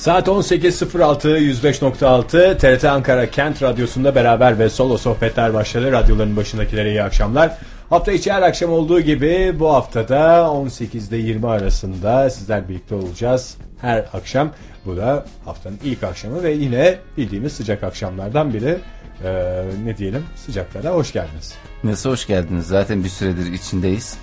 Saat 18.06 105.6 TRT Ankara Kent Radyosu'nda beraber ve solo sohbetler başladı. Radyoların başındakilere iyi akşamlar. Hafta içi her akşam olduğu gibi bu haftada 18'de 20 arasında sizler birlikte olacağız. Her akşam, bu da haftanın ilk akşamı ve yine bildiğimiz sıcak akşamlardan biri. Ne diyelim, sıcaklara hoş geldiniz. Nasıl hoş geldiniz? Zaten bir süredir içindeyiz.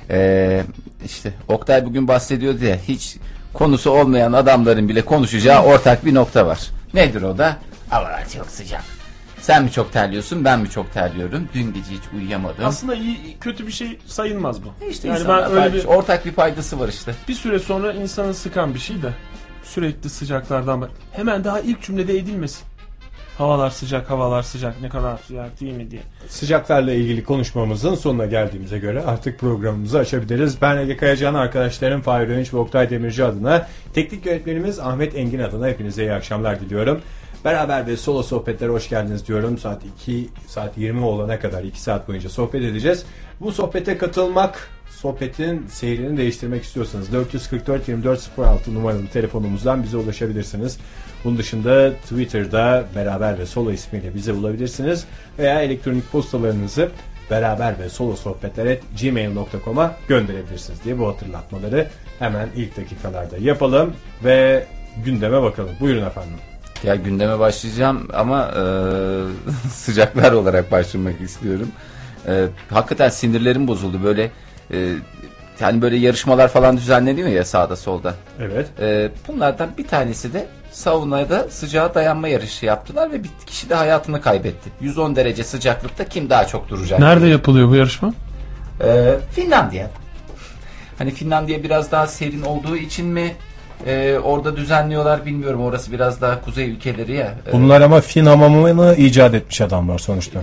İşte Oktay bugün bahsediyordu ya, hiç konusu olmayan adamların bile konuşacağı ortak bir nokta var. Nedir o da? Havalar çok sıcak. Sen mi çok terliyorsun, ben mi çok terliyorum? Dün gece hiç uyuyamadım. Aslında iyi, kötü bir şey sayılmaz bu. İşte yani ben öyle ortak bir paydası var işte. Bir süre sonra insanı sıkan bir şey de sürekli sıcaklardan hemen daha ilk cümlede edilmesin. Havalar sıcak, havalar sıcak, ne kadar sıcak değil mi diye. Sıcaklarla ilgili konuşmamızın sonuna geldiğimize göre artık programımızı açabiliriz. Ben Ege Kayacan, arkadaşlarım Fahir Öğünç ve Oktay Demirci adına, teknik yönetmenimiz Ahmet Engin adına hepinize iyi akşamlar diliyorum. Beraber ve solo sohbetlere hoş geldiniz diyorum. Saat 20 olana kadar 2 saat boyunca sohbet edeceğiz. Bu sohbete katılmak, sohbetin seyrini değiştirmek istiyorsanız 444-2406 numaralı telefonumuzdan bize ulaşabilirsiniz. Bunun dışında Twitter'da beraber ve solo ismiyle bize bulabilirsiniz. Veya elektronik postalarınızı beraber ve solo sohbetler@gmail.com'a gönderebilirsiniz diye bu hatırlatmaları hemen ilk dakikalarda yapalım ve gündeme bakalım. Buyurun efendim. Ya gündeme başlayacağım ama sıcaklar olarak başlamak istiyorum. Hakikaten sinirlerim bozuldu böyle. Yani böyle yarışmalar falan düzenleniyor ya sağda solda. Evet. Bunlardan bir tanesi de saunada sıcağa dayanma yarışı yaptılar ve bir kişi de hayatını kaybetti. 110 derece sıcaklıkta kim daha çok duracak? Nerede yapılıyor bu yarışma? Finlandiya. Hani Finlandiya biraz daha serin olduğu için mi orada düzenliyorlar bilmiyorum. Orası biraz daha kuzey ülkeleri ya. Bunlar ama Fin hamamını icat etmiş adamlar sonuçta.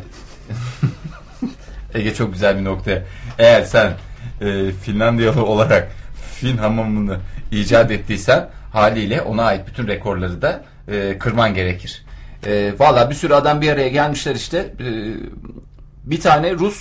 Ege çok güzel bir nokta. Eğer sen Finlandiyalı olarak Fin hamamını icat ettiysen haliyle ona ait bütün rekorları da kırman gerekir. Valla bir sürü adam bir araya gelmişler işte. Bir tane Rus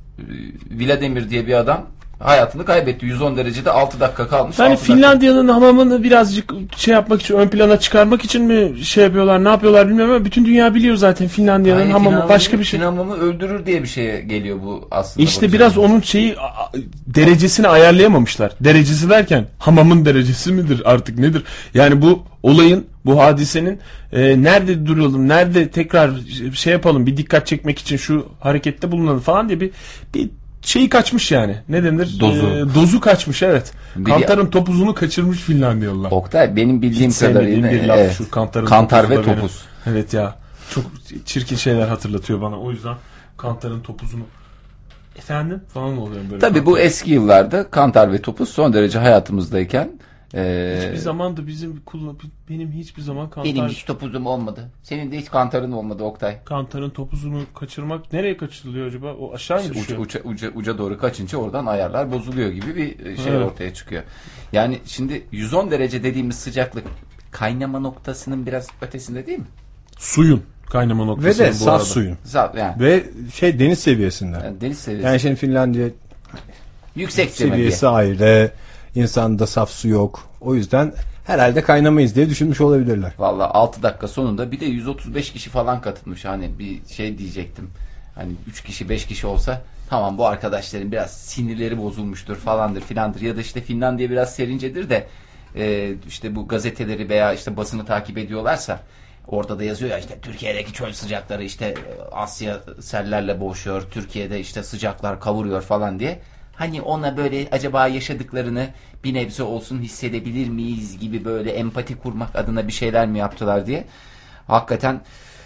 Vladimir diye bir adam hayatını kaybetti. 110 derecede 6 dakika kalmış. Yani Finlandiya'nın hamamını birazcık yapmak için, ön plana çıkarmak için mi yapıyorlar, ne yapıyorlar bilmiyorum ama bütün dünya biliyor zaten Finlandiya'nın hamamı başka bir şey. Fin hamamı öldürür diye bir şeye geliyor bu aslında. İşte biraz onun derecesini ayarlayamamışlar. Derecesi derken hamamın derecesi midir artık nedir? Yani bu olayın, bu hadisenin nerede duralım, nerede tekrar yapalım, bir dikkat çekmek için şu harekette bulunalım falan diye bir şeyi kaçmış yani. Ne denir? Dozu kaçmış, evet. Kantar'ın topuzunu kaçırmış Finlandiyalılar. Oktay benim bildiğim kadarıyla bir laf şu Kantar ve topuz. Evet ya. Çok çirkin şeyler hatırlatıyor bana. O yüzden Kantar'ın topuzunu efendim falan oluyor böyle. Tabii bu eski yıllarda Kantar ve topuz son derece hayatımızdayken hiçbir zaman da benim hiçbir zaman Kantar... Benim hiç topuzum olmadı. Senin de hiç Kantar'ın olmadı Oktay. Kantar'ın topuzunu kaçırmak nereye kaçırılıyor acaba? O aşağı mı düşüyor? Uca doğru kaçınca oradan ayarlar bozuluyor gibi bir şey ortaya çıkıyor. Yani şimdi 110 derece dediğimiz sıcaklık kaynama noktasının biraz ötesinde değil mi? Suyun kaynama noktası. Ve de saf suyun. Yani. Ve deniz seviyesinden. Yani deniz seviyesi. Yani şimdi Finlandiya yüksek seviyesi ayrı. İnsanda saf su yok. O yüzden herhalde kaynamayız diye düşünmüş olabilirler. Vallahi 6 dakika sonunda bir de 135 kişi falan katılmış. Hani bir diyecektim. Hani 3 kişi 5 kişi olsa tamam, bu arkadaşların biraz sinirleri bozulmuştur falandır filandır. Ya da işte Finlandiya biraz serincedir de işte bu gazeteleri veya işte basını takip ediyorlarsa orada da yazıyor ya, işte Türkiye'deki çöl sıcakları işte Asya sellerle boğuşuyor. Türkiye'de işte sıcaklar kavuruyor falan diye. Hani ona böyle acaba yaşadıklarını bir nebze olsun hissedebilir miyiz gibi böyle empati kurmak adına bir şeyler mi yaptılar diye. Hakikaten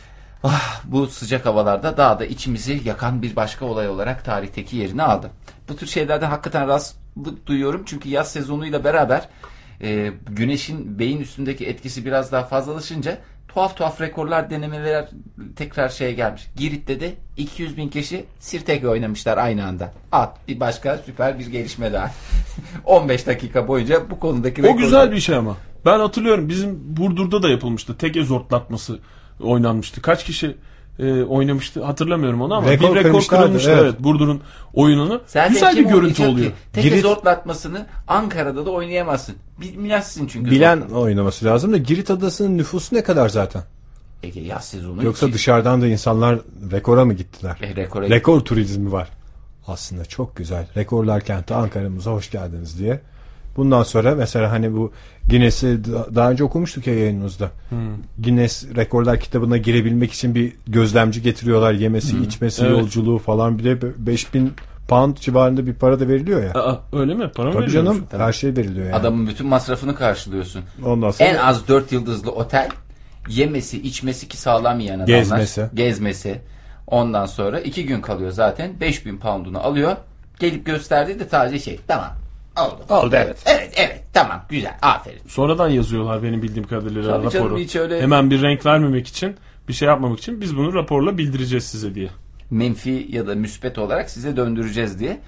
bu sıcak havalarda daha da içimizi yakan bir başka olay olarak tarihteki yerini aldı. Bu tür şeylerden hakikaten rahatsızlık duyuyorum. Çünkü yaz sezonuyla beraber güneşin beyin üstündeki etkisi biraz daha fazlalaşınca tuhaf rekorlar, denemeler tekrar gelmiş. Girit'te de 200.000 kişi Sirteke oynamışlar aynı anda. Bir başka süper bir gelişme daha. 15 dakika boyunca bu konudaki rekorlar. O güzel bir şey ama. Ben hatırlıyorum, bizim Burdur'da da yapılmıştı. Tek zortlatması oynanmıştı. Kaç kişi oynamıştı. Hatırlamıyorum onu ama Rekor bir rekor kırmışlardı, kırılmıştı. evet. Evet. Burdur'un oyununu. Zaten Güzel bir kim görüntü oynayacak oluyor. ki? Tek zortlatmasını Ankara'da da oynayamazsın. Bilmezsin çünkü. Bilen oynaması lazım da Girit Adası'nın nüfusu ne kadar zaten? Ege yaz sezonu. Yoksa dışarıdan da insanlar rekora mı gittiler? rekora Rekor turizmi var. Aslında çok güzel. Rekorlar kenti Ankara'mıza hoş geldiniz diye. Bundan sonra mesela hani bu Guinness'i daha önce okumuştuk ya yayınımızda. Guinness Rekorlar kitabına girebilmek için bir gözlemci getiriyorlar. Yemesi, içmesi, Evet. yolculuğu falan. Bir de 5000 pound civarında bir para da veriliyor ya. Aa, öyle mi? Para mı Tabii veriyormuş? canım. Her şey veriliyor yani. Adamın bütün masrafını karşılıyorsun. Ondan sonra En az 4 yıldızlı otel, yemesi, içmesi ki sağlam yiyen adamlar. Gezmesi. Ondan sonra 2 gün kalıyor zaten. 5000 pound'unu alıyor. Gelip gösterdiği de sadece şey. Tamam. Oldu. Evet. Evet. Tamam. Güzel. Aferin. Sonradan yazıyorlar benim bildiğim kadarıyla Tabii canım, raporu. hiç öyle- Hemen bir renk vermemek için, bir şey yapmamak için biz bunu raporla bildireceğiz size diye. Menfi ya da müspet olarak size döndüreceğiz diye.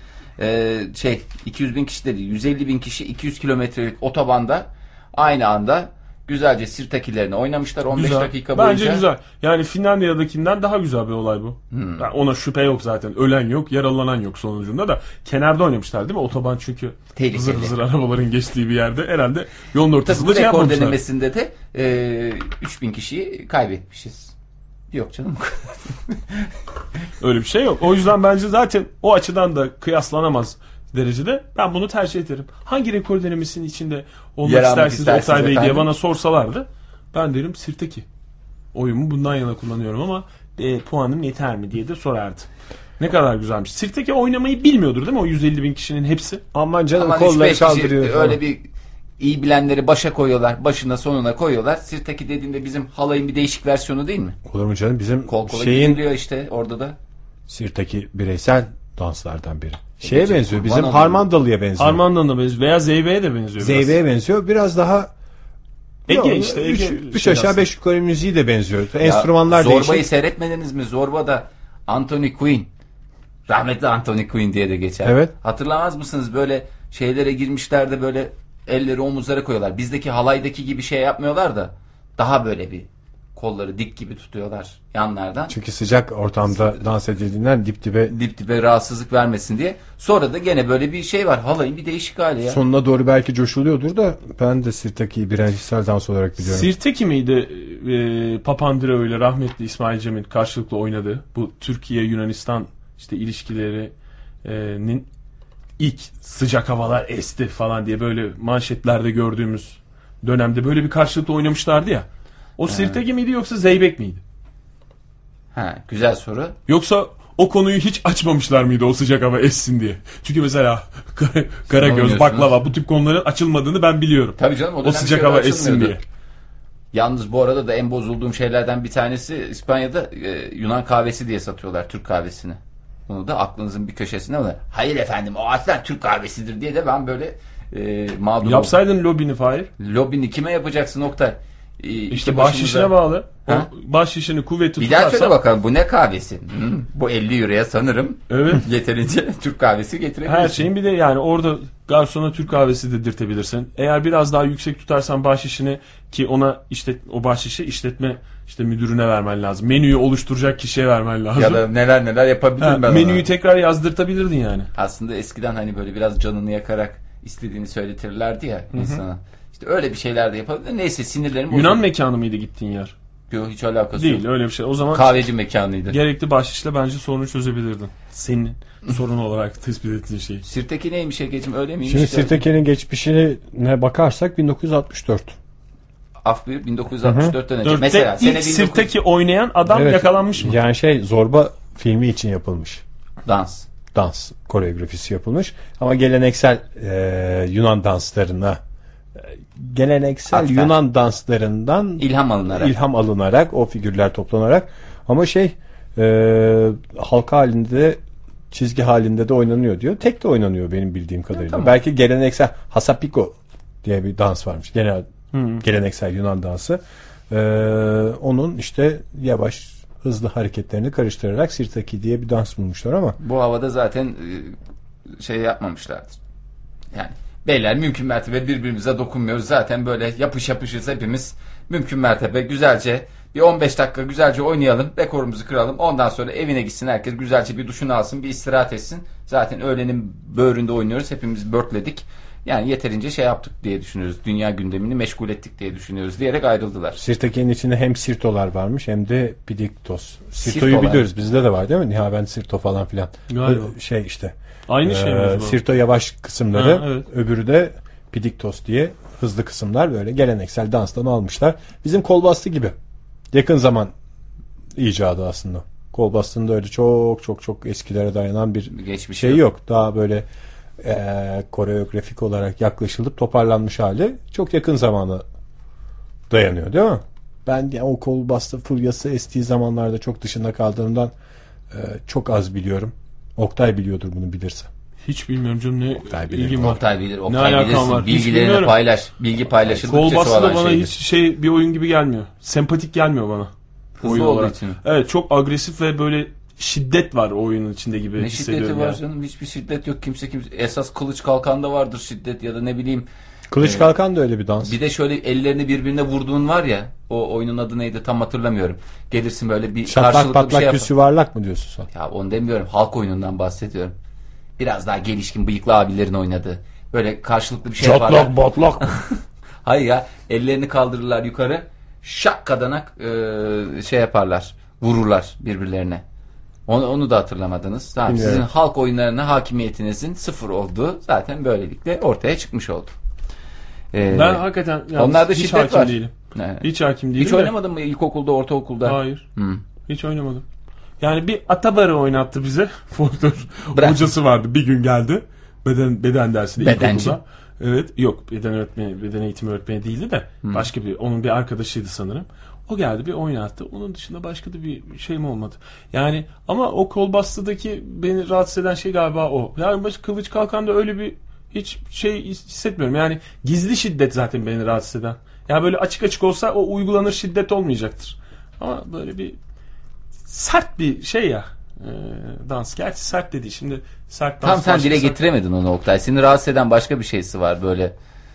200 bin kişi dedi. 150 bin kişi 200 kilometrelik otobanda aynı anda güzelce Sirtakilerini oynamışlar 15 Güzel. dakika boyunca. Bence güzel. Yani Finlandiya'dakinden daha güzel bir olay bu. Yani ona şüphe yok zaten. Ölen yok, yaralanan yok sonucunda da. Kenarda oynamışlar değil mi? Otoban çünkü Tehlikeli. hızır hızır arabaların geçtiği bir yerde. Herhalde yolun Tabii ortasında bu şey rekor yapmamışlar. denemesinde de 3000 kişiyi kaybetmişiz. Yok canım. Öyle bir şey yok. O yüzden bence zaten o açıdan da kıyaslanamaz derecede. Ben bunu tercih ederim. Hangi rekor denemesinin içinde olmak Yer almak istersiniz istersiniz Oktay Bey diye efendim? bana sorsalardı ben derim Sirtaki. Oyumu bundan yana kullanıyorum ama puanım yeter mi diye de sorardım. Ne kadar güzelmiş. Sirtaki oynamayı bilmiyordur değil mi o 150 bin kişinin hepsi? aman canım Ama kolları 3-5 kaldırıyor kişi falan. öyle bir iyi bilenleri başa koyuyorlar. Başına sonuna koyuyorlar. Sirtaki dediğinde bizim halayın bir değişik versiyonu değil mi? Olur mu canım? Bizim Kol kola şeyin gidiliyor işte orada da. Sirtaki bireysel danslardan biri. Şeye Geçen benziyor. kurban Bizim olayım. Harmandalı'ya benziyor. Armandan'a benziyor veya Zeybe'ye de benziyor biraz. Zeybe'ye benziyor. Biraz daha Ege işte. Ege 3 şey aşağı aslında. 5 yukarı müziği de benziyor. Ya, Enstrümanlar Zorba'yı değişik. seyretmediniz mi? Zorba'da Anthony Quinn. Rahmetli Anthony Quinn diye de geçer. Evet. Hatırlamaz mısınız? Böyle şeylere girmişler de böyle elleri omuzlara koyuyorlar. Bizdeki halaydaki gibi şey yapmıyorlar da daha böyle bir kolları dik gibi tutuyorlar yanlardan. Çünkü sıcak ortamda dans edildiğinden dip dibe Dip dibe rahatsızlık vermesin diye. Sonra da gene böyle bir şey var. Halayın bir değişik hali ya. sonuna doğru belki coşuluyordur da ben de Sirtaki'yi bireysel dans olarak biliyorum. Sirtaki miydi Papandreou ile rahmetli İsmail Cem'in karşılıklı oynadığı bu Türkiye-Yunanistan işte ilişkilerinin ilk sıcak havalar esti falan diye böyle manşetlerde gördüğümüz dönemde böyle bir karşılıklı oynamışlardı ya. O Sirtaki miydi yoksa Zeybek miydi? Ha, güzel soru. Yoksa o konuyu hiç açmamışlar mıydı o sıcak hava essin diye? Çünkü mesela Karagöz, oynuyorsunuz. baklava bu tip konuların açılmadığını ben biliyorum. Tabii canım, o O dönem sıcak şeyler hava essin açılmıyordu. diye. Yalnız bu arada da en bozulduğum şeylerden bir tanesi İspanya'da Yunan kahvesi diye satıyorlar, Türk kahvesini. Bunu da aklınızın bir köşesine alın. Hayır efendim, o aslen Türk kahvesidir diye de ben böyle mağdur oldum. Yapsaydın lobini Fahir. Lobini kime yapacaksın Oktay? İşte bahşişine bağlı. O Ha? bahşişini kuvveti Bir daha söyle tutarsan. bakalım, bu ne kahvesi? Bu 50 euroya sanırım Evet. yeterince Türk kahvesi getirebilirsin. Her şeyin bir de yani orada garsona Türk kahvesi dedirtebilirsin. Eğer biraz daha yüksek tutarsan bahşişini, ki ona işte o bahşişi işletme işte müdürüne vermen lazım. Menüyü oluşturacak kişiye vermen lazım. Ya da neler yapabilirim ben menüyü ona. tekrar yazdırtabilirdin yani. Aslında eskiden hani böyle biraz canını yakarak istediğini söyletirlerdi ya insana. İşte öyle bir şeyler de yapabilir. Neyse, sinirlerim Yunan bozuldu. mekanı mıydı gittiğin yer? Yok, hiç alakası Değil, yok. öyle bir şey. O zaman Kahveci mekanıydı. gerekli bahşişle bence sorunu çözebilirdin. Senin sorun olarak tespit ettiğin şey. Sirtaki neymiş Ege'cim, öyle miymiş? Şimdi İşte Sirtaki'nin geçmişine bakarsak 1964. Af buyur, 1964'ten önce. Dörtte Mesela ilk sene 1900 Sirtaki oynayan adam Evet, yakalanmış mı? Yani Zorba filmi için yapılmış. dans. Dans koreografisi yapılmış. Ama geleneksel Yunan danslarına geleneksel Atfen. Yunan danslarından İlham alınarak. o figürler toplanarak ama halka halinde, çizgi halinde de oynanıyor diyor. Tek de oynanıyor benim bildiğim kadarıyla. Tamam. Belki geleneksel Hasapiko diye bir dans varmış. Geleneksel Yunan dansı. Onun işte yavaş hızlı hareketlerini karıştırarak Sirtaki diye bir dans bulmuşlar ama Bu havada zaten şey yapmamışlardır. Yani beyler, mümkün mertebe birbirimize dokunmuyoruz. Zaten böyle yapışırız hepimiz. Mümkün mertebe güzelce Bir 15 dakika güzelce oynayalım. Rekorumuzu kıralım. Ondan sonra evine gitsin. Herkes güzelce bir duşunu alsın. Bir istirahat etsin. Zaten öğlenin böğründe oynuyoruz. Hepimiz börtledik. Yani yeterince şey yaptık diye düşünüyoruz. Dünya gündemini meşgul ettik diye düşünüyoruz diyerek ayrıldılar. Sirtaki'nin içinde hem sirtolar varmış hem de pidiktos. Sirto'yu Sirtolar. biliyoruz. Bizde de var değil mi? Nihavent sirto falan filan. Galiba. Şey işte. Aynı şey mi acaba? Sirto yavaş kısımları, Ha, evet. öbürü de pidiktos diye hızlı kısımlar, böyle geleneksel danstan almışlar. Bizim kol bastı gibi. Yakın zaman icadı aslında. Kol bastığında öyle çok çok çok eskilere dayanan bir Geçmiş şey yok. Daha böyle koreografik olarak yaklaşılıp toparlanmış hali çok yakın zamana dayanıyor değil mi? Ben yani o kol bastı furyası estiği zamanlarda çok dışında kaldığımdan çok az biliyorum. Oktay biliyordur bunu, bilirse. Hiç bilmiyorum canım, ne Oktay bilir. ilgim var. Oktay bilir. Ne Oktay alakam bilirsin. var? Hiç Bilgilerini bilmiyorum. paylaş. Bilgi paylaşıldıkça Kol bastı da çoğalan bana şeydir. hiç bir oyun gibi gelmiyor. Sempatik gelmiyor bana. Hızlı Oyun olduğu olarak. için. Evet, çok agresif ve böyle şiddet var o oyunun içinde gibi Ne hissediyorum. şiddeti var yani. canım? Hiçbir şiddet yok. Kimse esas kılıç kalkanda vardır şiddet ya da ne bileyim. Kılıç Kalkan da öyle bir dans. Bir de şöyle ellerini birbirine vurduğun var ya, o oyunun adı neydi tam hatırlamıyorum. Gelirsin böyle bir Şaplak karşılıklı bir patlak şey düz yuvarlak mı diyorsun sen? Ya onu demiyorum. Halk oyunundan bahsediyorum. Biraz daha gelişkin bıyıklı abilerin oynadığı. Böyle karşılıklı bir şey yaparlar. Çatlak batlak. Hayır ya, ellerini kaldırırlar yukarı. Şak kadanak şey yaparlar. Vururlar birbirlerine. Onu da hatırlamadınız. Tamam, Bilmiyorum. sizin halk oyunlarına hakimiyetinizin sıfır olduğu zaten böylelikle ortaya çıkmış oldu. Ben hakikaten onlarda hiç şiddet hakim var. değilim. Ne? Hiç hakim değilim. Hiç de. oynamadın mı ilkokulda, ortaokulda? Hayır. Hı. Hiç oynamadım. Yani bir Atabar'ı oynattı bize. Folklor Bırak. hocası vardı. Bir gün geldi. Beden dersinde. Bedenci. ilkokulda. Evet. Yok, beden eğitimi öğretmeni değildi de başka bir, onun bir arkadaşıydı sanırım. O geldi, bir oynattı. Onun dışında başka da bir şeyim olmadı. Yani ama o kol bastıdaki beni rahatsız eden şey galiba o. Yani kılıç kalkanda öyle bir hiç şey hissetmiyorum. Yani gizli şiddet zaten beni rahatsız eden. Yani böyle açık açık olsa o uygulanır şiddet olmayacaktır. Ama böyle bir sert bir şey ya, dans. Gerçi sert dedi. Şimdi sert dans. Tam sen dile başlasa- getiremedin onu Oktay. Seni rahatsız eden başka bir şeysi var böyle.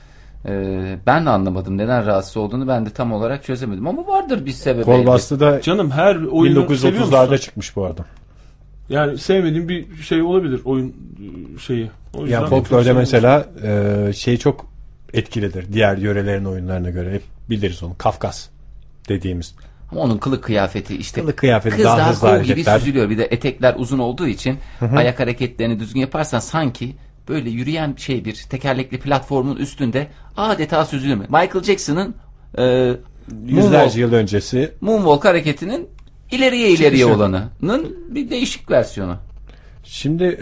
Ben de anlamadım neden rahatsız olduğunu, ben de tam olarak çözemedim. Ama vardır bir sebebi. Kol elbet. bastı da Canım her oyunu seviyor musun? 1930'larda çıkmış bu arada. Yani sevmediğim bir şey olabilir oyun şeyi. O yüzden Yani folklorda mesela şey çok etkilidir diğer yörelerin oyunlarına göre. Hep biliriz onu. Kafkas dediğimiz. Ama onun kılık kıyafeti işte. Kılık kıyafeti, kız daha daha hızlı kol gibi hareketler. süzülüyor. Bir de etekler uzun olduğu için ayak hareketlerini düzgün yaparsan sanki böyle yürüyen şey, bir tekerlekli platformun üstünde adeta süzülüyor. Michael Jackson'ın Yüzlerce yıl öncesi Moonwalk hareketinin ileriye Çıkışı. olanının bir değişik versiyonu. şimdi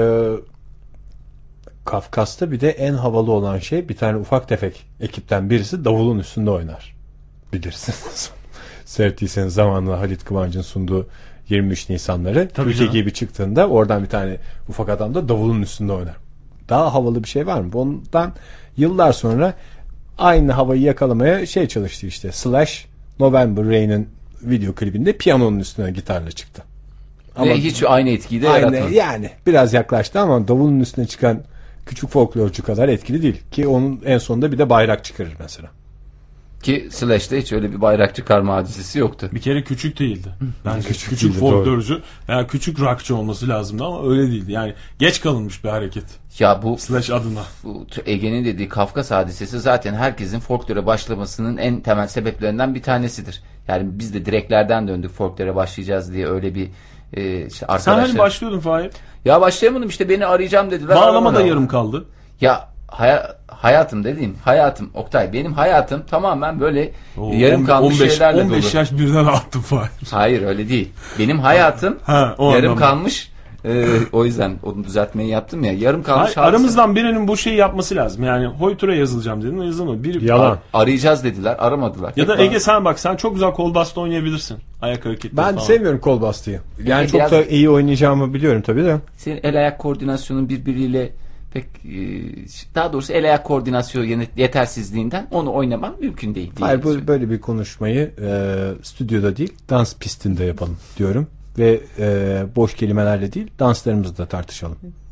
Kafkas'ta bir de en havalı olan şey, bir tane ufak tefek ekipten birisi davulun üstünde oynar. Bilirsiniz. Seyrettiyseniz zamanında Halit Kıvanç'ın sunduğu 23 Nisanları, Tabii ülke canım. gibi çıktığında oradan bir tane ufak adam da davulun üstünde oynar. Daha havalı bir şey var mı? Ondan yıllar sonra aynı havayı yakalamaya şey çalıştı işte. Slash November Rain'in video klibinde piyanonun üstüne gitarla çıktı. Ama Ve hiç aynı etkiyi de aynı, yaratmadı. yani biraz yaklaştı ama davulun üstüne çıkan küçük folklorcu kadar etkili değil. Ki onun en sonunda bir de bayrak çıkarır mesela. Ki Slash'te hiç öyle bir bayrak çıkarma hadisesi yoktu. bir kere küçük değildi. Bence Küçük küçük değildi, folklorcu. Yani küçük rockçı olması lazımdı ama öyle değildi. Yani geç kalınmış bir hareket. Ya bu Slash adına. Ege'nin dediği Kafkas hadisesi zaten herkesin folklore başlamasının en temel sebeplerinden bir tanesidir. Yani biz de direklerden döndük folklore başlayacağız diye, öyle bir işte Sen arkadaşlar. hani başlıyordun Fahir? Ya başlayamadım işte, beni arayacağım dediler. Bağlama da aramadım. yarım kaldı. Ya hayatım dediğim, hayatım Oktay, benim hayatım tamamen böyle yarım kalmış 15 şeylerle 15 dolu. yaş birden attım Fahir. Hayır öyle değil. Benim hayatım Ha, o yarım anlamda. kalmış. O yüzden onu düzeltmeyi yaptım ya. Yarım kalmış. Hayır, aramızdan birinin bu şeyi yapması lazım. Yani Hoytur'a yazılacağım dedin, yazılmadı. Biri Yalan. Arayacağız dediler, aramadılar. Ya da Hep Ege sen bak, sen çok güzel kol bastı oynayabilirsin. Ayak hareketleri Ben falan. sevmiyorum kol bastıyı. Yani Peki, çok biraz- da iyi oynayacağımı biliyorum tabii de. senin el ayak koordinasyonun birbiriyle pek daha doğrusu el ayak koordinasyonu yetersizliğinden onu oynaman mümkün değil. Hayır, böyle bir konuşmayı stüdyoda değil, dans pistinde yapalım diyorum. Ve boş kelimelerle değil, danslarımızı da tartışalım.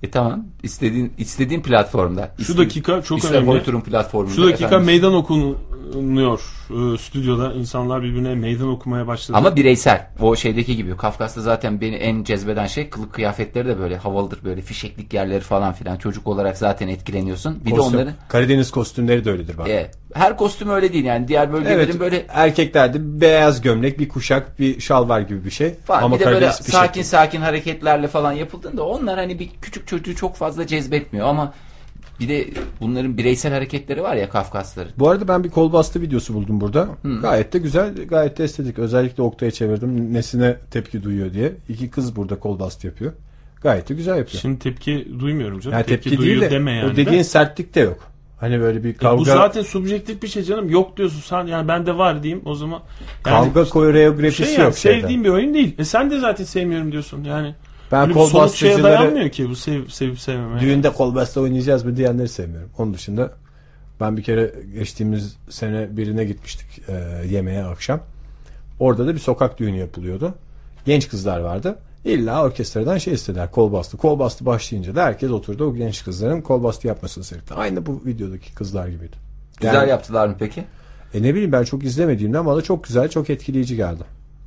Tamam. İstediğin platformda. Şu dakika çok İster önemli. Boytur'un platformunda. Şu dakika efendim. meydan okunuyor. Stüdyoda insanlar birbirine meydan okumaya başladı. Ama bireysel. O şeydeki gibi. Kafkas'ta zaten beni en cezbeden şey kılık kıyafetleri de böyle havalıdır. Böyle fişeklik yerleri falan filan. Çocuk olarak zaten etkileniyorsun. Bir Kostüm. de onların... Karadeniz kostümleri de öyledir bak. Her kostüm öyle değil yani. Diğer bölgelerin Evet, böyle... erkeklerde beyaz gömlek, bir kuşak, bir şalvar gibi bir şey. Falan. Ama Bir de böyle Karadeniz bir sakin şey. sakin hareketlerle falan yapıldığında onlar hani bir küçük çocuğu çok fazla cezbetmiyor ama bir de bunların bireysel hareketleri var ya Kafkasların. Bu arada ben bir kol bastı videosu buldum burada. Gayet de güzel, gayet de estetik. Özellikle Oktay'a çevirdim. Nesine tepki duyuyor diye. 2 kız burada kol bastı yapıyor. Gayet de güzel yapıyor. Şimdi tepki duymuyorum canım. Yani tepki duyuyor değil de deme yani. o dediğin sertlik de yok. Hani böyle bir kavga... Bu zaten subjektif bir şey canım. Yok diyorsun sen, yani bende var diyeyim o zaman. Yani Kavga koreografisi şey yani, yok şeyden. sevdiğim bir oyun değil. Sen de zaten sevmiyorum diyorsun yani. Ben Böyle kol bir somut şeye bastıcıları dayanmıyor ki bu sevip sevmeme. düğünde kol bastı oynayacağız mı diyenleri sevmiyorum. Onun dışında ben bir kere geçtiğimiz sene birine gitmiştik yemeğe akşam. Orada da bir sokak düğünü yapılıyordu. Genç kızlar vardı. İlla orkestradan şey istediler, kol bastı. Kol bastı başlayınca da herkes oturdu o genç kızların kol bastı yapmasını seyretti. Aynı bu videodaki kızlar gibiydi. Güzel Yani, yaptılar mı peki? ne bileyim ben çok izlemediğimden bana çok güzel, çok etkileyici geldi.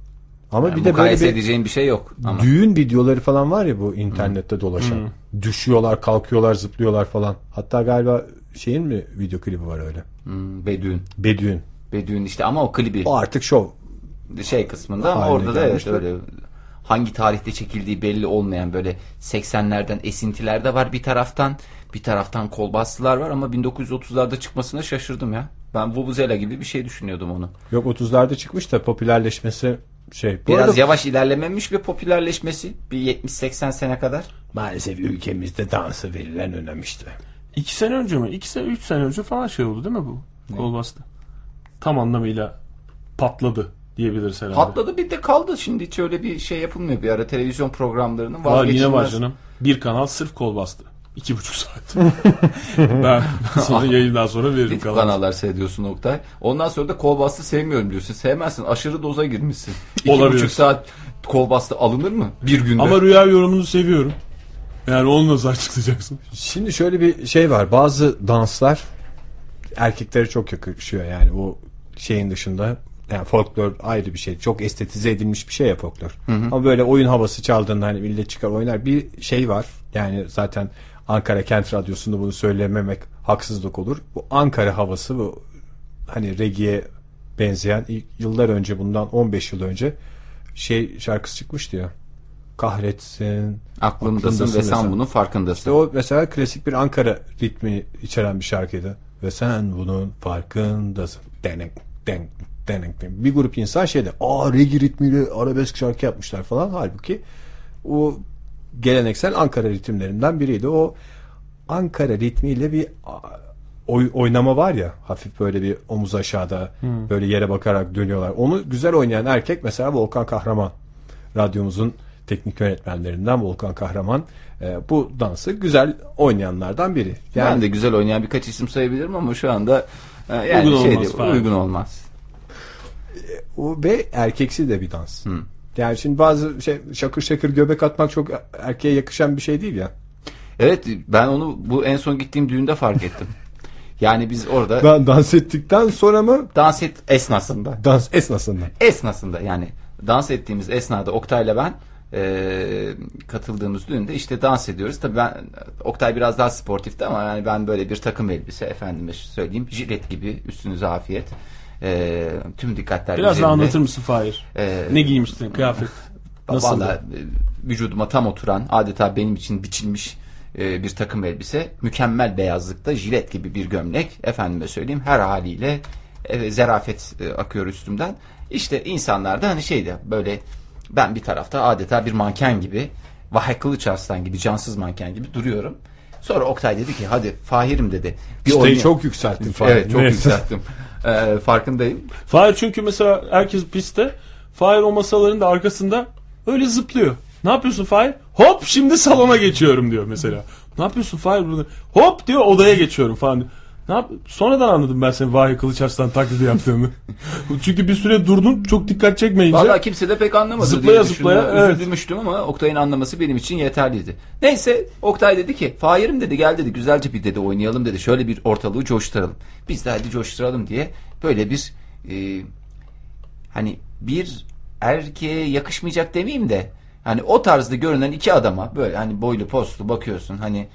Ama Yani bir de böyle mukayese bir edeceğin bir şey yok. Ama. düğün videoları falan var ya bu internette dolaşan. Düşüyorlar, kalkıyorlar, zıplıyorlar falan. Hatta galiba şeyin mi video klibi var öyle. Bedüğün. Bedüğün işte ama o klibi. O artık şov. Şey kısmında ama Haline orada da evet gelmişler. öyle hangi tarihte çekildiği belli olmayan böyle 80'lerden esintiler de var bir taraftan kol bastılar var ama 1930'larda çıkmasına şaşırdım ya. Ben Vuvuzela gibi bir şey düşünüyordum onu. Yok 30'larda çıkmış da popülerleşmesi şey. Bu Biraz arada yavaş ilerlememiş ve popülerleşmesi bir 70-80 sene kadar. maalesef ülkemizde dansı verilen önem işte. 2 sene önce mi? 3 sene önce falan şey oldu değil mi bu? Kol bastı. Tam anlamıyla patladı diyebiliriz herhalde. Patladı bir de kaldı şimdi hiç öyle bir şey yapılmıyor bir ara televizyon programlarının Var vazgeçilmez. yine var canım. Bir kanal sırf kol bastı. 2,5 saat. Ben sana yayından sonra veririm Ne tip kanal. kanallar seyrediyorsun Oktay? Ondan sonra da kol bastı sevmiyorum diyorsun. Sevmezsin. Aşırı doza girmişsin. Olabilir. 2,5 saat kol bastı alınır mı? Bir günde. Ama rüya yorumunu seviyorum. Yani onu nasıl açıklayacaksın? Şimdi şöyle bir şey var. Bazı danslar erkeklere çok yakışıyor yani o şeyin dışında. Yani folklor ayrı bir şey. Çok estetize edilmiş bir şey ya folklor. Ama böyle oyun havası çaldığında hani millet çıkar oynar bir şey var. Yani zaten Ankara Kent Radyosu'nda bunu söylememek haksızlık olur. Bu Ankara havası bu hani reggae'ye benzeyen yıllar önce bundan 15 yıl önce şey şarkısı çıkmıştı ya. Kahretsin. Aklımdasın ve sen bunun farkındasın. İşte o mesela klasik bir Ankara ritmi içeren bir şarkıydı. Ve sen bunun farkındasın. Deneng, deneng, deneng. Bir grup insan şeyde reggae ritmiyle arabesk şarkı yapmışlar falan. Halbuki o geleneksel Ankara ritimlerinden biriydi. O Ankara ritmiyle bir oynama var ya, hafif böyle bir omuz aşağıda böyle yere bakarak dönüyorlar. Onu güzel oynayan erkek mesela Volkan Kahraman. Radyomuzun teknik yönetmenlerinden Volkan Kahraman. Bu dansı güzel oynayanlardan biri. Yani, Ben de güzel oynayan birkaç isim sayabilirim ama şu anda yani uygun olmaz. Ve erkeksi de bir dans. Yani şimdi bazı şey şakır şakır göbek atmak çok erkeğe yakışan bir şey değil ya. Evet ben onu bu en son gittiğim düğünde fark ettim. Yani biz orada Ben dans ettikten sonra mı? dans esnasında. Dans esnasında. Esnasında yani dans ettiğimiz esnada Oktay'la ben katıldığımız düğünde işte dans ediyoruz. Tabii ben Oktay biraz daha sportifti ama yani ben böyle bir takım elbise efendime söyleyeyim jilet gibi üstünüze afiyet. Tüm dikkatler Biraz üzerinde. daha anlatır mısın Fahir? Ne giymiştin? Kıyafet? Nasıldı? Vallahi vücuduma tam oturan adeta benim için biçilmiş bir takım elbise. Mükemmel beyazlıkta jilet gibi bir gömlek. Efendime söyleyeyim her haliyle zarafet akıyor üstümden. İşte insanlar da hani şeyde böyle ben bir tarafta adeta bir manken gibi Vahay Kılıç Arslan gibi cansız manken gibi duruyorum. Sonra Oktay dedi ki hadi Fahir'im dedi. Çıtayı çok yükselttin Fahir. Evet çok yükselttim. Farkındayım. Fahir çünkü mesela herkes pistte. Fahir o masaların da arkasında öyle zıplıyor. Ne yapıyorsun Fahir? Hop şimdi salona geçiyorum diyor mesela. Ne yapıyorsun Fahir burada? Hop diyor odaya geçiyorum falan diyor. Sonradan anladım ben senin Vahiy Kılıçarslan taklidi yaptığını. Çünkü bir süre durdun, çok dikkat çekmeyince. Vallahi kimse de pek anlamadı. Zıplaya zıplaya. Evet. Üzülmüştüm ama Oktay'ın anlaması benim için yeterliydi. Neyse Oktay dedi ki Fahir'im dedi gel dedi güzelce bir dedi oynayalım dedi. Şöyle bir ortalığı coşturalım. Biz de hadi coşturalım diye böyle bir hani bir erkeğe yakışmayacak demeyeyim de hani o tarzda görünen iki adama böyle hani boylu postlu bakıyorsun hani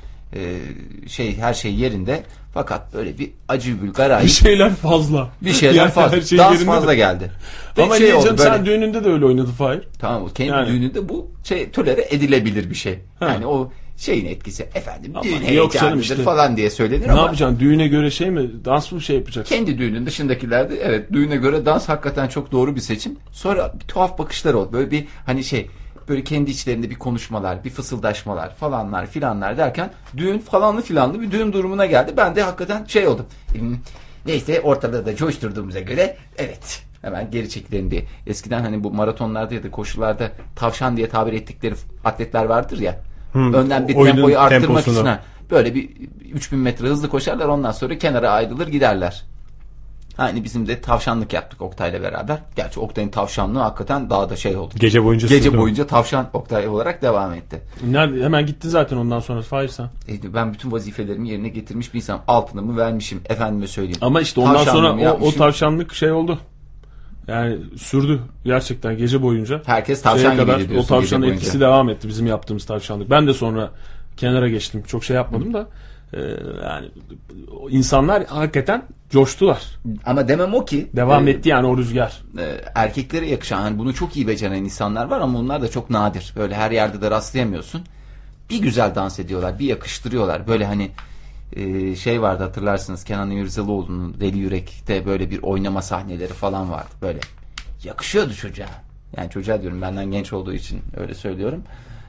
her şey yerinde fakat böyle bir acı bir garay bir şeyler fazla. Bir şeyler yani fazla. Şey dans fazla geldi. Ama niye canım böyle... sen düğününde de öyle oynadı Fahir. Tamam kendi düğününde bu tolere edilebilir bir şey. Ha. Yani o şeyin etkisi efendim ama düğün heyecanıdır işte, falan diye söylenir ama. Ne yapacaksın düğüne göre şey mi dans mı şey yapacaksın? Kendi düğünün dışındakilerde evet düğüne göre dans hakikaten çok doğru bir seçim. Sonra bir tuhaf bakışlar oldu. Böyle bir hani böyle kendi içlerinde bir konuşmalar, bir fısıldaşmalar falanlar filanlar derken düğün falanlı filanlı bir düğün durumuna geldi. Ben de hakikaten oldum. Neyse ortalığı da coşturduğumuza göre evet hemen geri çekilelim diye. Eskiden hani bu maratonlarda ya da koşularda tavşan diye tabir ettikleri atletler vardır ya. Önden bir tempoyu arttırmak için böyle bir 3000 metre hızlı koşarlar ondan sonra kenara ayrılır giderler. Hani bizim de tavşanlık yaptık Oktay'la beraber. Gerçi Oktay'ın tavşanlığı hakikaten daha da oldu. Gece boyunca tavşan Oktay olarak devam etti. Nerede? Hemen gitti zaten ondan sonra Fahir sen. Ben bütün vazifelerimi yerine getirmiş bir insan. Altınımı vermişim. Efendime söyleyeyim. Ama işte ondan sonra o tavşanlık oldu. Yani sürdü gerçekten gece boyunca. Herkes tavşan gibi diyorsun. O tavşanın etkisi devam etti bizim yaptığımız tavşanlık. Ben de sonra kenara geçtim. Çok yapmadım da. Yani insanlar hakikaten coştular. Ama demem o ki devam etti yani o rüzgar. Erkeklere yakışan hani bunu çok iyi beceren insanlar var ama onlar da çok nadir. Böyle her yerde de rastlayamıyorsun. Bir güzel dans ediyorlar, bir yakıştırıyorlar. Böyle hani vardı hatırlarsınız Kenan İmirzalıoğlu'nun Deli Yürek'te böyle bir oynama sahneleri falan vardı. Böyle yakışıyordu çocuğa. Yani çocuğa diyorum benden genç olduğu için öyle söylüyorum.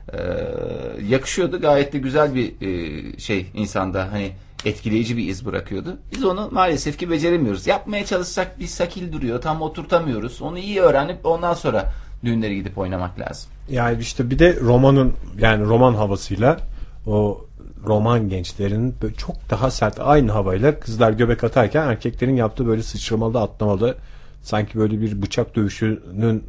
Yakışıyordu gayet de güzel bir insanda hani etkileyici bir iz bırakıyordu. Biz onu maalesef ki beceremiyoruz. Yapmaya çalışsak bir sakil duruyor. Tam oturtamıyoruz. Onu iyi öğrenip ondan sonra düğünlere gidip oynamak lazım. Yani işte bir de roman havasıyla o roman gençlerinin böyle çok daha sert aynı havayla kızlar göbek atarken erkeklerin yaptığı böyle sıçramalı atlamalı sanki böyle bir bıçak dövüşünün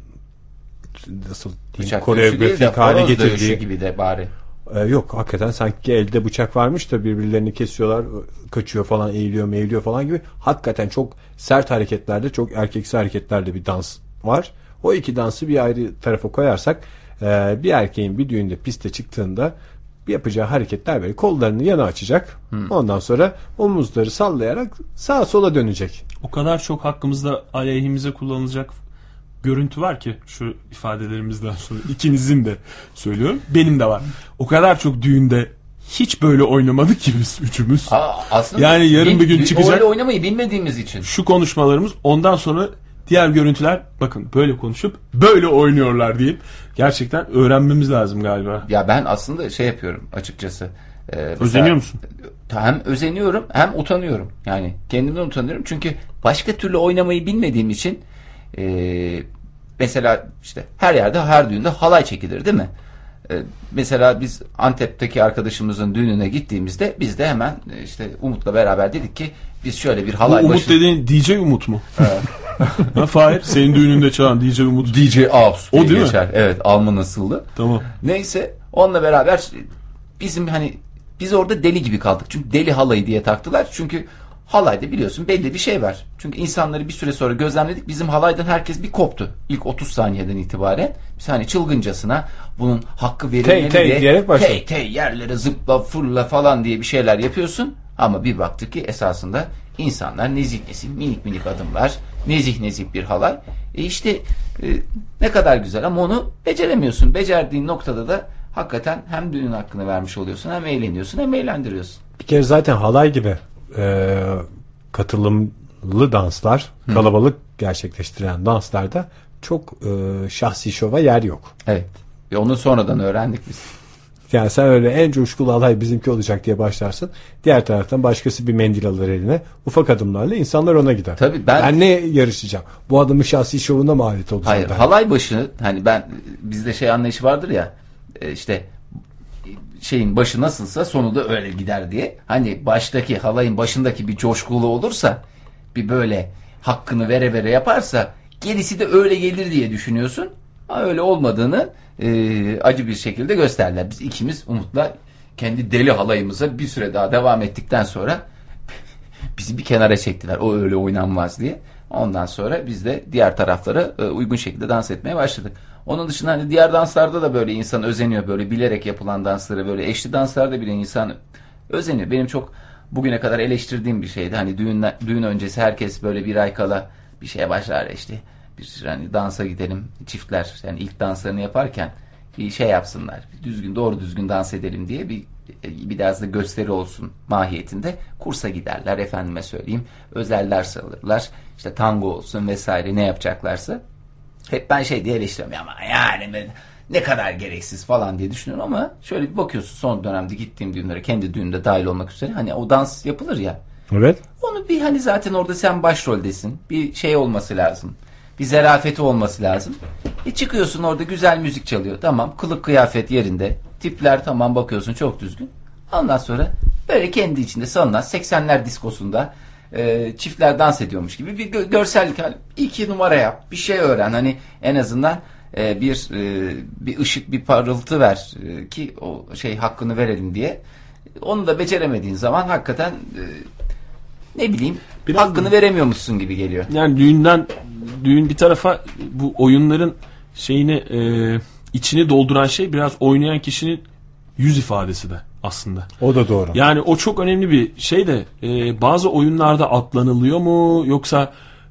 nasıl diyeyim koreografik hale getirdiği gibi de bari. Yok hakikaten sanki elde bıçak varmış da birbirlerini kesiyorlar kaçıyor falan eğiliyor falan gibi hakikaten çok sert hareketlerde çok erkeksi hareketlerde bir dans var. O iki dansı bir ayrı tarafa koyarsak bir erkeğin bir düğünde piste çıktığında yapacağı hareketler böyle kollarını yana açacak. Ondan sonra omuzları sallayarak sağa sola dönecek. O kadar çok hakkımızda aleyhimize kullanılacak görüntü var ki şu ifadelerimizden sonra ikinizin de söylüyorum. Benim de var. O kadar çok düğünde hiç böyle oynamadık ki biz üçümüz. Aslında yani yarın bir gün çıkacak. Öyle oynamayı bilmediğimiz için. Şu konuşmalarımız ondan sonra diğer görüntüler bakın böyle konuşup böyle oynuyorlar deyip gerçekten öğrenmemiz lazım galiba. Ya ben aslında yapıyorum açıkçası. Özeniyor musun? Hem özeniyorum hem utanıyorum. Yani kendimden utanıyorum çünkü başka türlü oynamayı bilmediğim için mesela her yerde her düğünde halay çekilir değil mi? Mesela biz Antep'teki arkadaşımızın düğününe gittiğimizde biz de hemen Umut'la beraber dedik ki biz şöyle bir halay bu Umut dediğin DJ Umut mu? Evet. Fahir senin düğününde çalan DJ Umut. DJ Aus o değil geçer. Mi? Evet Alman asıllı. Tamam. Neyse onunla beraber bizim biz orada deli gibi kaldık. Çünkü deli halayı diye taktılar. Çünkü halayda biliyorsun belli bir şey var. Çünkü insanları bir süre sonra gözlemledik. Bizim halaydan herkes bir koptu. İlk 30 saniyeden itibaren. Biz çılgıncasına bunun hakkı verilmeli diye tey yerlere zıpla fırla falan diye bir şeyler yapıyorsun. Ama bir baktık ki esasında insanlar nezih minik adımlar, nezih bir halay. Ne kadar güzel ama onu beceremiyorsun. Becerdiğin noktada da hakikaten hem düğün hakkını vermiş oluyorsun hem eğleniyorsun hem eğlendiriyorsun. Bir kere zaten halay gibi katılımlı danslar, kalabalık gerçekleştirilen danslarda çok şahsi şova yer yok. Evet. Onu sonradan öğrendik biz. Yani sen öyle en coşkulu halay bizimki olacak diye başlarsın. Diğer taraftan başkası bir mendil alır eline. Ufak adımlarla insanlar ona gider. Tabii ben ne yarışacağım? Bu adamın şahsi şovuna mı alet olacağım? Hayır. Halay başı bizde anlayışı vardır ya şeyin başı nasılsa sonu da öyle gider diye. Hani baştaki halayın başındaki bir coşkulu olursa, bir böyle hakkını vere vere yaparsa gerisi de öyle gelir diye düşünüyorsun. Ama öyle olmadığını acı bir şekilde gösterdiler. Biz ikimiz Umut'la kendi deli halayımıza bir süre daha devam ettikten sonra bizi bir kenara çektiler. O öyle oynanmaz diye. Ondan sonra biz de diğer taraflara uygun şekilde dans etmeye başladık. Onun dışında hani diğer danslarda da böyle insan özeniyor. Böyle bilerek yapılan dansları, böyle eşli danslarda bile insan özeniyor. Benim çok bugüne kadar eleştirdiğim bir şeydi. Hani düğün öncesi herkes böyle bir ay kala bir şeye başlar, işte bir hani dansa gidelim, çiftler yani ilk danslarını yaparken bir şey yapsınlar. Düzgün, doğru düzgün dans edelim diye biraz da gösteri olsun mahiyetinde kursa giderler, efendime söyleyeyim. Özel ders alırlar. İşte tango olsun vesaire, ne yapacaklarsa. Hep ben şey diye eleştiriyorum ama yani ne kadar gereksiz falan diye düşünüyorum ama şöyle bir bakıyorsun, son dönemde gittiğim düğünlere, kendi düğünde dahil olmak üzere, hani o dans yapılır ya. Evet. Onu bir hani zaten orada sen başroldesin. Bir şey olması lazım. Bir zarafeti olması lazım. Çıkıyorsun orada, güzel müzik çalıyor. Tamam, kılık kıyafet yerinde. Tipler tamam, bakıyorsun çok düzgün. Ondan sonra böyle kendi içinde salınan 80'ler diskosunda çiftler dans ediyormuş gibi bir görsellik. Hani 2 numara yap. Bir şey öğren. Hani en azından bir ışık, bir parıltı ver ki o şey hakkını verelim diye. Onu da beceremediğin zaman hakikaten ne bileyim biraz hakkını veremiyormuşsun gibi geliyor. Yani düğün bir tarafa, bu oyunların şeyini içini dolduran şey biraz oynayan kişinin yüz ifadesi de aslında. O da doğru. Yani o çok önemli bir şey de bazı oyunlarda atlanılıyor mu, yoksa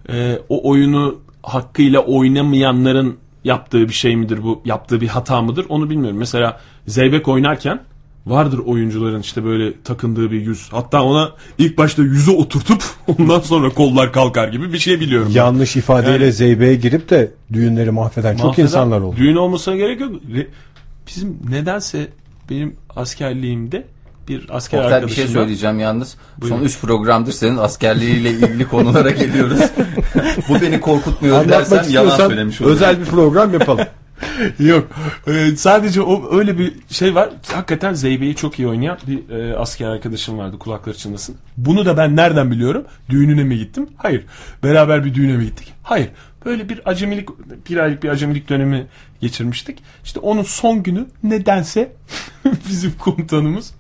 o oyunu hakkıyla oynamayanların yaptığı bir şey midir bu, yaptığı bir hata mıdır onu bilmiyorum. Mesela zeybek oynarken vardır oyuncuların işte böyle takındığı bir yüz. Hatta ona ilk başta yüzü oturtup ondan sonra kollar kalkar gibi bir şey biliyorum. Yanlış ifadeyle zeybeğe girip de düğünleri mahveden çok insanlar oldu. Düğün olmasına gerek yok. Bizim nedense benim askerliğimde bir asker arkadaşım bir şey söyleyeceğim yalnız. Buyurun. Son 3 programdır senin askerliğiyle ilgili konulara geliyoruz. Bu beni korkutmuyor Anlatmak dersen yalan istiyorsan söylemiş olurum. özel bir program yapalım. Yok. Sadece o öyle bir şey var. Hakikaten zeybeği çok iyi oynayan bir asker arkadaşım vardı, kulakları çınlasın. Bunu da ben nereden biliyorum? Düğününe mi gittim? Hayır. Beraber bir düğüne mi gittik? Hayır. Böyle bir acemilik, bir aylık bir acemilik dönemi geçirmiştik. İşte onun son günü nedense bizim komutanımız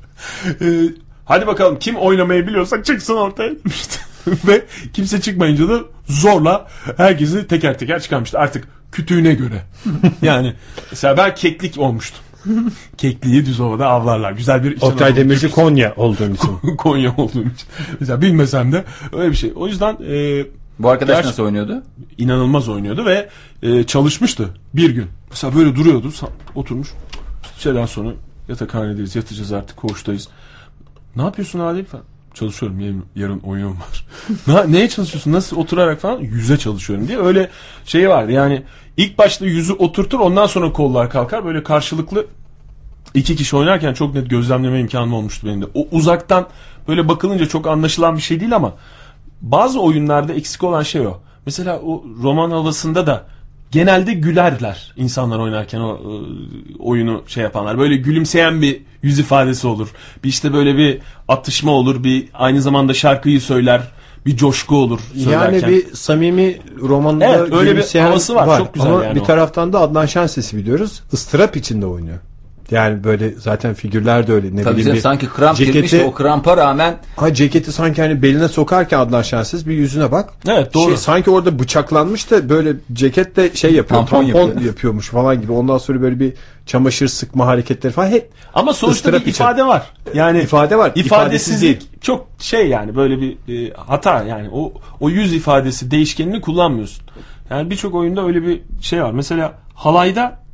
hadi bakalım kim oynamayı biliyorsa çıksın ortaya demişti. Ve kimse çıkmayınca da zorla herkesi teker teker çıkarmıştı. Artık kütüğüne göre. Yani mesela ben keklik olmuştum. Kekliği Düzova'da avlarlar. Güzel bir Oktay Demirci Konya olduğum için. Konya olduğum için. Mesela bilmesem de öyle bir şey. O yüzden bu arkadaş nasıl oynuyordu? İnanılmaz oynuyordu ve çalışmıştı bir gün. Mesela böyle duruyordu, oturmuş. Şeyden sonra yatakhanedeyiz, yatacağız artık, koğuştayız. Ne yapıyorsun Adil falan? Çalışıyorum, yarın oyunum var. Neye çalışıyorsun? Nasıl, oturarak falan? Yüze çalışıyorum diye öyle şey vardı. Yani ilk başta yüzü oturtur, ondan sonra kollar kalkar. Böyle karşılıklı 2 kişi oynarken çok net gözlemleme imkanım olmuştu benim de. O uzaktan böyle bakılınca çok anlaşılan bir şey değil ama bazı oyunlarda eksik olan şey o. Mesela o roman havasında da genelde gülerler insanlar oynarken, o oyunu şey yapanlar. Böyle gülümseyen bir yüz ifadesi olur. Bir işte böyle bir atışma olur. Bir aynı zamanda şarkıyı söyler. Bir coşku olur söylerken. Yani bir samimi romanda evet, öyle gülümseyen bir havası var. Çok güzel ama yani bir o. taraftan da Adnan Şenses'i biliyoruz. Istırap içinde oynuyor. Yani böyle zaten figürler de öyle. Tabii canım, sanki kramp girmişti, o krampa rağmen. Ceketi sanki hani beline sokarken Adnan Şenses, bir yüzüne bak. Evet, doğru. Sanki orada bıçaklanmış da böyle ceketle şey yapıyor. Tampon yapıyormuş falan gibi. Ondan sonra böyle bir çamaşır sıkma hareketleri falan. Ama sonuçta bir ifade var. Yani ifade var. İfadesizlik çok şey, yani böyle bir hata, yani o yüz ifadesi değişkenini kullanmıyorsun. Yani birçok oyunda öyle bir şey var. Mesela halayda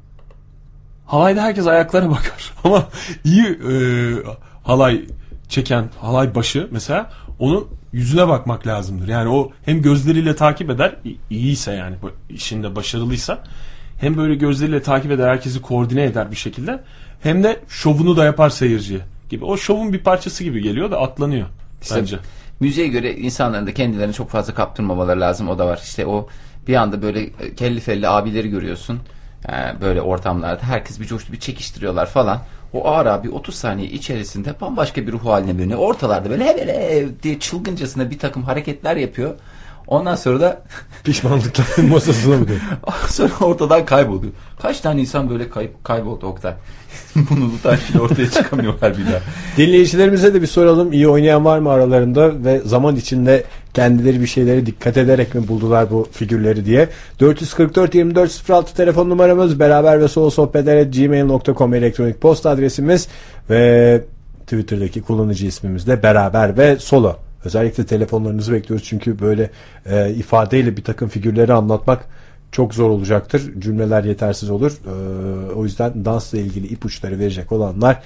herkes ayaklara bakar. Ama iyi halay çeken, halay başı mesela, onun yüzüne bakmak lazımdır. Yani o hem gözleriyle takip eder, iyiyse yani işinde başarılıysa, hem böyle gözleriyle takip eder, herkesi koordine eder bir şekilde, hem de şovunu da yapar seyirciye gibi. O şovun bir parçası gibi geliyor da atlanıyor İşte, bence. Müziğe göre insanların da kendilerini çok fazla kaptırmamaları lazım, o da var. İşte o bir anda böyle kelli felli abileri görüyorsun. Böyle ortamlarda herkes bir coştu, bir çekiştiriyorlar falan. O ara bir 30 saniye içerisinde bambaşka bir ruh haline bürünüyor. Ortalarda böyle hele diye çılgıncasına bir takım hareketler yapıyor. Ondan sonra da Pişmanlıkların masasına mı dönüyor? sonra ortadan kayboluyor. Kaç tane insan böyle kayboldu Oktay? Bunu unutan şimdi ortaya çıkamıyorlar bir daha. Dinleyicilerimize de bir soralım. İyi oynayan var mı aralarında ve zaman içinde kendileri bir şeyleri dikkat ederek mi buldular bu figürleri diye. 444-2406 telefon numaramız, beraber ve solo sohbetler@gmail.com elektronik posta adresimiz ve Twitter'daki kullanıcı ismimiz de beraber ve solo. Özellikle telefonlarınızı bekliyoruz çünkü böyle ifadeyle bir takım figürleri anlatmak çok zor olacaktır. Cümleler yetersiz olur. O yüzden dansla ilgili ipuçları verecek olanlar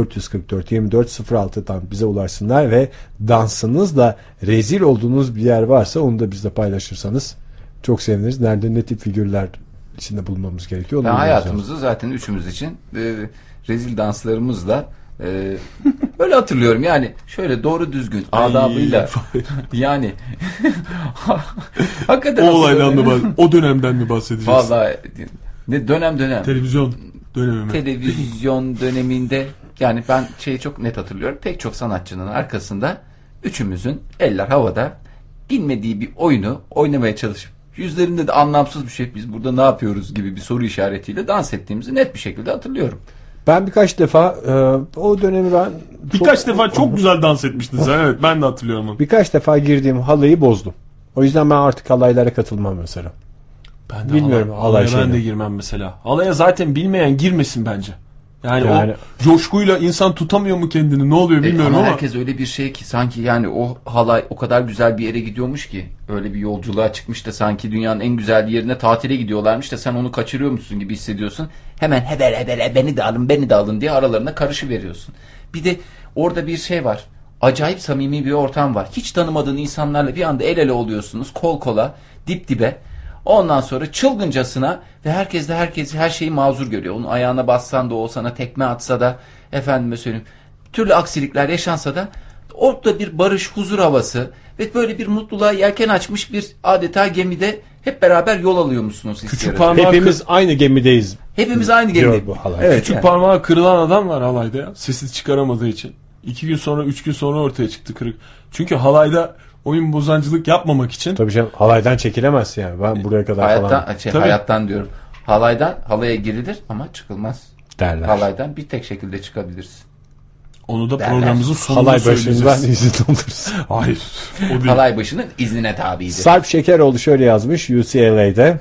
444-2406'dan bize ulaşsınlar ve dansınızla rezil olduğunuz bir yer varsa onu da bizle paylaşırsanız çok seviniriz. Nerede ne tip figürler içinde bulunmamız gerekiyor? Ben hayatımızı zaten üçümüz için rezil danslarımızla öyle hatırlıyorum. Yani şöyle doğru düzgün adabıyla yani hakikaten O olaydan mı o dönemden mi bahsedeceğiz? Vallahi ne dönem Televizyon dönemi mi? televizyon döneminde yani ben şeyi çok net hatırlıyorum. Pek çok sanatçının arkasında üçümüzün eller havada bilmediği bir oyunu oynamaya çalışıp yüzlerinde de anlamsız bir şey, biz burada ne yapıyoruz gibi bir soru işaretiyle dans ettiğimizi net bir şekilde hatırlıyorum. Ben birkaç defa o dönemi Birkaç defa çok güzel dans etmiştiniz. Evet, ben de hatırlıyorum onu. birkaç defa girdiğim halayı bozdum. O yüzden ben artık halaylara katılmam mesela. Ben de Bilmiyorum, halaya halay ben de şeyini. girmem mesela. Halaya zaten bilmeyen girmesin bence. Yani Yani- o coşkuyla insan tutamıyor mu kendini? Ne oluyor bilmiyorum ama. Herkes öyle bir şey ki sanki yani o halay o kadar güzel bir yere gidiyormuş ki, öyle bir yolculuğa çıkmış da sanki dünyanın en güzel bir yerine tatile gidiyorlarmış da sen onu kaçırıyormuşsun gibi hissediyorsun. Hemen hebele beni de alın diye aralarına karışıveriyorsun. Bir de orada bir şey var. Acayip samimi bir ortam var. Hiç tanımadığın insanlarla bir anda el ele oluyorsunuz. Kol kola, dip dibe. Ondan sonra çılgıncasına ve herkes de her şeyi mazur görüyor. Onun ayağına bassan da o sana tekme atsa da efendime söyleyeyim türlü aksilikler yaşansa da orada bir barış, huzur havası ve böyle bir mutluluğa yelken açmış bir adeta gemide hep beraber yol alıyormuşsunuz Küçük hissiyatı. Hepimiz aynı gemideyiz. Hepimiz aynı diyor gemide. bu halay. Evet, Küçük yani. parmağı kırılan adam var halayda ya. Sesi çıkaramadığı için. 2 gün sonra 3 gün sonra ortaya çıktı kırık. Çünkü halayda oyun bozancılık yapmamak için Tabii canım, halaydan çekilemezsin yani. Ben buraya kadar falan Hayattan diyorum. Halaya girilir ama çıkılmaz. derler. Halaydan bir tek şekilde çıkabilirsin. onu da Derler. programımızın sonunda Halay başından söyleyeceğiz. izin alırız. Hayır. O değil. Halay başının iznine tabidir. Sarp Şekeroğlu şöyle yazmış. UCLA'de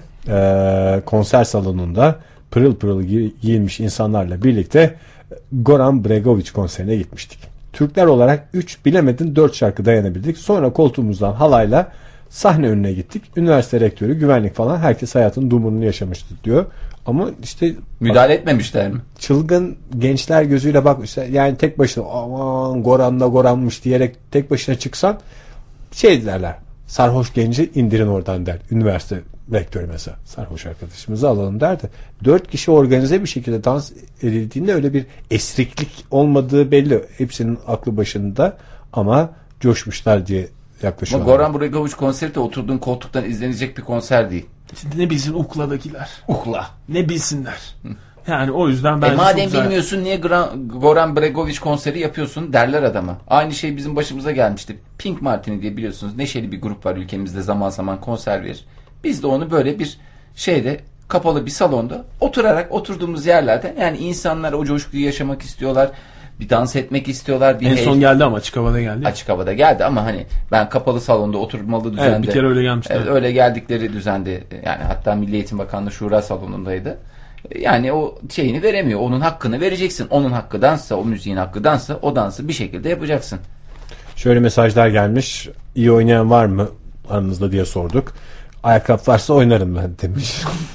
konser salonunda pırıl pırıl giyinmiş insanlarla birlikte Goran Bregovic konserine gitmiştik. Türkler olarak 3 bilemedin 4 şarkı dayanabildik. Sonra koltuğumuzdan halayla sahne önüne gittik. Üniversite rektörü, güvenlik falan, herkes hayatının dumurunu yaşamıştı diyor. Ama işte Müdahale etmemişler mi? çılgın gençler gözüyle bakmışlar. Yani tek başına aman Goran'la Goran'mış diyerek tek başına çıksan şey derler. Sarhoş genci indirin oradan der. Üniversite rektörü mesela. Sarhoş arkadaşımızı alalım der de. 4 kişi organize bir şekilde dans edildiğinde öyle bir esriklik olmadığı belli. Hepsinin aklı başında ama coşmuşlar diye Ama yaklaşıyorlar. Goran Bregovic konseri de oturduğun koltuktan izlenecek bir konser değil. Ne bilsin Ukla'dakiler. Ukla. Ne bilsinler. Yani o yüzden ben Madem bilmiyorsun niye Goran Bregovic konseri yapıyorsun derler adama. Aynı şey bizim başımıza gelmişti. Pink Martini diye biliyorsunuz neşeli bir grup var ülkemizde, zaman zaman konser verir. Biz de onu böyle bir şeyde, kapalı bir salonda oturarak oturduğumuz yerlerde, yani insanlar o coşkuyu yaşamak istiyorlar. Bir dans etmek istiyorlar. en son geldi ama açık havada geldi. Açık havada geldi ama hani ben kapalı salonda oturmalı düzende. Evet, bir kere öyle gelmişti. Evet, öyle geldikleri düzende, yani hatta Milli Eğitim Bakanlığı Şura salonundaydı. Yani o şeyini veremiyor. Onun hakkını vereceksin. Onun hakkı dansa, o müziğin hakkı dansa, o dansı bir şekilde yapacaksın. Şöyle mesajlar gelmiş. İyi oynayan var mı aranızda diye sorduk. Ayakkabı varsa oynarım ben demiş.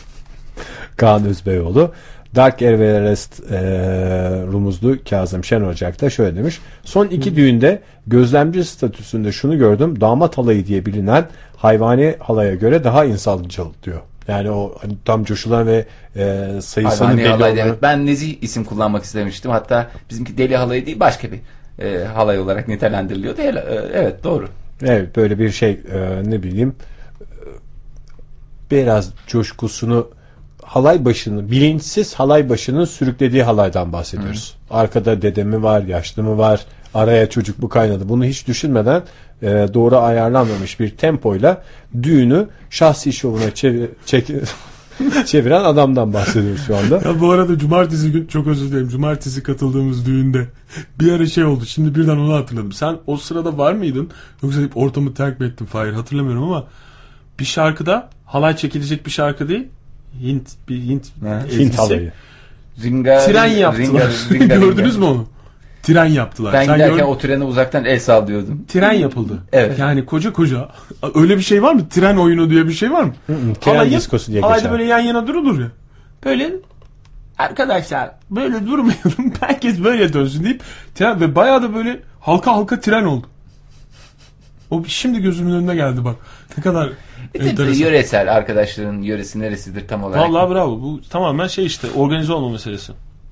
Kaan Özbeyoğlu. Dark Everest rumuzlu Kazım Şen Ocak da şöyle demiş. Son 2 düğünde gözlemci statüsünde şunu gördüm. Damat halayı diye bilinen hayvani halaya göre daha insancıl diyor. Yani o hani tam coşulan ve sayısının Hayvani belli halay olan. demek. Ben nezih isim kullanmak istemiştim. Hatta bizimki deli halayı değil, başka bir halay olarak nitelendiriliyordu. Evet, doğru. Evet, böyle bir şey ne bileyim biraz coşkusunu halay başını, bilinçsiz halay başının sürüklediği halaydan bahsediyoruz. Arkada dede mi var, yaşlı mı var, araya çocuk mu kaynadı? Bunu hiç düşünmeden doğru ayarlanmamış bir tempoyla düğünü şahsi şovuna çeviren adamdan bahsediyoruz şu anda. Ya bu arada cumartesi gün, çok özür dilerim, cumartesi katıldığımız düğünde bir ara şey oldu. Şimdi birden onu hatırladım. Sen o sırada var mıydın? Yoksa hep ortamı terk mi ettin Fahir? Hatırlamıyorum ama bir şarkıda, halay çekilecek bir şarkı değil. Hint halayı. Tren yaptılar. Gördünüz mü onu? Tren yaptılar. Ben Sen giderken o trene uzaktan el sallıyordum. Tren yapıldı. Evet. Yani koca öyle bir şey var mı? Tren oyunu diye bir şey var mı? Tren diskosu diye geçer. Halayda böyle yan yana durulur ya. Böyle arkadaşlar böyle durmayalım. Herkes böyle dönsün deyip tren, ve bayağı da böyle halka tren oldu. O şimdi gözümün önüne geldi bak. Ne kadar enteresan. Yöresel, arkadaşların yöresi neresidir tam olarak? Vallahi bravo. Bu tamamen işte organize olma meselesi.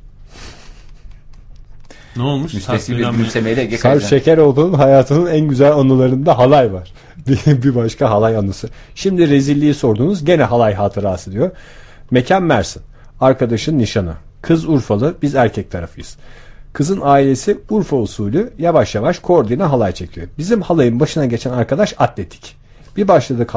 Ne olmuş? Müstesni bir gülsemeyle Sarp Şekeroğlu'nun hayatının en güzel anılarında halay var. Bir başka halay anısı. Şimdi rezilliği sordunuz. Gene halay hatırası diyor. Mekan Mersin. Arkadaşın nişanı. Kız Urfalı. Biz erkek tarafıyız. Kızın ailesi Urfa usulü yavaş yavaş koordine halay çekiyor. Bizim halayın başına geçen arkadaş atletik. Bir başladık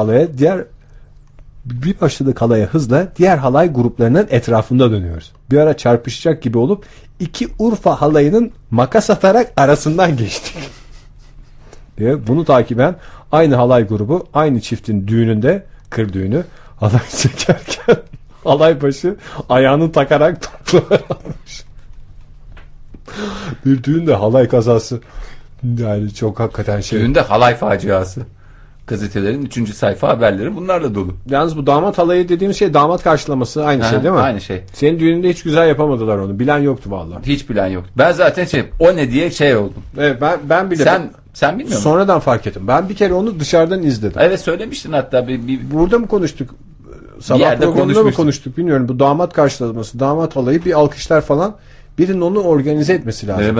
halaya hızla diğer halay gruplarının etrafında dönüyoruz. Bir ara çarpışacak gibi olup iki Urfa halayının makas atarak arasından geçtik. diye. Bunu takiben aynı halay grubu aynı çiftin düğününde, kır düğünü, halay çekerken halay başı ayağını takarak toprağa atmış. Bir düğünde halay kazası, yani çok hakikaten şey. Düğünde halay faciası. Gazetelerin 3. sayfa haberleri bunlarla dolu. Yalnız bu damat halayı dediğimiz şey damat karşılaması aynı şey değil mi? Aynı şey. Senin düğününde hiç güzel yapamadılar onu. Bilen yoktu vallahi. Hiç bilen yoktu. Ben zaten o ne diye şey oldum. Evet, ben bile. Sen bilmiyor musun? Sonradan fark ettim. Ben bir kere onu dışarıdan izledim. Evet, söylemiştin hatta. Burada mı konuştuk? Sabah programında mı konuştuk bilmiyorum. Bu damat karşılaması, damat halayı bir alkışlar falan. Birinin onu organize etmesi lazım.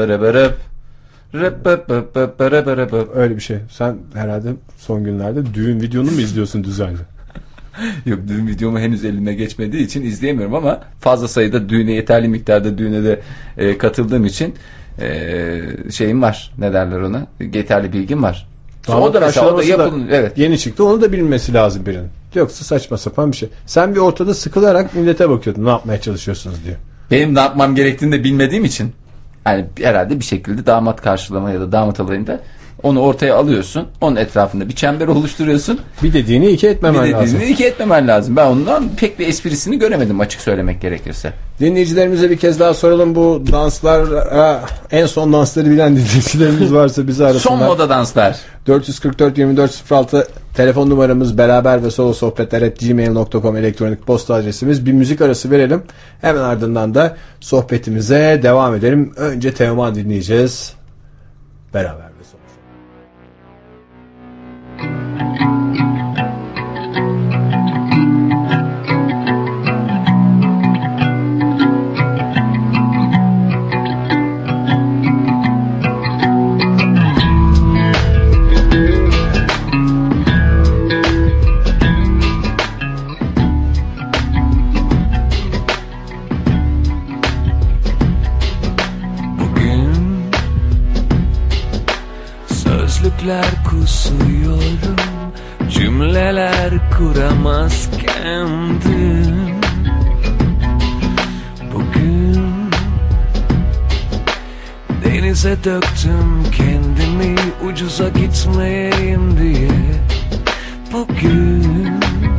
Öyle bir şey. Sen herhalde son günlerde düğün videonu mu izliyorsun düzenli? Yok, düğün videomu henüz elime geçmediği için izleyemiyorum ama fazla sayıda düğüne, yeterli miktarda düğüne de katıldığım için şeyim var. Ne derler ona? Yeterli bilgim var. O da mesela o da yapılın. Evet. Yeni çıktı. Onu da bilmesi lazım birinin. Yoksa saçma sapan bir şey. Sen bir ortada sıkılarak millete bakıyordun. Ne yapmaya çalışıyorsunuz diye. Benim ne yapmam gerektiğini de bilmediğim için, yani herhalde bir şekilde damat karşılama ya da damat alayında onu ortaya alıyorsun. Onun etrafında bir çember oluşturuyorsun. Bir dediğini iki etmemen lazım. Ben ondan pek bir esprisini göremedim, açık söylemek gerekirse. Dinleyicilerimize bir kez daha soralım, bu danslar, en son dansları bilen dinleyicilerimiz varsa bizi arasınlar. Son moda danslar. 444-2406 telefon numaramız, beraber ve solo sohbetler@gmail.com elektronik posta adresimiz. Bir müzik arası verelim. Hemen ardından da sohbetimize devam edelim. Önce Teoman dinleyeceğiz. Beraber ve solo. Kusuyorum, cümleler kuramazkendim. Bugün denize döktüm kendimi, ucuza gitmeyeyim diye. Bugün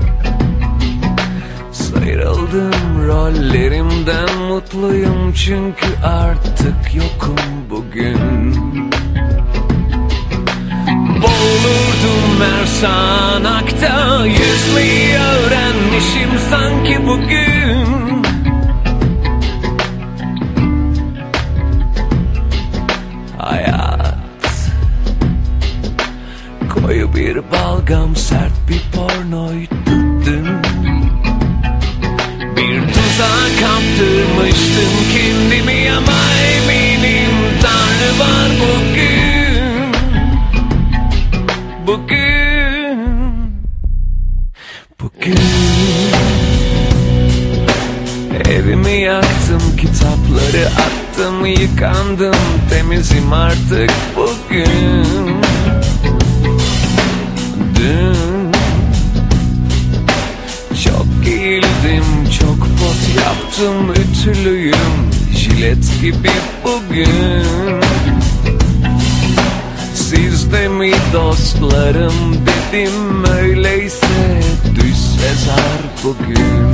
sıyrıldım rollerimden, mutluyum çünkü artık yokum bugün. Boğulurdum Mersanak'ta, yüzmeyi öğrenmişim sanki bugün. Hayat koyu bir balgam, sert bir pornoydu dün. Bir tuzağa kaptırmıştım kendimi ama eminim Tanrı var bugün. Bugün Evimi yaktım, kitapları attım, yıkandım, temizim artık bugün. Dün çok giyildim, çok pot yaptım, ütülüyüm, jilet gibi bugün. Siz de mi dostlarım dedim, öyleyse düş Sezar bugün.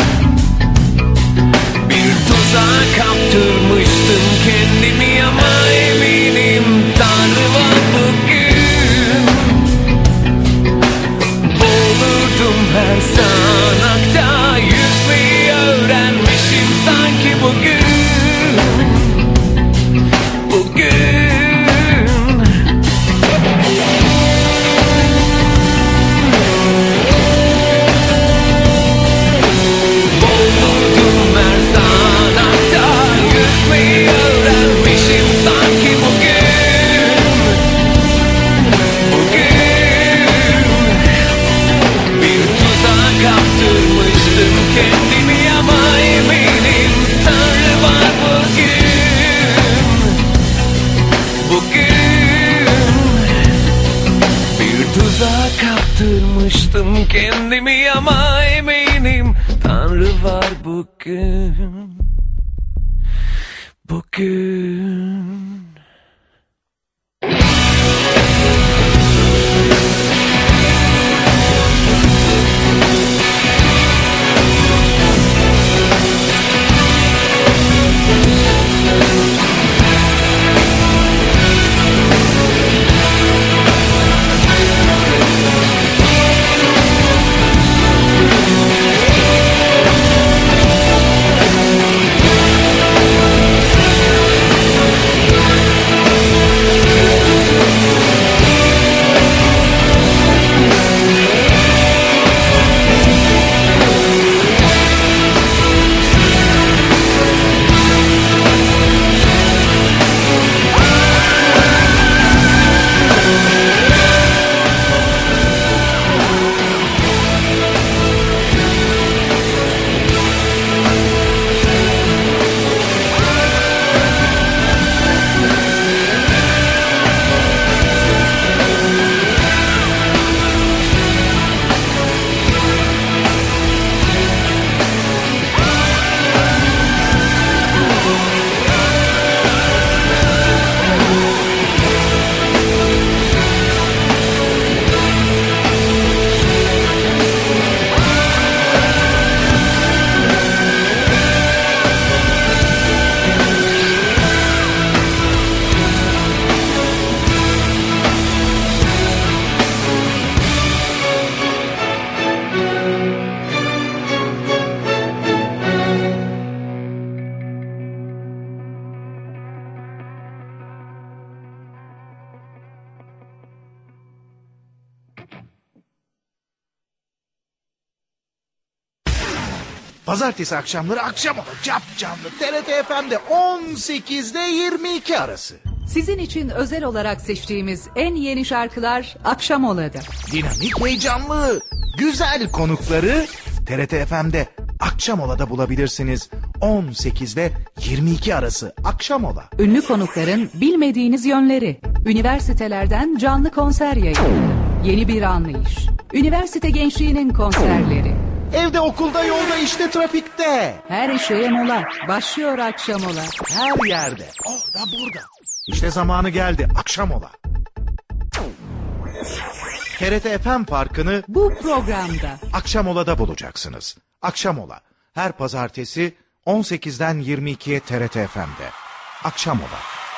Bir tuzağa kaptırmıştım kendimi ama eminim Tanrı var bugün. Boğulurdum her sanakta, yüzmeyi öğrenmişim sanki bugün. Kendimi ama eminim Tanrı var bugün. Bugün bir tuzağa kaptırmıştım kendimi ama eminim Tanrı var bugün. Bugün. Pazartesi akşamları akşam olur. Cap canlı TRT FM'de 18'de 22 arası. Sizin için özel olarak seçtiğimiz en yeni şarkılar Akşam Ola'da. Dinamik, heyecanlı, güzel konukları TRT FM'de Akşam Ola'da bulabilirsiniz. 18'de 22 arası Akşam Ola. Ünlü konukların bilmediğiniz yönleri. Üniversitelerden canlı konser yayını. Yeni bir anlayış. Üniversite gençliğinin konserleri. Evde, okulda, yolda, işte, trafikte. Her şeye mola. Başlıyor Akşam Ola. Her yerde. Orada, burada. İşte zamanı geldi. Akşam Ola. TRT FM farkını bu programda Akşam Ola'da bulacaksınız. Akşam Ola. Her pazartesi 18'den 22'ye TRT FM'de. Akşam Ola.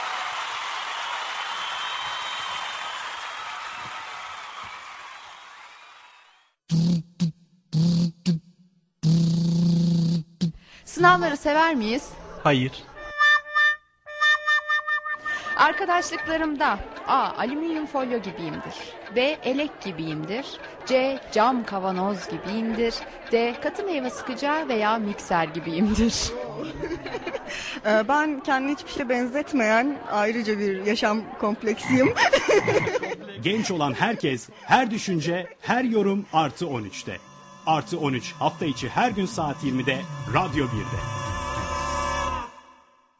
Sınavları sever miyiz? Hayır. Arkadaşlıklarımda A. Alüminyum folyo gibiyimdir. B. Elek gibiyimdir. C. Cam kavanoz gibiyimdir. D. Katı meyve sıkacağı veya mikser gibiyimdir. Ben kendini hiçbir şeye benzetmeyen ayrıca bir yaşam kompleksiyim. Genç olan herkes, her düşünce, her yorum +13'te. +13 hafta içi her gün saat 20'de Radyo 1'de.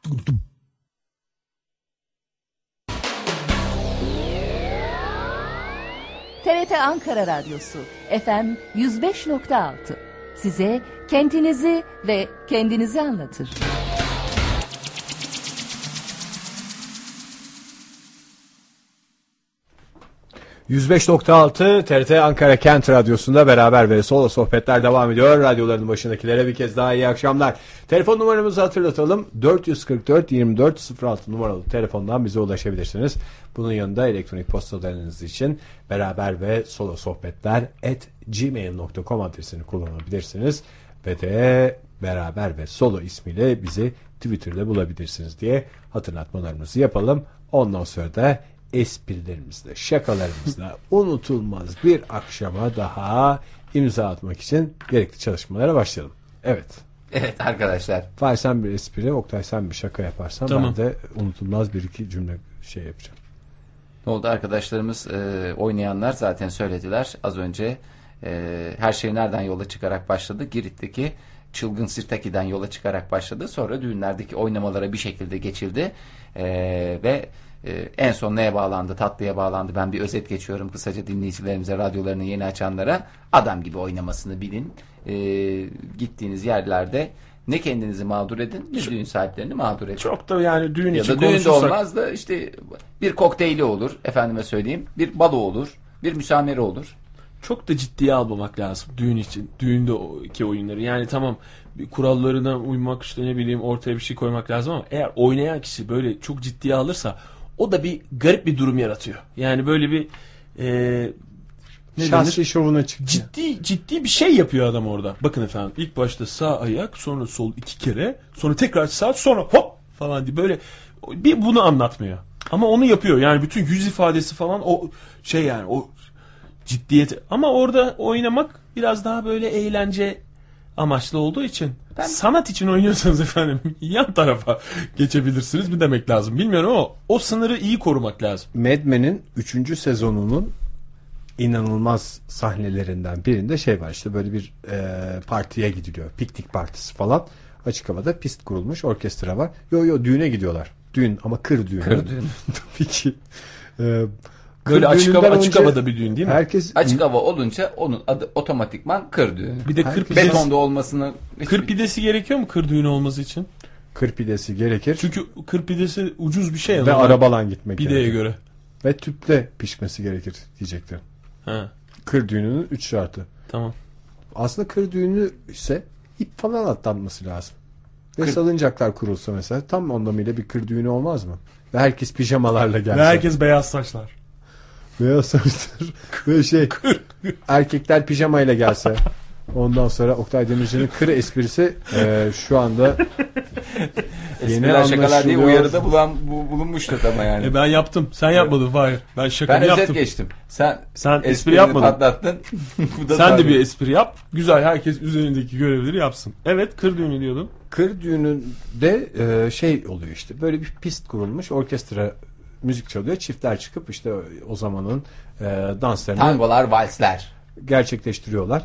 TRT Ankara Radyosu FM 105.6 size kentinizi ve kendinizi anlatır. ...105.6 TRT Ankara Kent Radyosu'nda beraber ve solo sohbetler devam ediyor. Radyoların başındakilere bir kez daha iyi akşamlar. Telefon numaramızı hatırlatalım. 444-2406 numaralı telefondan bize ulaşabilirsiniz. Bunun yanında elektronik postalarınız için beraber ve solo sohbetler @gmail.com adresini kullanabilirsiniz. Ve de beraber ve solo ismiyle bizi Twitter'da bulabilirsiniz diye hatırlatmalarımızı yapalım. Ondan sonra da esprilerimizle, şakalarımızla unutulmaz bir akşama daha imza atmak için gerekli çalışmalara başlayalım. Evet. Evet arkadaşlar. Fahir sen bir espri, Oktay sen bir şaka yaparsan tamam. Ben de unutulmaz bir iki cümle yapacağım. Ne oldu arkadaşlarımız oynayanlar zaten söylediler. Az önce her şey nereden yola çıkarak başladı? Girit'teki Çılgın Sirtaki'den yola çıkarak başladı. Sonra düğünlerdeki oynamalara bir şekilde geçildi. Ve en son neye bağlandı? Tatlıya bağlandı. Ben bir özet geçiyorum kısaca dinleyicilerimize, radyolarını yeni açanlara. Adam gibi oynamasını bilin. Gittiğiniz yerlerde ne kendinizi mağdur edin, ne düğün sahiplerini mağdur edin. Çok da yani düğün ya için da düğün de konuşursak... olmaz da işte bir kokteyli olur, efendime söyleyeyim. Bir balo olur, bir müsamere olur. Çok da ciddiye almamak lazım düğün için. Düğündeki oyunları. Yani tamam kurallarına uymak, işte ne bileyim ortaya bir şey koymak lazım ama eğer oynayan kişi böyle çok ciddiye alırsa o da bir garip bir durum yaratıyor. Yani böyle bir şahsi şovuna çıktı. Ciddi bir şey yapıyor adam orada. Bakın efendim ilk başta sağ ayak, sonra sol 2 kere, sonra tekrar sağ, sonra hop falan diye böyle bir bunu anlatmıyor. Ama onu yapıyor. Yani bütün yüz ifadesi falan o şey, yani o ciddiyet. Ama orada oynamak biraz daha böyle eğlence amaçlı olduğu için, sanat için oynuyorsanız efendim yan tarafa geçebilirsiniz mi demek lazım. Bilmiyorum ama o sınırı iyi korumak lazım. Mad Men'in 3. sezonunun inanılmaz sahnelerinden birinde şey var, işte böyle bir partiye gidiliyor. Piknik partisi falan. Açık havada pist kurulmuş, orkestra var. Düğüne gidiyorlar. Düğün ama kır düğünü. Kır düğünü. Tabii ki. Böyle açık havada bir düğün değil mi? Herkes açık hava olunca onun adı otomatikman kır düğünü. Bir de kır pidesi, betonda olmasını. Kır pidesi gerekiyor mu kır düğünü olması için? Kır pidesi gerekir. Çünkü kır pidesi ucuz bir şey. Ve arabayla gitmek pideye gerekir. göre. Ve tüple pişmesi gerekir diyecektim. Ha. Kır düğününün 3 şartı. Tamam. Aslında kır düğünü ise ip falan atlanması lazım. Ve salıncaklar kurulsa mesela tam anlamıyla bir kır düğünü olmaz mı? Ve herkes pijamalarla gelse. Ve herkes beyaz saçlar. Beyaz saçlar. Ve erkekler pijamayla gelse. Ondan sonra Oktay Demirci'nin kır esprisi şu anda espriler şakalar diye uyarıda bulunmuştur ama yani. Ben yaptım. Sen yapmadın. Hayır. Ben şakamı yaptım. Ben özet geçtim. Sen espri yapmadın. Patlattın. Sen de bir espri yap. Güzel, herkes üzerindeki görevleri yapsın. Evet, kır düğünü diyordum. Kır düğününde şey oluyor işte. Böyle bir pist kurulmuş. Orkestra müzik çalıyor. Çiftler çıkıp işte o zamanın danslarını, tangolar, valsler gerçekleştiriyorlar.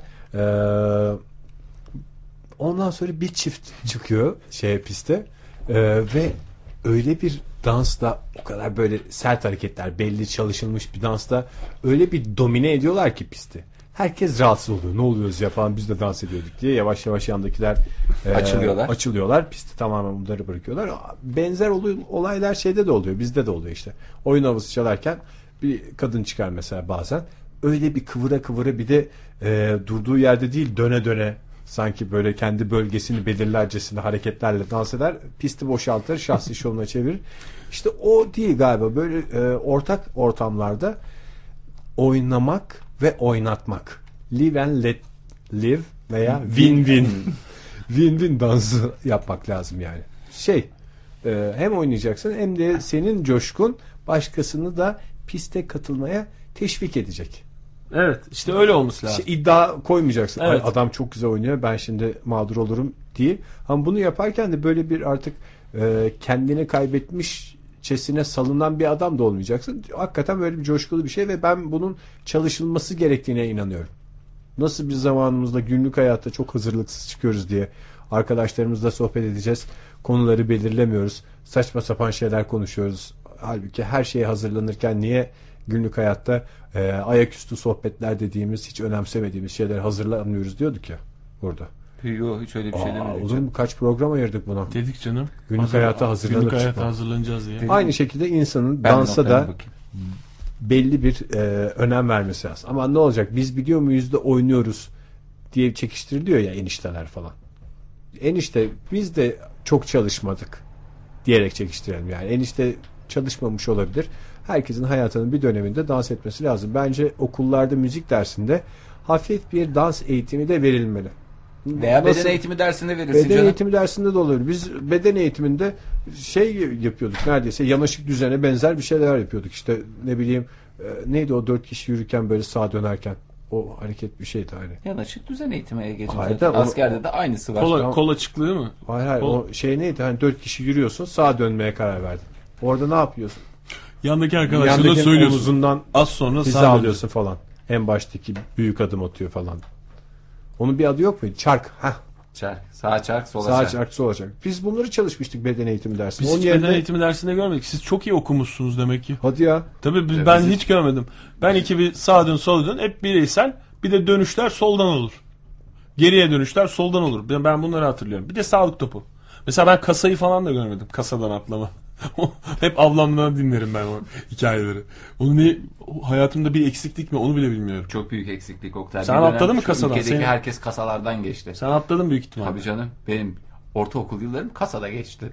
Ondan sonra bir çift çıkıyor piste ve öyle bir dansla, o kadar böyle sert hareketler, belli çalışılmış bir dansla öyle bir domine ediyorlar ki pisti. Herkes rahatsız oluyor. Ne oluyoruz ya falan, biz de dans ediyorduk diye yavaş yavaş yandakiler açılıyorlar. Pisti tamamen bunları bırakıyorlar. Benzer olaylar şeyde de oluyor. Bizde de oluyor işte. Oyun havası çalarken bir kadın çıkar mesela bazen. Öyle bir kıvıra bir de durduğu yerde değil, döne döne sanki böyle kendi bölgesini belirlercesine hareketlerle dans eder. Pisti boşaltır, şahsi şovuna çevirir. İşte o değil galiba. Böyle ortak ortamlarda oynamak ve oynatmak. Live and let live veya win-win. Win-win dansı yapmak lazım yani. Hem oynayacaksın hem de senin coşkun başkasını da piste katılmaya teşvik edecek. Evet, işte öyle olması lazım. İddia koymayacaksın. Evet. Adam çok güzel oynuyor, ben şimdi mağdur olurum diye. Ama bunu yaparken de böyle bir artık kendini kaybetmişçesine salınan bir adam da olmayacaksın. Hakikaten böyle bir coşkulu bir şey ve ben bunun çalışılması gerektiğine inanıyorum. Nasıl bir zamanımızda günlük hayatta çok hazırlıksız çıkıyoruz diye arkadaşlarımızla sohbet edeceğiz. Konuları belirlemiyoruz. Saçma sapan şeyler konuşuyoruz. Halbuki her şeye hazırlanırken niye günlük hayatta ayaküstü sohbetler dediğimiz, hiç önemsemediğimiz şeyler hazırlanmıyoruz diyorduk ya burada. Yok, hiç öyle bir şey demedik. Olur mu? Kaç program ayırdık buna? Dedik canım. Günlük hayata hazırlanıp Günlük hayata çıkma. hazırlanacağız diye. Aynı şekilde insanın Ben dansa da bakayım. belli bir önem vermesi lazım. Ama ne olacak? Biz biliyor muyuz da oynuyoruz diye çekiştiriliyor ya enişteler falan. Enişte biz de çok çalışmadık diyerek çekiştirelim. Yani enişte çalışmamış olabilir. Herkesin hayatının bir döneminde dans etmesi lazım. Bence okullarda müzik dersinde hafif bir dans eğitimi de verilmeli. Veya beden eğitimi dersinde verirsin beden canım. eğitimi dersinde de olabilir. Biz beden eğitiminde şey yapıyorduk, neredeyse yanaşık düzene benzer bir şeyler yapıyorduk. İşte ne bileyim neydi o 4 kişi yürürken böyle sağa dönerken o hareket bir şeydi hani. Yanaşık düzen eğitimine geçin. Hayır, Askerde de aynısı var. Kol açıklığı mı? Hayır o şey neydi hani 4 kişi yürüyorsun, sağa dönmeye karar verdin. Orada ne yapıyorsun? Yandaki arkadaşına Yandaki söylüyorsun. omuzundan Az sonra hiza sağ alıyorsun falan. En baştaki büyük adım atıyor falan. Onun bir adı yok muydu? Çark. Çark. Sağ çark, sola Sağ çark. çark, sola çark. Biz bunları çalışmıştık beden eğitimi dersinde. Biz Onun hiç yerine... beden eğitimi dersinde görmedik. Siz çok iyi okumuşsunuz demek ki. Hadi ya. Tabii ben hiç görmedim. Ben bir sağa dön sola dön hep bireysel. Bir de dönüşler soldan olur. Geriye dönüşler soldan olur. Ben bunları hatırlıyorum. Bir de sağlık topu. Mesela ben kasayı falan da görmedim. Kasadan atlama. Hep ablamdan dinlerim ben o hikayeleri. Onu hayatımda bir eksiklik mi onu bile bilmiyorum. Çok büyük eksiklik Oktay. Sen atladın mı kasadan? Ülkedeki herkes kasalardan geçti. Sen atladın büyük ihtimal. Tabii canım. Benim ortaokul yıllarım kasada geçti.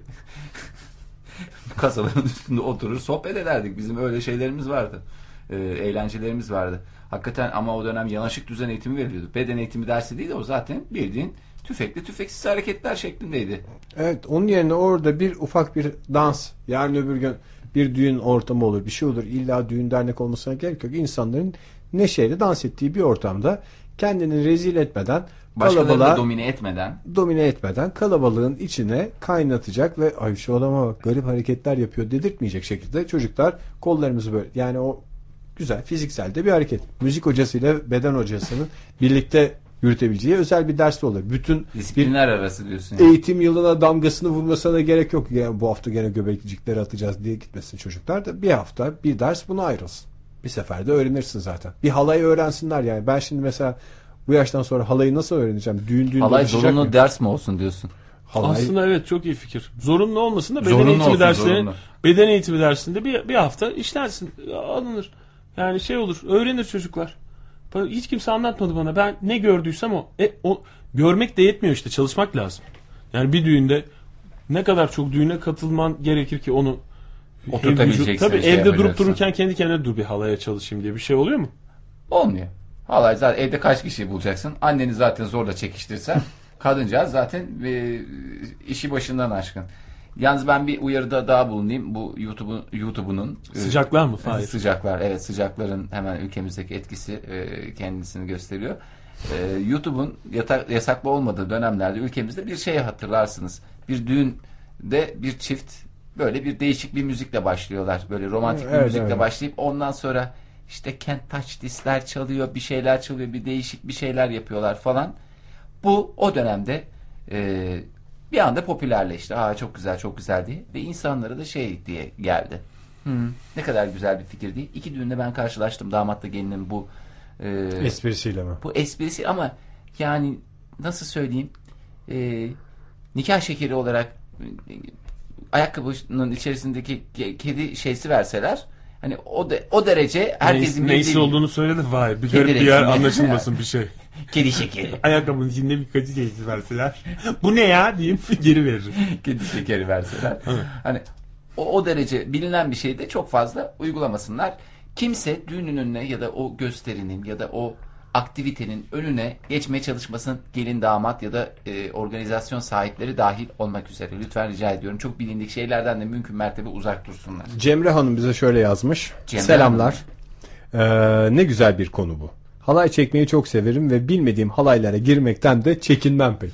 Kasaların üstünde oturur sohbet ederdik. Bizim öyle şeylerimiz vardı. Eğlencelerimiz vardı. Hakikaten ama o dönem yanaşık düzen eğitimi veriliyordu. Beden eğitimi dersi değil de o zaten bildiğin tüfekli tüfeksiz hareketler şeklindeydi. Evet, onun yerine orada bir ufak bir dans, yarın öbür gün bir düğün ortamı olur, bir şey olur. İlla düğün dernek olmasına gerek yok. İnsanların neşeyle dans ettiği bir ortamda kendini rezil etmeden, Başkalarını da domine etmeden kalabalığın içine kaynatacak ve ay şu adama bak garip hareketler yapıyor dedirtmeyecek şekilde çocuklar kollarımızı böyle, yani o güzel fiziksel de bir hareket. Müzik hocasıyla beden hocasının birlikte yürütebileceği özel bir ders de olur. Bütün disiplinler arası diyorsun. Eğitim yılına damgasını vurmasına da gerek yok. Yani bu hafta gene göbeklicikleri atacağız diye gitmesin çocuklar da bir hafta bir ders buna ayrılsın. Bir seferde öğrenirsin zaten. Bir halayı öğrensinler yani. Ben şimdi mesela bu yaştan sonra halayı nasıl öğreneceğim? Düğün halay zorunlu ders mi olsun diyorsun? Halay... Aslında evet çok iyi fikir. Zorunlu olmasın da beden eğitimi dersinde bir hafta işlersin. Alınır. Yani şey olur. Öğrenir çocuklar. Hiç kimse anlatmadı bana. Ben ne gördüysem o görmek de yetmiyor işte. Çalışmak lazım. Yani bir düğünde ne kadar çok düğüne katılman gerekir ki onu oturtabileceksin. Tabii evde durup dururken kendi kendine dur bir halaya çalışayım diye bir şey oluyor mu? Olmuyor. Halay zaten evde kaç kişiyi bulacaksın? Anneni zaten zorla çekiştirsen kadıncağız zaten işi başından aşkın. Yalnız ben bir uyarıda daha bulunayım. Bu YouTube'unun sıcaklar mı? Hayır. Sıcaklar. Evet, sıcakların hemen ülkemizdeki etkisi kendisini gösteriyor. YouTube'un yasaklı olmadığı dönemlerde ülkemizde bir şey hatırlarsınız. Bir düğünde bir çift böyle bir değişik bir müzikle başlıyorlar. Böyle romantik bir müzikle başlayıp ondan sonra işte Kent Touch This'ler çalıyor, bir şeyler çalıyor, bir değişik bir şeyler yapıyorlar falan. Bu o dönemde bir anda popülerleşti. Çok güzel, çok güzel diye. Ve insanlara da şey diye geldi. Ne kadar güzel bir fikir değil. 2 düğünde ben karşılaştım. Damatla gelinin bu esprisiyle mi? Bu esprisi ama yani nasıl söyleyeyim? Nikah şekeri olarak ayakkabının içerisindeki kedi şeysi verseler, hani o derece herkesin neyse olduğunu söyledim. Vay, bir yer anlaşılmasın bir şey. Kedi şekeri. Ayakkabının içinde bir kedi şeysi verseler. Bu ne ya diyeyim geri veririm. Kedi şekeri verseler. Hani o derece bilinen bir şeyde çok fazla uygulamasınlar. Kimse düğünün önüne ya da o gösterinin ya da o aktivitenin önüne geçmeye çalışmasın, gelin damat ya da organizasyon sahipleri dahil olmak üzere. Lütfen rica ediyorum. Çok bilindik şeylerden de mümkün mertebe uzak dursunlar. Cemre Hanım bize şöyle yazmış. Selamlar. Ne güzel bir konu bu. Halay çekmeyi çok severim ve bilmediğim halaylara girmekten de çekinmem pek.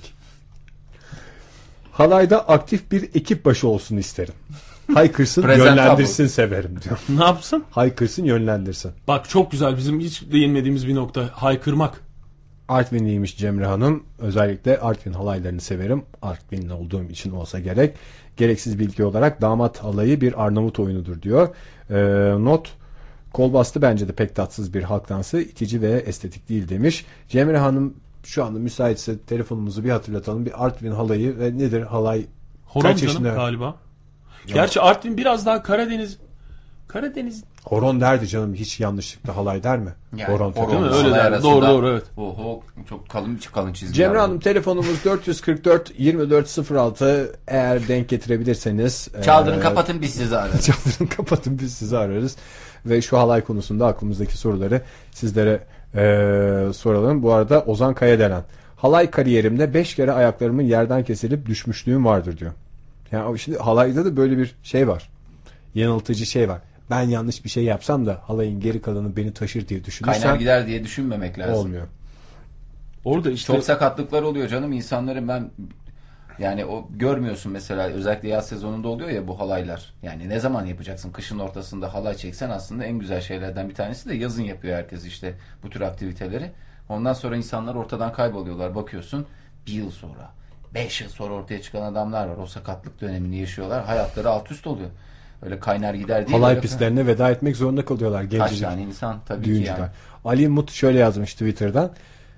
Halayda aktif bir ekip başı olsun isterim. Haykırsın, yönlendirsin severim diyor. Ne yapsın? Haykırsın, yönlendirsin. Bak çok güzel, bizim hiç değinmediğimiz bir nokta. Haykırmak. Artvinliymiş Cemre Hanım. Özellikle Artvin halaylarını severim. Artvinli olduğum için olsa gerek. Gereksiz bilgi olarak damat halayı bir Arnavut oyunudur diyor. Not: kol bastı bence de pek tatsız bir halk dansı, itici ve estetik değil demiş. Cemre Hanım şu anda müsaitse telefonumuzu bir hatırlatalım. Bir Artvin halayı ve nedir halay? Horon canım galiba. Gerçi Artvin biraz daha Karadeniz. Horon derdi canım, hiç yanlışlıkla halay der mi? Yani, horon değil mi? Öyle der. Doğru evet. Oho, çok kalın çizgi. Cemre Hanım telefonumuz 444 2406, eğer denk getirebilirseniz. Çaldırın kapatın biz sizi ararız. Çaldırın kapatın biz sizi ararız. Ve şu halay konusunda aklımızdaki soruları sizlere soralım. Bu arada Ozan Kayadelen: halay kariyerimde 5 kere ayaklarımın yerden kesilip düşmüşlüğüm vardır diyor. Yani şimdi halayda da böyle bir şey var. Yanıltıcı şey var. Ben yanlış bir şey yapsam da halayın geri kalanı beni taşır diye düşünürsem kaynar gider diye düşünmemek lazım. Olmuyor. Orada işte çok sakatlıklar oluyor canım insanların, ben yani o görmüyorsun mesela, özellikle yaz sezonunda oluyor ya bu halaylar. Yani ne zaman yapacaksın? Kışın ortasında halay çeksen aslında en güzel şeylerden bir tanesi de yazın yapıyor herkes işte bu tür aktiviteleri. Ondan sonra insanlar ortadan kayboluyorlar. Bakıyorsun bir yıl sonra, 5 yıl sonra ortaya çıkan adamlar var. O sakatlık dönemini yaşıyorlar. Hayatları alt üst oluyor. Öyle kaynar gider değil. Halay pistlerine veda etmek zorunda kalıyorlar gencecik. Kaç tane insan tabii düğüncüler. ki yani. Ali Mut şöyle yazmış Twitter'dan.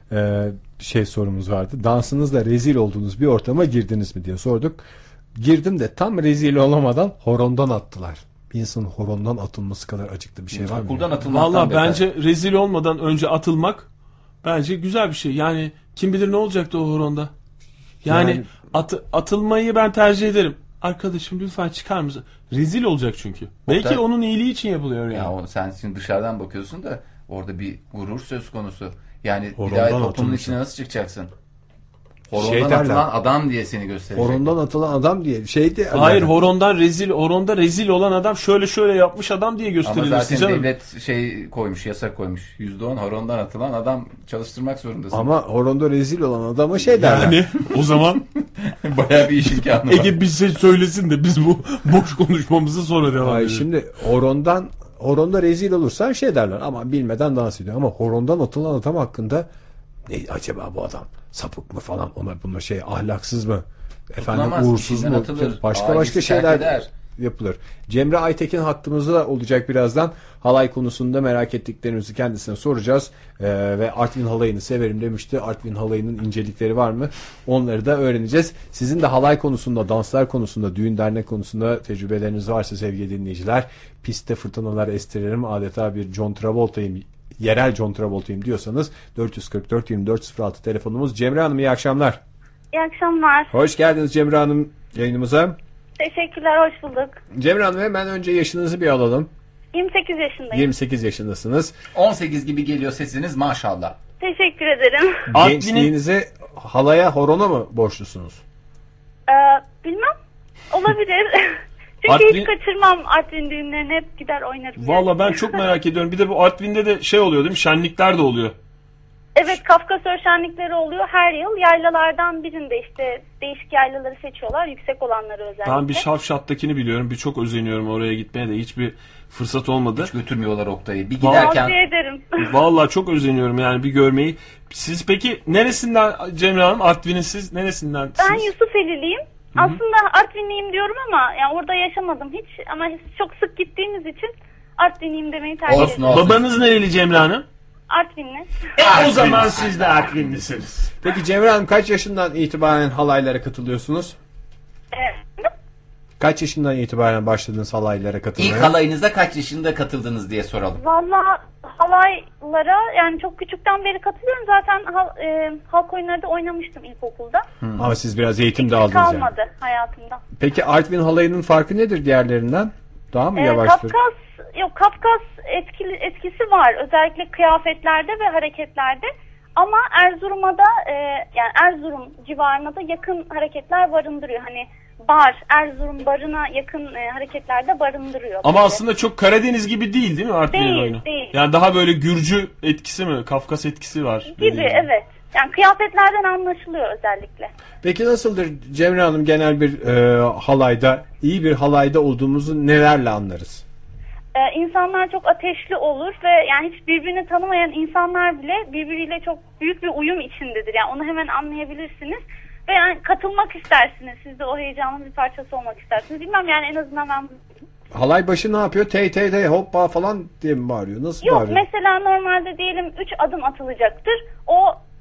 Sorumuz vardı. Dansınızla rezil olduğunuz bir ortama girdiniz mi diye sorduk. Girdim de tam rezil olamadan horondan attılar. Bir insanın horondan atılması kadar acıklı bir şey var mı? Okuldan atılmaktan Valla beter. bence rezil olmadan önce atılmak bence güzel bir şey. Yani kim bilir ne olacaktı o horonda. Yani atılmayı ben tercih ederim. Arkadaşım lütfen çıkar mısın? Rezil olacak çünkü. Belki onun iyiliği için yapılıyor yani. Ya sen şimdi dışarıdan bakıyorsun da orada bir gurur söz konusu. Yani Horondan bir daha toplumun atılmışsın. içine nasıl çıkacaksın? Horondan atılan adam diye seni gösterecek. Horondan atılan adam diye şeydi. Hayır, horonda rezil olan adam şöyle yapmış adam diye gösterilirsin. Ama zaten canım. devlet yasak koymuş. %10 horondan atılan adam çalıştırmak zorundasın. Ama horonda rezil olan adama şey derler. Yani o zaman bayağı bir iş imkanı var. Ege bir şey söylesin de biz bu boş konuşmamızı sonra devam edelim. Şimdi horonda rezil olursan şey derler ama bilmeden dans ediyor. Ama horondan atılan adam hakkında ne acaba bu adam sapık mı falan, bunun ahlaksız mı? Efendim uğursuz mu? Başka şeyler yapılır. Cemre Aytekin hattımızda olacak birazdan. Halay konusunda merak ettiklerimizi kendisine soracağız. Ve Artvin halayını severim demişti. Artvin halayının incelikleri var mı? Onları da öğreneceğiz. Sizin de halay konusunda, danslar konusunda, düğün dernek konusunda tecrübeleriniz varsa sevgili dinleyiciler, pistte fırtınalar estiririm, adeta bir John Travolta'yım, yerel John Travolta'yım diyorsanız 444 2406 telefonumuz. Cemre Hanım iyi akşamlar. İyi akşamlar. Hoş geldiniz Cemre Hanım yayınımıza. Teşekkürler, hoş bulduk. Cemre Hanım hemen önce yaşınızı bir alalım. 28 yaşındayım. 28 yaşındasınız. 18 gibi geliyor sesiniz maşallah. Teşekkür ederim. Gençliğinizi halaya, horona mı borçlusunuz? Bilmem. Olabilir. Çünkü hiç kaçırmam Artvin düğünlerini, hep gider oynarım. Valla ben çok merak ediyorum. Bir de bu Artvin'de de oluyor değil mi? Şenlikler de oluyor. Evet, Kafkasör şenlikleri oluyor her yıl. Yaylalardan birinde işte değişik yaylaları seçiyorlar. Yüksek olanları özellikle. Ben bir Şavşat'takini biliyorum. Çok özeniyorum oraya gitmeye de. Hiçbir fırsat olmadı. Hiç götürmüyorlar Oktay'ı. Bir giderken... Tavsiye ederim. Valla çok özeniyorum yani bir görmeyi. Siz peki neresinden Cemre Hanım? Artvin'in siz neresinden? Ben Yusufeli'liyim. Hı-hı. Aslında Artvinliyim diyorum ama yani orada yaşamadım hiç. Ama çok sık gittiğimiz için Artvinliyim demeyi tercih ediyorum. Babanız nereli Cemre Hanım? Artvinli. O zaman siz de Artvinlisiniz. Peki Cemre Hanım kaç yaşından itibaren halaylara katılıyorsunuz? Kaç yaşından itibaren başladınız halaylara katılmaya? İlk halayınıza kaç yaşında katıldınız diye soralım. Valla halaylara yani çok küçükten beri katılıyorum. Zaten halk oyunları da oynamıştım ilkokulda. Ama siz biraz eğitim de aldınız kalmadı yani. Hayatımda. Peki Artvin halayının farkı nedir diğerlerinden? Daha mı yavaştır? Kafkas etkisi var. Özellikle kıyafetlerde ve hareketlerde. Ama Erzurum'a da yani Erzurum civarına da yakın hareketler barındırıyor. Hani Erzurum barına yakın hareketlerde barındırıyor. Ama aslında çok Karadeniz gibi değil mi Artvin'in oyunu? Değil. Yani daha böyle Gürcü etkisi mi? Kafkas etkisi var. Gibi evet. Yani kıyafetlerden anlaşılıyor özellikle. Peki nasıldır Cemre Hanım genel bir halayda, iyi bir halayda olduğumuzu nelerle anlarız? insanlar çok ateşli olur ve yani hiç birbirini tanımayan insanlar bile birbiriyle çok büyük bir uyum içindedir. Yani onu hemen anlayabilirsiniz ve yani katılmak istersiniz. Siz de o heyecanın bir parçası olmak istersiniz. Bilmem yani en azından ben... Halay başı ne yapıyor? Tey tey tey hoppa falan diye mi bağırıyor? Nasıl bağırıyor? Yok, mesela normalde diyelim 3 adım atılacaktır. O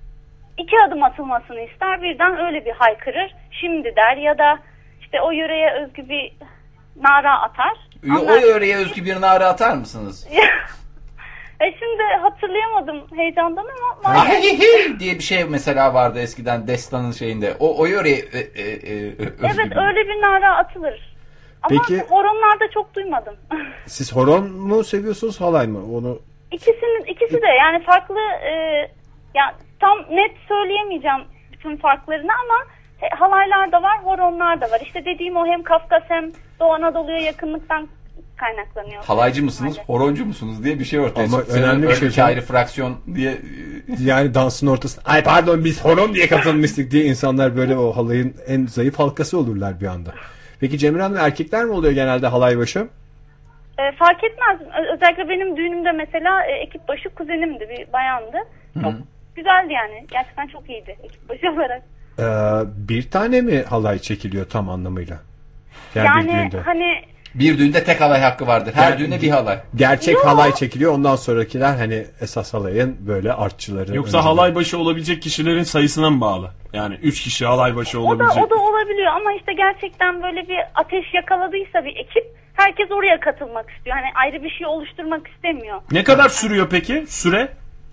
2 adım atılmasını ister, birden öyle bir haykırır. Şimdi der ya da işte o yöreye özgü bir nara atar. O yöreye özgü bir nara atar mısınız? Şimdi hatırlayamadım heyecandan ama diye bir şey mesela vardı eskiden Destan'ın şeyinde. O yöreye evet, öyle bir nara atılır. Ama peki, horonlarda çok duymadım. Siz horon mu seviyorsunuz, halay mı? Onu ikisi de yani farklı, ya tam net söyleyemeyeceğim bütün farklarını ama halaylar da var, horonlar da var. İşte dediğim o hem Kafkas hem Doğu Anadolu'ya yakınlıktan kaynaklanıyor. Halaycı mısınız, horoncu musunuz diye bir şey ortaya çıktı. Ama önemli bir şey. Ayrı fraksiyon diye. Yani dansın ortasında ay pardon biz horon diye katılmıştık diye insanlar böyle o halayın en zayıf halkası olurlar bir anda. Peki Cemre Hanım, erkekler mi oluyor genelde halay başı? Fark etmez. Özellikle benim düğünümde mesela ekip başı kuzenimdi, bir bayandı. Çok güzeldi yani. Gerçekten çok iyiydi ekip başı olarak. Bir tane mi halay çekiliyor tam anlamıyla? Yani bir düğünde. Hani bir düğünde tek halay hakkı vardır. Her düğünde bir halay. Gerçek halay çekiliyor. Ondan sonrakiler hani esas halayın böyle artçıları. Yoksa halay başı olabilecek kişilerin sayısına mı bağlı? Yani 3 kişi halay başı olabilecek. O da olabiliyor ama işte gerçekten böyle bir ateş yakaladıysa bir ekip, herkes oraya katılmak istiyor. Hani ayrı bir şey oluşturmak istemiyor. Ne kadar sürüyor peki? Süre?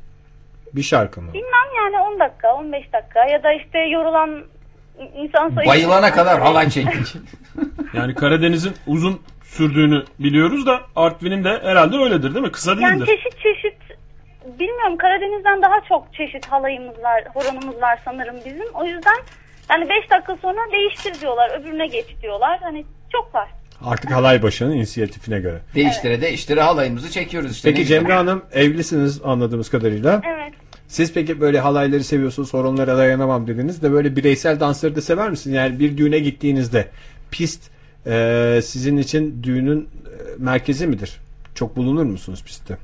Bir şarkı mı? Bilmem yani 10 dakika, 15 dakika ya da işte yorulan insan sayısı. Bayılana kadar halay çektik. Yani Karadeniz'in uzun sürdüğünü biliyoruz da Artvin'in de herhalde öyledir değil mi? Kısa değildir. Yani çeşit bilmiyorum, Karadeniz'den daha çok çeşit halayımız var, horonumuz var sanırım bizim. O yüzden yani 5 dakika sonra değiştir diyorlar, öbürüne geç diyorlar. Hani çok var. Artık halay başının inisiyatifine göre. Değiştire halayımızı çekiyoruz işte. Peki Cemre Hanım, evlisiniz anladığımız kadarıyla. Evet. Siz peki böyle halayları seviyorsunuz, horonlara dayanamam dediniz de böyle bireysel dansları da sever misiniz? Yani bir düğüne gittiğinizde pist sizin için düğünün merkezi midir? Çok bulunur musunuz pistte?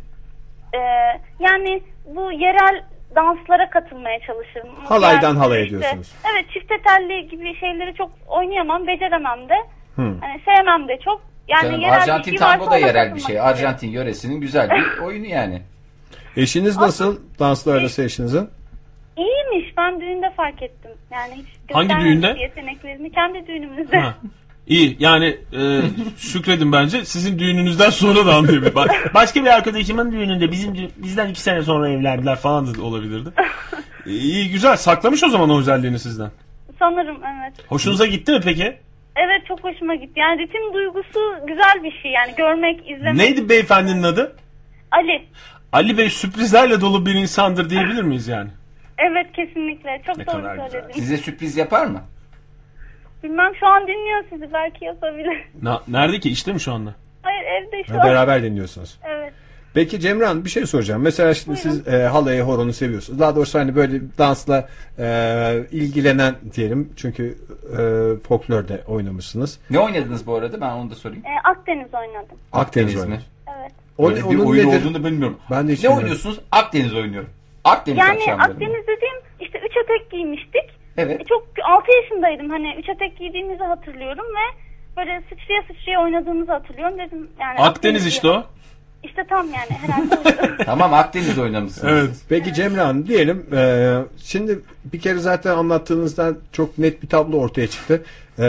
Yani bu yerel danslara katılmaya çalışırım. Halaydan halaya diyorsunuz. Evet, çifte telli gibi şeyleri çok oynayamam, beceremem de. Hani sevmem de çok. Yani yerel Arjantin tango da yerel bir şey. Arjantin yöresinin güzel bir oyunu yani. Eşiniz nasıl? Dansla arası eşinizin? İyiymiş. Ben düğünde fark ettim. Yani hiç hangi düğünde? Yeteneklerini kendi düğünümüzde. Ha. İyi yani şükredin bence. Sizin düğününüzden sonra da anlayabilir. Başka bir arkadaşımın düğününde bizden 2 sene sonra evlendiler falan da olabilirdi. İyi güzel. Saklamış o zaman o özelliğini sizden. Sanırım evet. Hoşunuza gitti mi peki? Evet, çok hoşuma gitti. Yani ritim duygusu güzel bir şey. Yani görmek, izlemek. Neydi beyefendinin adı? Ali. Ali Bey sürprizlerle dolu bir insandır diyebilir miyiz yani? Evet, kesinlikle. Çok ne doğru söyledin. Size sürpriz yapar mı? Bilmem, şu an dinliyor sizi. Belki yapabilir. Nerede ki? İşte mi şu anda? Hayır, evde şu an. Beraber dinliyorsunuz. Evet. Peki Cemre Hanım, bir şey soracağım. Mesela şimdi siz halayı, horonu seviyorsunuz. Daha doğrusu hani böyle dansla ilgilenen diyelim. Çünkü folklorda oynamışsınız. Ne oynadınız bu arada? Ben onu da sorayım. Akdeniz oynadım. Akdeniz mi? oynadım. Evet. Böyle bir oyun olduğunu bilmiyorum. Ben de hiç ne oynuyorsunuz? Akdeniz oynuyorum. Akdeniz yani akşamları. Akdeniz dediğim işte 3 etek giymiştik. Evet. Çok 6 yaşındaydım. Hani 3 etek giydiğimizi hatırlıyorum ve böyle sıçraya oynadığımızı hatırlıyorum. Dedim yani Akdeniz işte o. İşte tam yani herhalde. Tamam, Akdeniz oynamışsınız. Evet. Peki Cemre Hanım, diyelim şimdi bir kere zaten anlattığınızdan çok net bir tablo ortaya çıktı.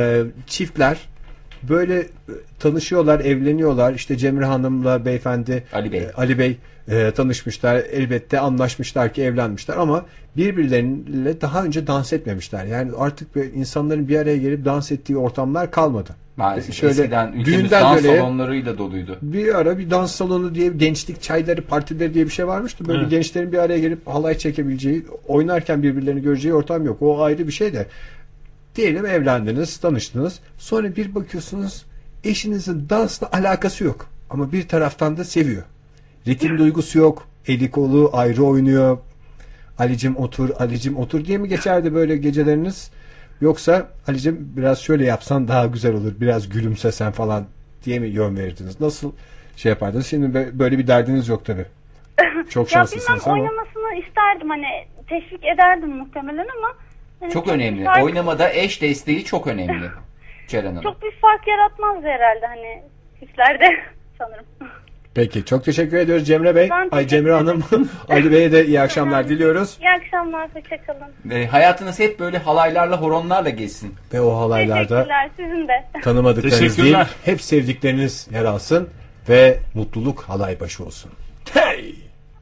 Çiftler böyle tanışıyorlar, evleniyorlar. İşte Cemre Hanım'la beyefendi Ali Bey tanışmışlar. Elbette anlaşmışlar ki evlenmişler ama birbirleriyle daha önce dans etmemişler. Yani artık böyle insanların bir araya gelip dans ettiği ortamlar kalmadı. Maalesef şöyle eskiden ülkemiz dans salonlarıyla doluydu. Bir ara bir dans salonu diye, gençlik çayları, partileri diye bir şey varmıştı. Böyle gençlerin bir araya gelip halay çekebileceği, oynarken birbirlerini göreceği ortam yok. O ayrı bir şey de. Diyelim evlendiniz, tanıştınız. Sonra bir bakıyorsunuz eşinizin dansla alakası yok. Ama bir taraftan da seviyor. Ritim duygusu yok. Eli kolu ayrı oynuyor. Alicim otur, Alicim otur diye mi geçerdi böyle geceleriniz? Yoksa Alicim biraz şöyle yapsan daha güzel olur, biraz gülümsesen falan diye mi yön verirdiniz? Nasıl şey yapardınız. Şimdi böyle bir derdiniz yok tabii. Çok şanslısınız ama. Oynamasını isterdim, hani teşvik ederdim muhtemelen ama. Hani çok önemli. Oynamada eş desteği çok önemli. Ceren Hanım. Çok bir fark yaratmaz herhalde hani hislerde sanırım. Peki çok teşekkür ediyoruz Cemre Bey. Cemre Hanım. Ali Bey'e de iyi akşamlar diliyoruz. İyi akşamlar, hoşçakalın. Hayatınız hep böyle halaylarla, horonlarla geçsin. Ve o halaylarda teşekkürler, sizin de. Tanımadıklarınız değil, hep sevdikleriniz yer alsın ve mutluluk halay başı olsun. Hey!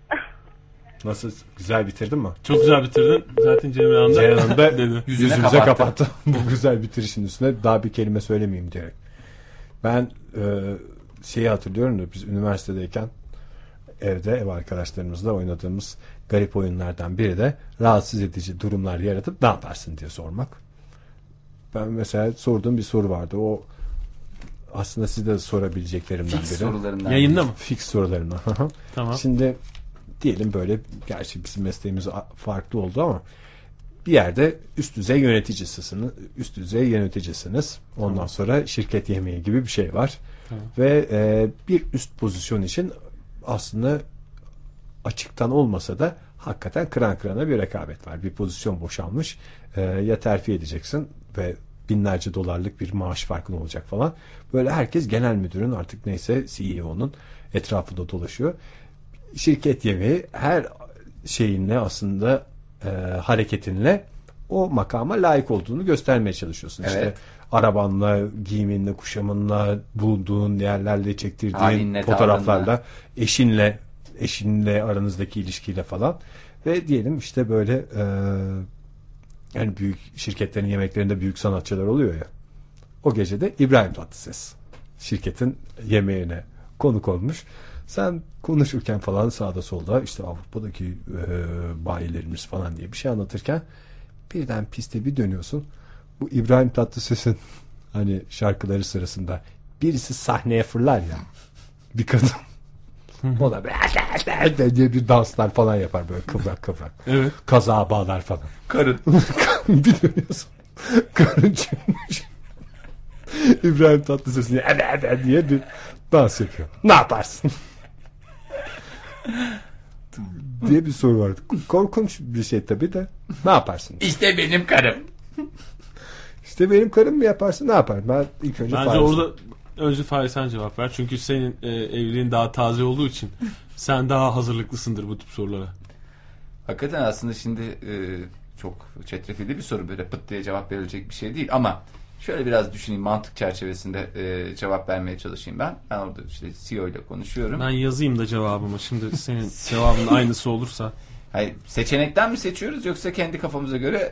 Nasıl, güzel bitirdin mi? Çok güzel bitirdin. Zaten Cemre Hanım da dedi. Yüzümüze kapattı. Bu güzel bitirişin üstüne daha bir kelime söylemeyeyim diyerek. Ben şeyi hatırlıyorum da biz üniversitedeyken evde ev arkadaşlarımızla oynadığımız garip oyunlardan biri de rahatsız edici durumlar yaratıp ne yaparsın diye sormak. Ben mesela sorduğum bir soru vardı. O aslında size de sorabileceklerimden Fix biri. Sorularından. Yayında mı? Fix sorularından. Tamam. Şimdi diyelim böyle, gerçi bizim mesleğimiz farklı oldu ama bir yerde üst düzey yöneticisiniz. Ondan sonra şirket yemeği gibi bir şey var. Ve bir üst pozisyon için aslında açıktan olmasa da hakikaten kıran kırana bir rekabet var. Bir pozisyon boşalmış. Ya terfi edeceksin ve binlerce dolarlık bir maaş farkın olacak falan. Böyle herkes genel müdürün, artık neyse CEO'nun etrafında dolaşıyor. Şirket yemeği her şeyinle aslında hareketinle o makama layık olduğunu göstermeye çalışıyorsun. Evet. İşte arabanla, giyiminle, kuşamınla, bulunduğun yerlerle, çektirdiğin halinle, fotoğraflarla, eşinle aranızdaki ilişkiyle falan. Ve diyelim işte böyle yani büyük şirketlerin yemeklerinde büyük sanatçılar oluyor ya. O gece de İbrahim Tatlıses şirketin yemeğine konuk olmuş. Sen konuşurken falan sağda solda işte Avrupa'daki bayilerimiz falan diye bir şey anlatırken birden piste bir dönüyorsun. Bu İbrahim Tatlıses'in hani şarkıları sırasında birisi sahneye fırlar ya, bir kadın. O da böyle diye bir danslar falan yapar böyle kıvrak kıvrak. Evet. Kazağa bağlar falan. Karın. Bir dönüyorsun. Karın çıkmış. İbrahim Tatlıses'in diye bir dans yapıyor. Ne yaparsın? diye bir soru vardı. Korkunç bir şey tabii de. Ne yaparsın? İşte benim karım. İşte benim karım mı yaparsın? Ne yapar? Ben ilk önce bence orada önce Fahri sen cevap ver. Çünkü senin evliliğin daha taze olduğu için sen daha hazırlıklısındır bu tip sorulara. Hakikaten aslında şimdi çok çetrefilli bir soru, böyle pıt diye cevap verilecek bir şey değil ama şöyle biraz düşüneyim, mantık çerçevesinde cevap vermeye çalışayım ben. Ben orada işte CEO ile konuşuyorum. Ben yazayım da cevabımı. Şimdi senin cevabın aynısı olursa. Hayır, seçenekten mi seçiyoruz yoksa kendi kafamıza göre?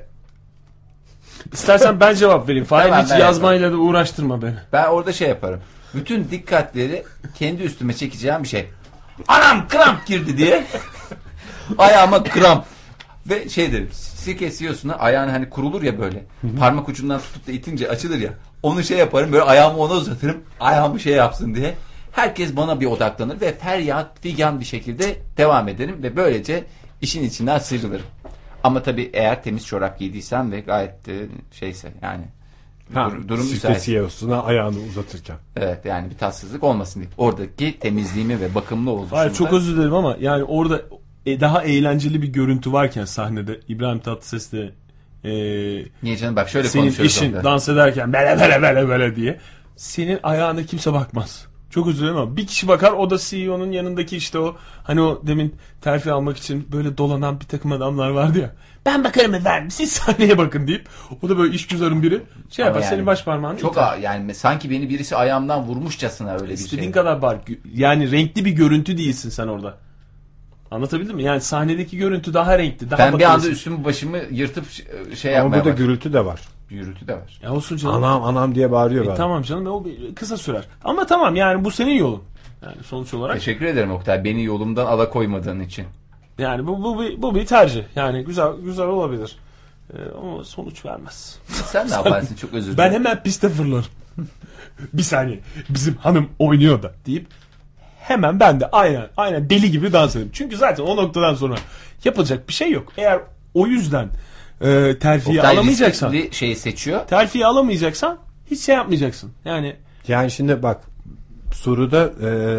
İstersen ben cevap vereyim. Fahir Tamam, hiç yazmayla da uğraştırma beni. Ben orada şey yaparım. Bütün dikkatleri kendi üstüme çekeceğim bir şey. Anam kramp girdi diye. Ayağıma kramp. Ve şey derim. Sirke CEO'suna ayağını hani kurulur ya böyle. Parmak ucundan tutup da itince açılır ya. Onu şey yaparım, böyle ayağımı ona uzatırım. Ayağımı şey yapsın diye. Herkes bana bir odaklanır ve feryat figan bir şekilde devam ederim. Ve böylece işin içinden sıyrılırım. Ama tabii eğer temiz çorap giydiysem ve gayet de şeyse yani durum müsait. CEO'suna ayağını uzatırken. Evet, yani bir tatsızlık olmasın diye. Oradaki temizliğimi ve bakımlı oluşumda. Hayır, çok özür dilerim ama yani orada daha eğlenceli bir görüntü varken sahnede İbrahim Tatlıses de niye canım, bak şöyle senin konuşuyoruz eşin orada. dans ederken böyle diye senin ayağına kimse bakmaz. Çok özür dilerim ama bir kişi bakar, o da CEO'nun yanındaki işte o hani o demin terfi almak için böyle dolanan bir takım adamlar vardı ya. Ben bakarım efendim, siz sahneye bakın deyip o da böyle işgüzarın biri şey yapar, yani, senin baş parmağını çok yani sanki beni birisi ayağımdan vurmuşçasına öyle bir şey. İstediğin kadar bağır. Yani renkli bir görüntü değilsin sen orada. Anlatabildim mi? Yani sahnedeki görüntü daha renkli. Daha ben bir anda üstümü başımı yırtıp şey yapmaya Ama burada gürültü de var. Gürültü de var. Ya olsun canım. Anam diye bağırıyor. Tamam canım, o kısa sürer. Ama tamam, yani bu senin yolun. Yani sonuç olarak. Teşekkür ederim Oktay, beni yolumdan alakoymadığın için. Yani bu bir tercih. Yani güzel olabilir. Ama sonuç vermez. Sen ne yaparsın? Çok özür dilerim. Ben hemen piste fırlarım. Bir saniye. Bizim hanım oynuyor da deyip hemen ben de aynen deli gibi dans ederim. Çünkü zaten o noktadan sonra yapılacak bir şey yok. Eğer o yüzden terfiyi alamayacaksan, şeyi seçiyor. Terfiyi alamayacaksan hiç şey yapmayacaksın. Yani şimdi bak, soruda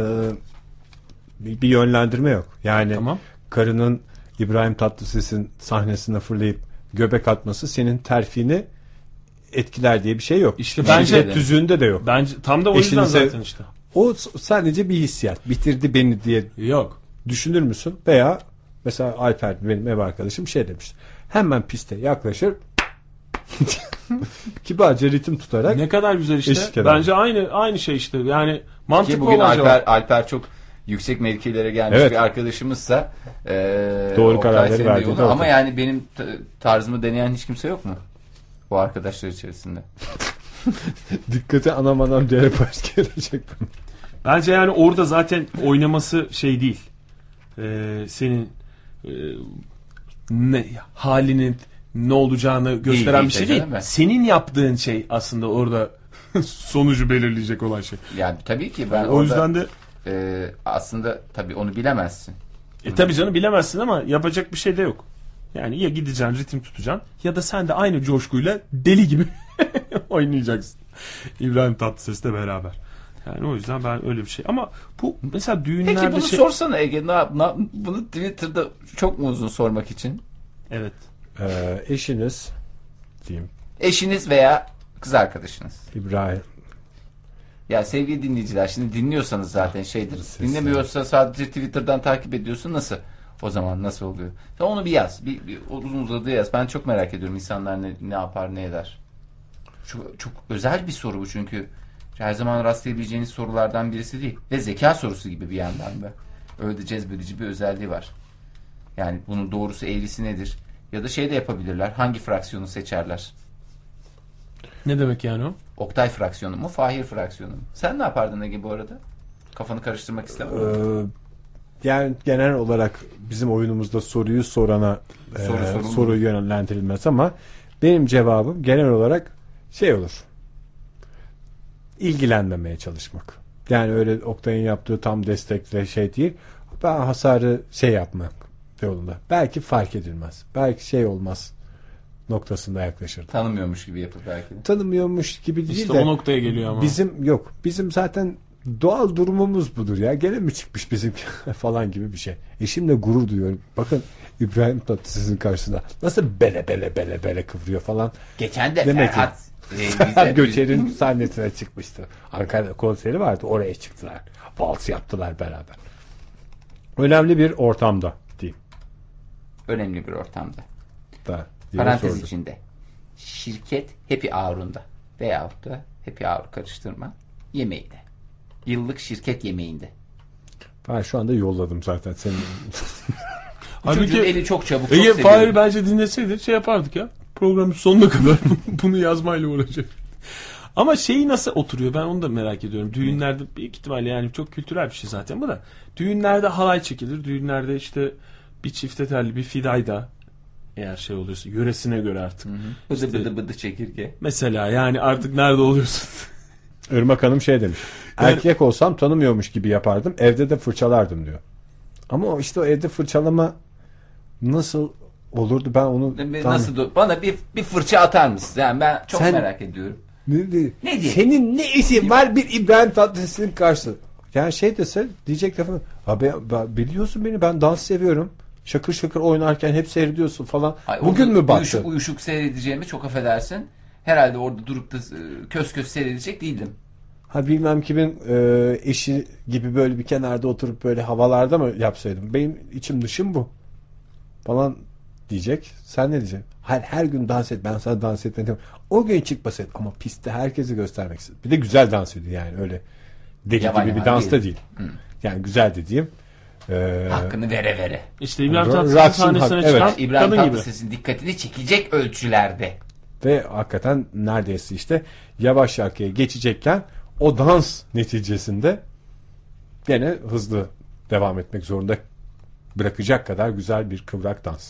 bir yönlendirme yok. Yani Tamam. karının İbrahim Tatlıses'in sahnesine fırlayıp göbek atması senin terfini etkiler diye bir şey yok. İşte bence tüzüğünde de yok. Bence tam da o yüzden Eşinize- zaten işte. O sadece bir hissiyat. Bitirdi beni diye Yok. düşünür müsün? Veya mesela Alper benim ev arkadaşım şey demiş. Hemen piste yaklaşır. Kibarca ritim tutarak. Ne kadar güzel işte. Eşlik eder. Bence aynı şey işte. Yani Ki mantıklı bugün olan cevap. Alper çok yüksek mevkilere gelmiş Evet. bir arkadaşımızsa Doğru Oktay kararları senin de verdi, yolun. doğru. Ama yani benim tarzımı deneyen hiç kimse yok mu? Bu arkadaşlar içerisinde. Dikkati anam diyerek baş gelecek. Bence yani orada zaten oynaması şey değil. Senin halinin ne olacağını gösteren Değil, bir şey değil, değil. değil mi? Senin yaptığın şey aslında orada sonucu belirleyecek olan şey. Yani tabii ki ben O orada, yüzden de aslında tabii onu bilemezsin. tabii canım bilemezsin ama yapacak bir şey de yok. Yani ya gideceksin ritim tutacaksın ya da sen de aynı coşkuyla deli gibi oynayacaksın. İbrahim Tatlıses'le beraber. Yani o yüzden ben öyle bir şey. Ama bu mesela düğünlerde Peki bunu sorsana Ege. Bunu Twitter'da çok mu uzun sormak için? Evet. Eşiniz diyeyim. Eşiniz veya kız arkadaşınız. İbrahim. Ya sevgili dinleyiciler, şimdi dinliyorsanız zaten şeydir. Dinlemiyorsa sadece Twitter'dan takip ediyorsun, nasıl? O zaman nasıl oluyor? Sen onu bir yaz. Bir uzun uzadıya yaz. Ben çok merak ediyorum insanlar ne yapar, ne eder. Çok özel bir soru bu çünkü. Her zaman rastlayabileceğiniz sorulardan birisi değil. Ve zeka sorusu gibi bir yandan da. Öyle de cezbedici bir özelliği var. Yani bunun doğrusu eğrisi nedir? Ya da şey de yapabilirler. Hangi fraksiyonu seçerler? Ne demek yani o? Oktay fraksiyonu mu? Fahir fraksiyonu mu? Sen ne yapardın Ege bu arada? Kafanı karıştırmak istemem. Yani genel olarak bizim oyunumuzda soruyu sorana soru yönlendirilmez ama benim cevabım genel olarak şey olur. İlgilenmemeye çalışmak. Yani öyle Oktay'ın yaptığı tam destekle şey değil. Ben hasarı şey yapmak yolunda. Belki fark edilmez. Belki şey olmaz noktasında yaklaşır. Tanımıyormuş gibi yapıp belki de. Tanımıyormuş gibi değil İşte de. o noktaya geliyor ama. Bizim zaten doğal durumumuz budur ya. Gene mi çıkmış bizim falan gibi bir şey. Eşimle gurur duyuyorum. Bakın İbrahim Tatlıses'in karşısında nasıl bele kıvırıyor falan. Geçen de Demek Ferhat Ferhat Göçer'in sahnesine çıkmıştı. Ankara'da konseri vardı. Oraya çıktılar. Vals yaptılar beraber. Önemli bir ortamda diyeyim. Önemli bir ortamda. Da, Parantez sordum. içinde. Şirket happy hour'unda veyahut da happy hour karıştırma yemeğinde. Yıllık şirket yemeğinde. Ben şu anda yolladım zaten senin. Çocuğun eli çok çabuk. Ege çok Fahir bence dinleseydi şey yapardık ya. Programın sonuna kadar bunu yazmayla uğraşacak. Ama şeyi nasıl oturuyor ben onu da merak ediyorum. Düğünlerde büyük ihtimalle yani çok kültürel bir şey zaten bu da. Düğünlerde halay çekilir. Düğünlerde işte bir çifte telli bir fidayda eğer şey oluyorsa yöresine göre artık. Bıdı bıdı çekirge. Mesela yani artık nerede oluyorsun? Irmak Hanım şey demiş. Erkek olsam tanımıyormuş gibi yapardım. Evde de fırçalardım diyor. Ama o işte o evde fırçalama nasıl olurdu ben onu Nasıl bana bir fırça atar mısın? Yani ben çok merak ediyorum. Ne diye? Ne diye? Senin ne işin var bir İbrahim Tatlıses'in karşısında? Yani şey dese diyecek lafı. Abi biliyorsun beni ben dans seviyorum. Şakır şakır oynarken hep seyrediyorsun falan. Ay, bugün mü baktın? Uyuşuk seyredeceğimi çok affedersin. Herhalde orada durup da köz köz seyredecek değildim. Ha bilmem kimin eşi gibi böyle bir kenarda oturup böyle havalarda mı yapsaydım? Benim içim dışım bu. Falan diyecek. Sen ne diyeceksin? Her gün dans et. Ben sana dans etmedim. O gün çıkmasın. Ama pistte herkesi göstermek istedim. Bir de güzel dans ediyor yani. Öyle deli gibi bir dans da değil. Yani güzel dediğim hakkını vere. İşte İbrahim Tatlıses'in sahnesine çıkan İbrahim kadın gibi. Tatlıses'in dikkatini çekecek ölçülerde. Ve hakikaten neredeyse işte yavaş şarkıya geçecekken o dans neticesinde gene hızlı devam etmek zorunda bırakacak kadar güzel bir kıvrak dans.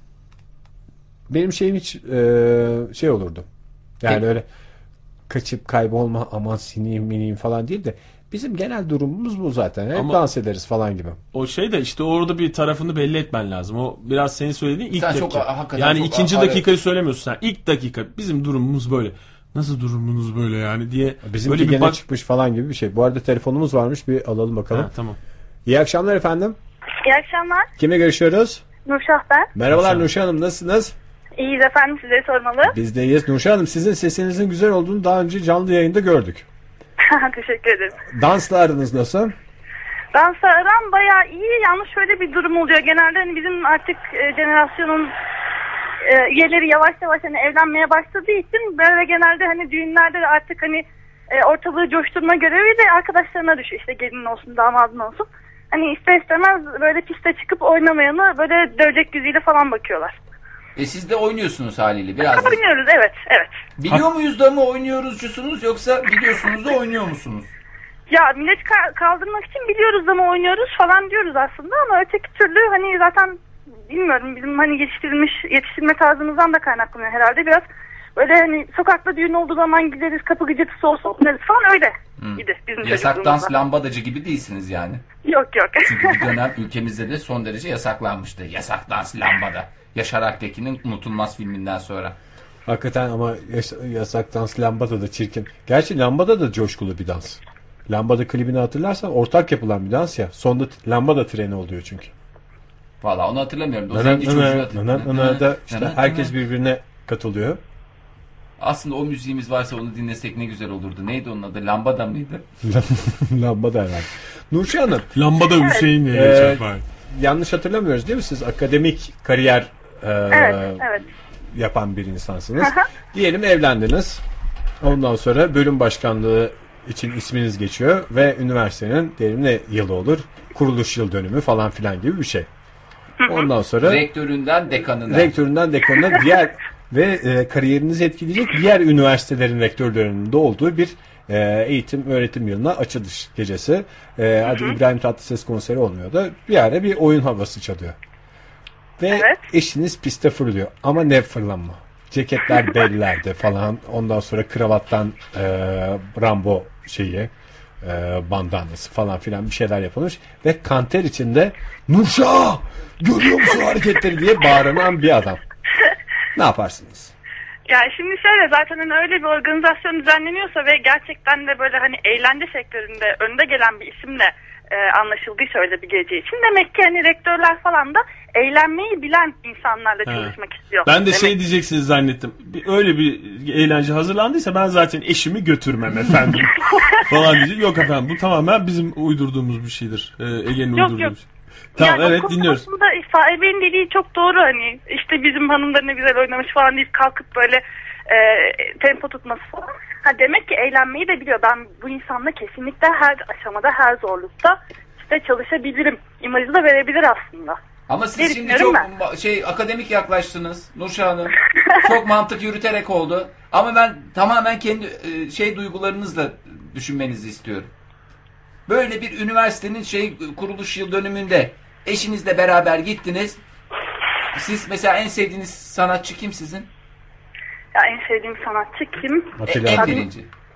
Benim şeyim hiç şey olurdu. Yani öyle kaçıp kaybolma aman sineyim falan değil de bizim genel durumumuz bu zaten. Hep dans ederiz falan gibi. O şey de işte orada bir tarafını belli etmen lazım. O biraz senin söylediğin ilk sen dakika. Çok, yani ikinci dakikayı söylemiyorsun sen. İlk dakika bizim durumumuz böyle. Nasıl durumunuz böyle yani diye. Bizimki gene çıkmış falan gibi bir şey. Bu arada telefonumuz varmış, bir alalım bakalım. Tamam. İyi akşamlar efendim. İyi akşamlar. Kimle görüşüyoruz? Nurşah ben. Merhabalar Nurşah Hanım, nasılsınız? İyiyiz efendim, sizleri sormalı. Biz de iyiyiz. Nurşah Hanım, sizin sesinizin güzel olduğunu daha önce canlı yayında gördük. Teşekkür ederim. Dansla aranız nasıl? Dansla aram bayağı iyi. Yalnız şöyle bir durum oluyor. Genelde hani bizim artık jenerasyonun üyeleri yavaş yavaş hani evlenmeye başladığı için böyle genelde hani düğünlerde de artık hani ortalığı coşturma görevi de arkadaşlarına düşüyor. İşte gelinin olsun, damadın olsun. Hani ister istemez böyle piste çıkıp oynamayanı böyle dövecek yüzüyle falan bakıyorlar. Siz de oynuyorsunuz haliyle biraz. Oynuyoruz, evet. Biliyor muyuz da mı oynuyoruzcusunuz, yoksa biliyorsunuz da oynuyor musunuz? Ya millet kaldırmak için biliyoruz ama oynuyoruz falan diyoruz aslında, ama öteki türlü hani zaten bilmiyorum, bizim hani yetiştirilme tarzımızdan da kaynaklanıyor herhalde biraz. Böyle hani sokakta düğün olduğu zaman gideriz, kapı gıcırtısı olsa oynarız falan, öyle gideriz bizim Yasak dans lambadacı gibi değilsiniz yani. Yok. Çünkü bir dönem ülkemizde de son derece yasaklanmıştı. Yasak dans lambada. Yaşar Aktekin'in unutulmaz filminden sonra. Hakikaten ama yasak dans lambada da çirkin. Gerçi lambada da coşkulu bir dans. Lambada klibini hatırlarsan ortak yapılan bir dans ya. Sonda lambada treni oluyor çünkü. Valla onu hatırlamıyorum. O zenci çocuğu hatırlamıyorum. İşte herkes birbirine katılıyor. Aslında o müziğimiz varsa onu dinlesek ne güzel olurdu. Neydi onun adı? Lambada mıydı? Lambada herhalde. Nurşah Hanım. Lambada Hüseyin diye geçer falan. Yanlış hatırlamıyoruz değil mi? Siz akademik kariyer evet. yapan bir insansınız. Diyelim evlendiniz. Ondan sonra bölüm başkanlığı için isminiz geçiyor ve üniversitenin diyelim ne yılı olur? Kuruluş yıl dönümü falan filan gibi bir şey. Ondan sonra rektöründen dekanına diğer ve kariyerinizi etkileyecek diğer üniversitelerin rektörlerinin de olduğu bir eğitim öğretim yılına açılış gecesi. Hadi İbrahim Tatlıses konseri olmuyor da bir ara bir oyun havası çalıyor. Ve eşiniz piste fırlıyor. Ama ne fırlanma. Ceketler bellerde falan. Ondan sonra kravattan Rambo bandanası falan filan bir şeyler yapılmış. Ve kanter içinde Nurşah görüyor musun hareketleri diye bağıran bir adam. Ne yaparsınız? Yani şimdi şöyle, zaten hani öyle bir organizasyon düzenleniyorsa ve gerçekten de böyle hani eğlence sektöründe önde gelen bir isimle anlaşıldıysa öyle bir gece için, demek ki hani rektörler falan da eğlenmeyi bilen insanlarla çalışmak istiyor. Ben de demek diyeceksiniz zannettim. Öyle bir eğlence hazırlandıysa ben zaten eşimi götürmem efendim falan diyecek. Yok efendim, bu tamamen bizim uydurduğumuz bir şeydir. Ege'nin uydurduğu bir şey. Tamam, yani evet dinliyoruz. Aslında sahibenin dediği çok doğru, hani işte bizim hanımlar ne güzel oynamış falan deyip kalkıp böyle tempo tutması falan. Demek ki eğlenmeyi de biliyor. Ben bu insanla kesinlikle her aşamada, her zorlukta işte çalışabilirim İmajı da verebilir aslında. Ama siz şimdi çok akademik yaklaştınız Nurşah Hanım. Çok mantık yürüterek oldu. Ama ben tamamen kendi duygularınızla düşünmenizi istiyorum. Böyle bir üniversitenin kuruluş yıl dönümünde eşinizle beraber gittiniz. Siz mesela en sevdiğiniz sanatçı kim sizin? Ya en sevdiğim sanatçı kim? En birinci.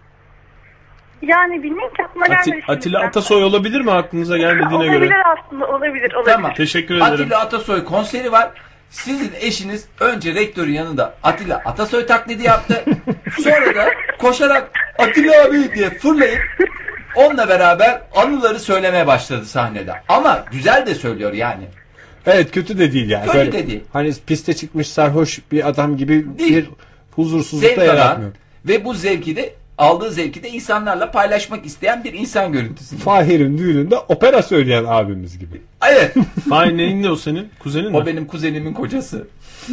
Yani bilmiyorum ki, aklıma gelmedi. Atilla Atasoy olabilir mi, aklınıza gelmediğine göre? Olabilir aslında, olabilir. Tamam. Teşekkür ederim. Atilla Atasoy konseri var. Sizin eşiniz önce rektörün yanında Atilla Atasoy taklidi yaptı. Sonra da koşarak Atilla abi diye fırlayıp onunla beraber anıları söylemeye başladı sahnede. Ama güzel de söylüyor yani. Evet, kötü de değil yani. Kötü de değil. Hani piste çıkmış sarhoş bir adam gibi değil. Bir huzursuzluk da yaratmıyor. Ve bu aldığı zevki de insanlarla paylaşmak isteyen bir insan görüntüsü. Fahir'in düğününde opera söyleyen abimiz gibi. Evet. Fahir neyin de o senin? Kuzenin mi? O benim kuzenimin kocası.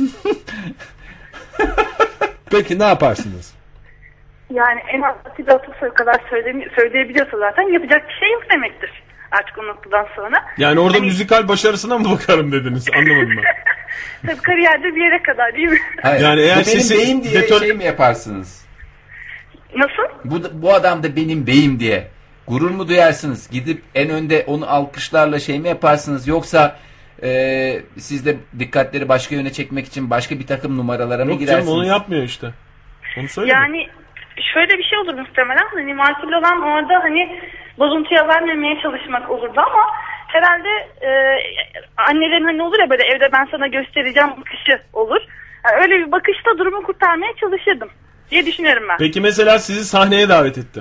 Peki ne yaparsınız? Yani en az Atilla Atasoy kadar söyleyebiliyorsa zaten yapacak bir şey yok demektir. Artık o noktadan sonra. Yani orada müzikal başarısına mı bakarım dediniz? Anlamadım ben. Tabii kariyerde bir yere kadar değil mi? Hayır. Yani eğer benim beyim diye mi yaparsınız? Nasıl? Bu adam da benim beyim diye gurur mu duyarsınız? Gidip en önde onu alkışlarla mi yaparsınız? Yoksa siz de dikkatleri başka yöne çekmek için başka bir takım numaralara mı girersiniz? Yok canım, onu yapmıyor işte. Onu söyleyeyim. Yani şöyle bir şey olur muhtemelen. Hani makul olan orada hani bozuntuya vermemeye çalışmak olurdu ama herhalde annelerin hani olur ya böyle, evde ben sana göstereceğim bakışı olur. Yani öyle bir bakışta durumu kurtarmaya çalışırdım diye düşünüyorum ben. Peki mesela sizi sahneye davet etti.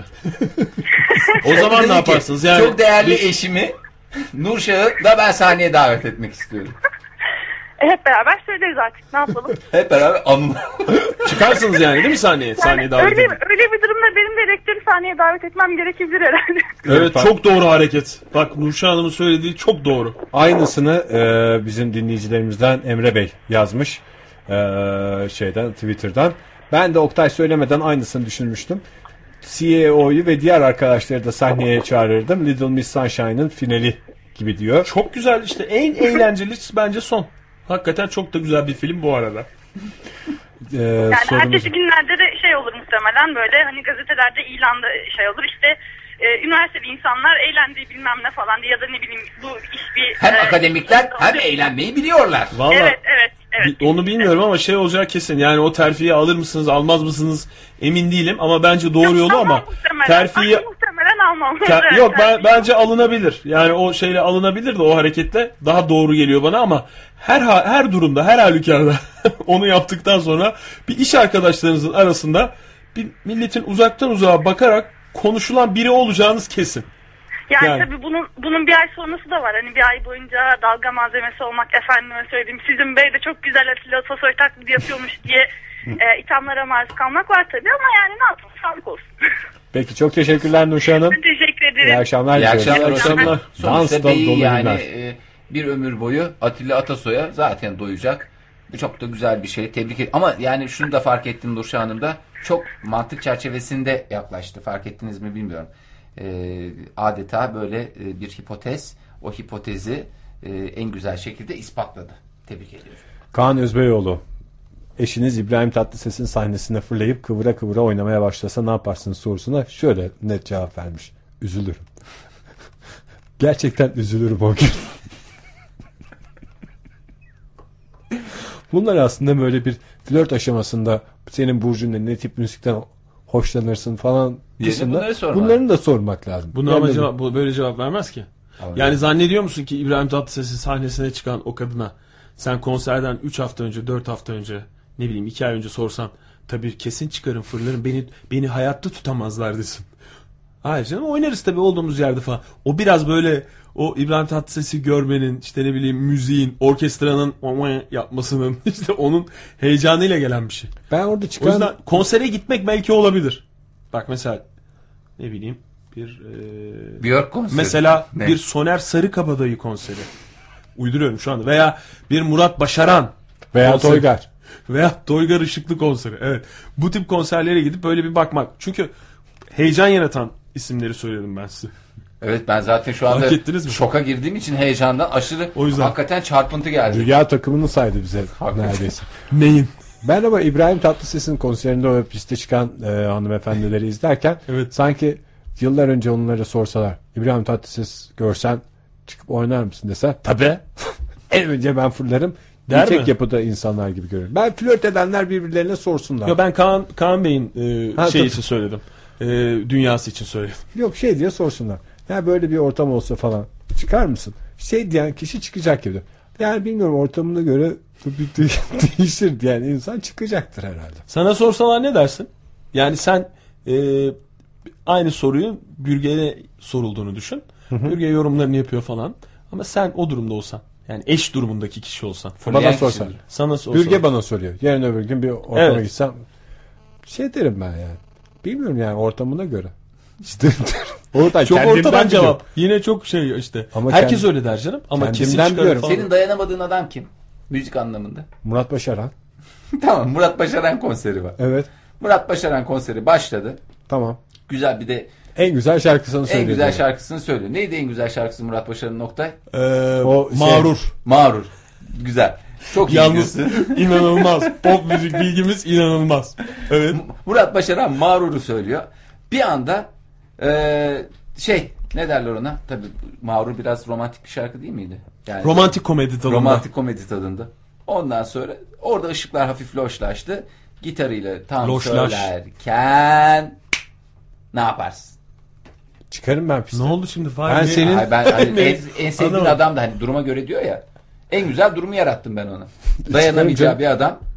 O zaman ne yaparsınız? Yani çok değerli eşimi Nurşah'ı da ben sahneye davet etmek istiyorum. Hep beraber söyleriz artık. Ne yapalım? Hep beraber anın. Çıkarsınız yani değil mi sahneye? Sahneye davet edin. Öyle bir durumda benim de rektörü sahneye davet etmem gerekebilir herhalde. Evet, çok doğru hareket. Bak Nurşah Hanım'ın söylediği çok doğru. Aynısını bizim dinleyicilerimizden Emre Bey yazmış. Twitter'dan. Ben de Oktay söylemeden aynısını düşünmüştüm. CEO'yu ve diğer arkadaşları da sahneye çağırırdım. Little Miss Sunshine'ın finali gibi diyor. Çok güzel işte, en eğlenceli bence son. Hakikaten çok da güzel bir film bu arada. Yani ertesi günlerde de şey olur muhtemelen, böyle hani gazetelerde ilanda şey olur işte, üniversiteli insanlar eğlendiği bilmem ne falan diye, ya da ne bileyim bu iş bir... Hem akademikler hem eğlenmeyi biliyorlar. Vallahi, evet. Onu bilmiyorum ama şey olacağı kesin. Yani o terfiyi alır mısınız almaz mısınız emin değilim ama bence doğru yolu ama terfiyi... Muhtemelen almam. Yok bence alınabilir. Yani o şeyle alınabilir de, o hareketle daha doğru geliyor bana ama her durumda, her halükarda onu yaptıktan sonra bir iş arkadaşlarınızın arasında bir milletin uzaktan uzağa bakarak konuşulan biri olacağınız kesin. Yani tabii bunun bir ay sonrası da var. Hani bir ay boyunca dalga malzemesi olmak, efendime söyleyeyim sizin bey de çok güzel Atilla Soy taklidi yapıyormuş diye ithamlara maruz kalmak var tabii, ama yani ne yapalım, sağlık olsun. Peki, çok teşekkürler Nurşah Hanım. Teşekkür ederim. İyi akşamlar. İyi akşamlar. Sonuçta beyi yani bir ömür boyu Atilla Atasoy'a zaten doyacak. Bu çok da güzel bir şey. Tebrik ederim. Ama yani şunu da fark ettim, Nurşah Hanım da çok mantık çerçevesinde yaklaştı. Fark ettiniz mi bilmiyorum. Adeta böyle bir hipotez, o hipotezi en güzel şekilde ispatladı. Tebrik ediyorum. Kaan Özbeyoğlu, eşiniz İbrahim Tatlıses'in sahnesine fırlayıp kıvıra kıvıra oynamaya başlasa ne yaparsınız sorusuna şöyle net cevap vermiş: üzülürüm. Gerçekten üzülürüm o gün. Bunlar aslında böyle bir flört aşamasında senin burcunla ne tip müzikten hoşlanırsın falan dışında bunların da sormak lazım. Buna ama böyle cevap vermez ki. Abi. Yani zannediyor musun ki İbrahim Tatlıses'in sahnesine çıkan o kadına sen konserden 3 hafta önce, 4 hafta önce, ne bileyim 2 ay önce sorsan, tabii kesin çıkarım fırlarım, beni hayatta tutamazlar desin. Hayır canım, oynarız tabii olduğumuz yerde falan. O biraz böyle o İbrahim Tatlıses'i görmenin, işte ne bileyim müziğin, orkestranın yapmasının, işte onun heyecanıyla gelen bir şey. Ben orada çıkan... O yüzden konsere gitmek belki olabilir. Bak mesela ne bileyim Björk konseri. Mesela bir Soner Sarıkabadayı konseri. Uyduruyorum şu anda. Veya bir Murat Başaran veya konseri. Toygar. Veya Toygar Işıklı konseri. Evet. Bu tip konserlere gidip böyle bir bakmak. Çünkü heyecan yaratan isimleri söyledim ben size. Evet, ben zaten şu anda şoka girdiğim için heyecandan aşırı, o yüzden hakikaten çarpıntı geldi. Rüya takımını saydı bize neredeyse. Neyin? Ben ama İbrahim Tatlıses'in konserinde o piste çıkan hanımefendileri izlerken sanki yıllar önce onlara sorsalar, İbrahim Tatlıses görsen çıkıp oynar mısın dese, tabii en önce ben fırlarım. Tek yapıda insanlar gibi görüyorum. Ben flört edenler birbirlerine sorsunlar. Yok, ben Kaan Bey'in için söyledim. Dünyası için söyledim. Yok, şey diye sorsunlar. Ya böyle bir ortam olsa falan çıkar mısın? Şey diyen kişi çıkacak gibi. Yani bilmiyorum, ortamına göre değişir diyen insan çıkacaktır herhalde. Sana sorsalar ne dersin? Yani sen aynı soruyu Bürge'ye sorulduğunu düşün. Bürge yorumlarını yapıyor falan. Ama sen o durumda olsan, yani eş durumundaki kişi olsan. Bana sorsan. Sana sorsan. Bürge bana soruyor. Yarın öbür gün bir ortama gitsem şey derim ben yani. Bilmiyorum yani, ortamına göre. İşte çok ortadan cevap. Yine çok şey işte. Ama herkes öyle der canım. Ama kesin çıkarım. Senin dayanamadığın adam kim? Müzik anlamında. Murat Başaran. Tamam, Murat Başaran konseri var. Evet. Murat Başaran konseri başladı. Tamam. Güzel, bir de en güzel şarkısını söylüyor. En güzel şarkısını söylüyor. Neydi en güzel şarkısı Murat Başaran'ın, Oktay? Mağrur. Mağrur. Güzel. Çok yalnız inanılmaz. Pop müzik bilgimiz inanılmaz. Evet. Murat Başaran Mağrur'u söylüyor. Bir anda ne derler ona? Tabii Mağrur biraz romantik bir şarkı değil miydi? Yani romantik komedi tadında. Romantik komedi tadında. Ondan sonra orada ışıklar hafif loşlaştı. Gitarıyla tam söylerken ne yaparsın? Çıkarım ben piste. Ne oldu şimdi? Ben senin en sevdiğin adam da hani duruma göre diyor ya. En güzel durumu yarattım ben ona. Dayanamayacağı bir adam.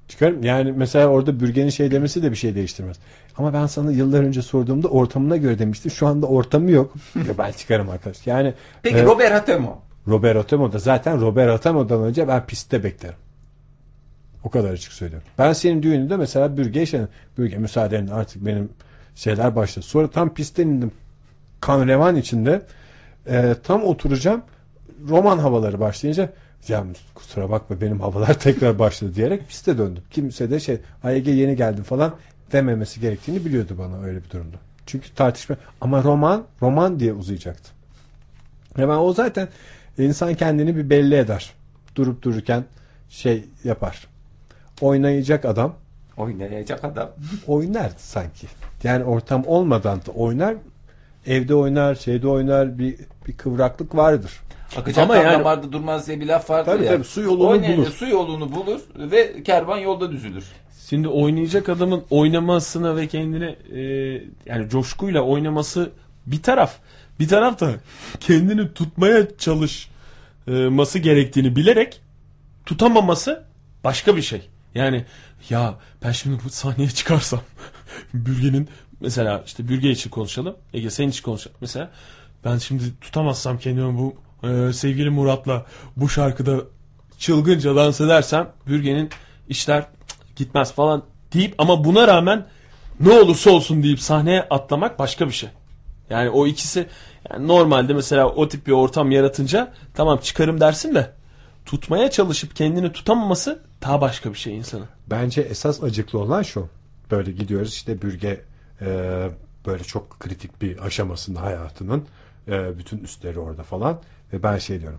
Çıkarım. Yani mesela orada Bürge'nin şey demesi de bir şey değiştirmez. Ama ben sana yıllar önce sorduğumda ortamına göre demiştim. Şu anda ortamı yok. Ya ben çıkarım arkadaş. Yani Peki Robert Hatemo? Robert Hatemo da zaten Robert Hatemo'dan önce ben pistte beklerim. O kadar açık söylüyorum. Ben senin düğününde mesela Bürge müsaadenle artık benim şeyler başladı. Sonra tam pistten indim. Kan revan içinde tam oturacağım. Roman havaları başlayınca ya kusura bakma benim havalar tekrar başladı diyerek piste döndüm. Kimse de AYG yeni geldim falan dememesi gerektiğini biliyordu bana öyle bir durumda. Çünkü tartışma ama roman diye uzayacaktı. Hemen o zaten insan kendini bir belli eder. Durup dururken yapar. Oynayacak adam oynar sanki. Yani ortam olmadan da oynar. Evde oynar, şeyde oynar, bir kıvraklık vardır. Akacak damarda durmaz diye bir laf vardır tabii, ya. Tabii su yolunu bulur ve kervan yolda düzülür. Şimdi oynayacak adamın oynamasına ve kendini yani coşkuyla oynaması bir taraf da kendini tutmaya çalışması gerektiğini bilerek tutamaması başka bir şey. Yani ya ben şimdi bu sahneye çıkarsam Bürge'nin mesela işte Bürge için konuşalım. Ege senin için konuşalım. Mesela ben şimdi tutamazsam kendimi bu sevgili Murat'la bu şarkıda çılgınca dans edersem Bürge'nin işler gitmez falan deyip ama buna rağmen ne olursa olsun deyip sahneye atlamak başka bir şey. Yani o ikisi yani normalde mesela o tip bir ortam yaratınca tamam çıkarım dersin de tutmaya çalışıp kendini tutamaması daha başka bir şey insanın. Bence esas acıklı olan şu. Böyle gidiyoruz işte Bürge böyle çok kritik bir aşamasında hayatının bütün üstleri orada falan ve ben diyorum.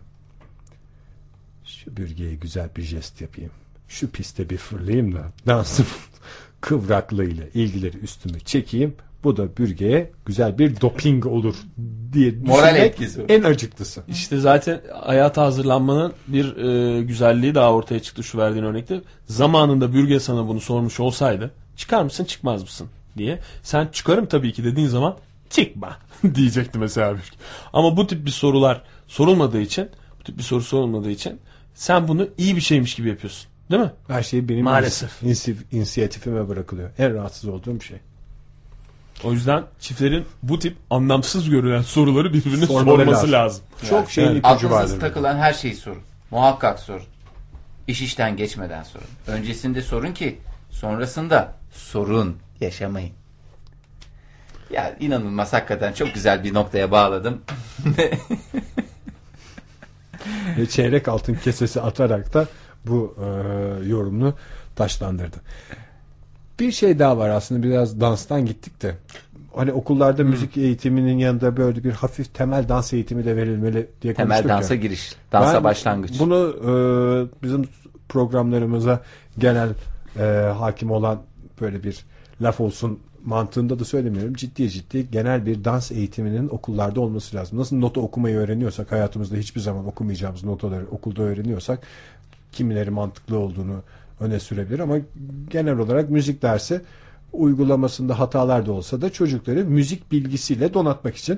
Şu Bürge'ye güzel bir jest yapayım. Şu piste bir fırlayayım da dansın kıvraklığıyla ilgileri üstüme çekeyim. Bu da Bürge'ye güzel bir doping olur diye moral etkisi. En acıklısı. İşte zaten hayata hazırlanmanın bir güzelliği daha ortaya çıktı şu verdiğin örnekte. Zamanında Bürge sana bunu sormuş olsaydı çıkar mısın çıkmaz mısın diye. Sen çıkarım tabii ki dediğin zaman çıkma diyecekti mesela Bürge. Ama bu tip bir soru sorulmadığı için sen bunu iyi bir şeymiş gibi yapıyorsun. Değil mi? Her şey benim maalesef inisiyatifime bırakılıyor. En rahatsız olduğum şey. O yüzden çiftlerin bu tip anlamsız görülen soruları birbirine sorması lazım. Çok şeyin ipucu vardır. Aklınıza takılan her şeyi sorun. Muhakkak sorun. İş işten geçmeden sorun. Öncesinde sorun ki sonrasında sorun yaşamayın. Ya inanılmaz hakikaten çok güzel bir noktaya bağladım. Ve çeyrek altın kesesi atarak da bu yorumunu taşlandırdı. Bir şey daha var aslında biraz danstan gittik de. Hani okullarda müzik eğitiminin yanında böyle bir hafif temel dans eğitimi de verilmeli diye konuştuk. Temel dansa giriş, dansa başlangıç. Bunu bizim programlarımıza genel hakim olan böyle bir laf olsun mantığında da söylemiyorum. Ciddi genel bir dans eğitiminin okullarda olması lazım. Nasıl nota okumayı öğreniyorsak hayatımızda hiçbir zaman okumayacağımız notaları okulda öğreniyorsak kimileri mantıklı olduğunu öne sürebilir ama genel olarak müzik dersi uygulamasında hatalar da olsa da çocukları müzik bilgisiyle donatmak için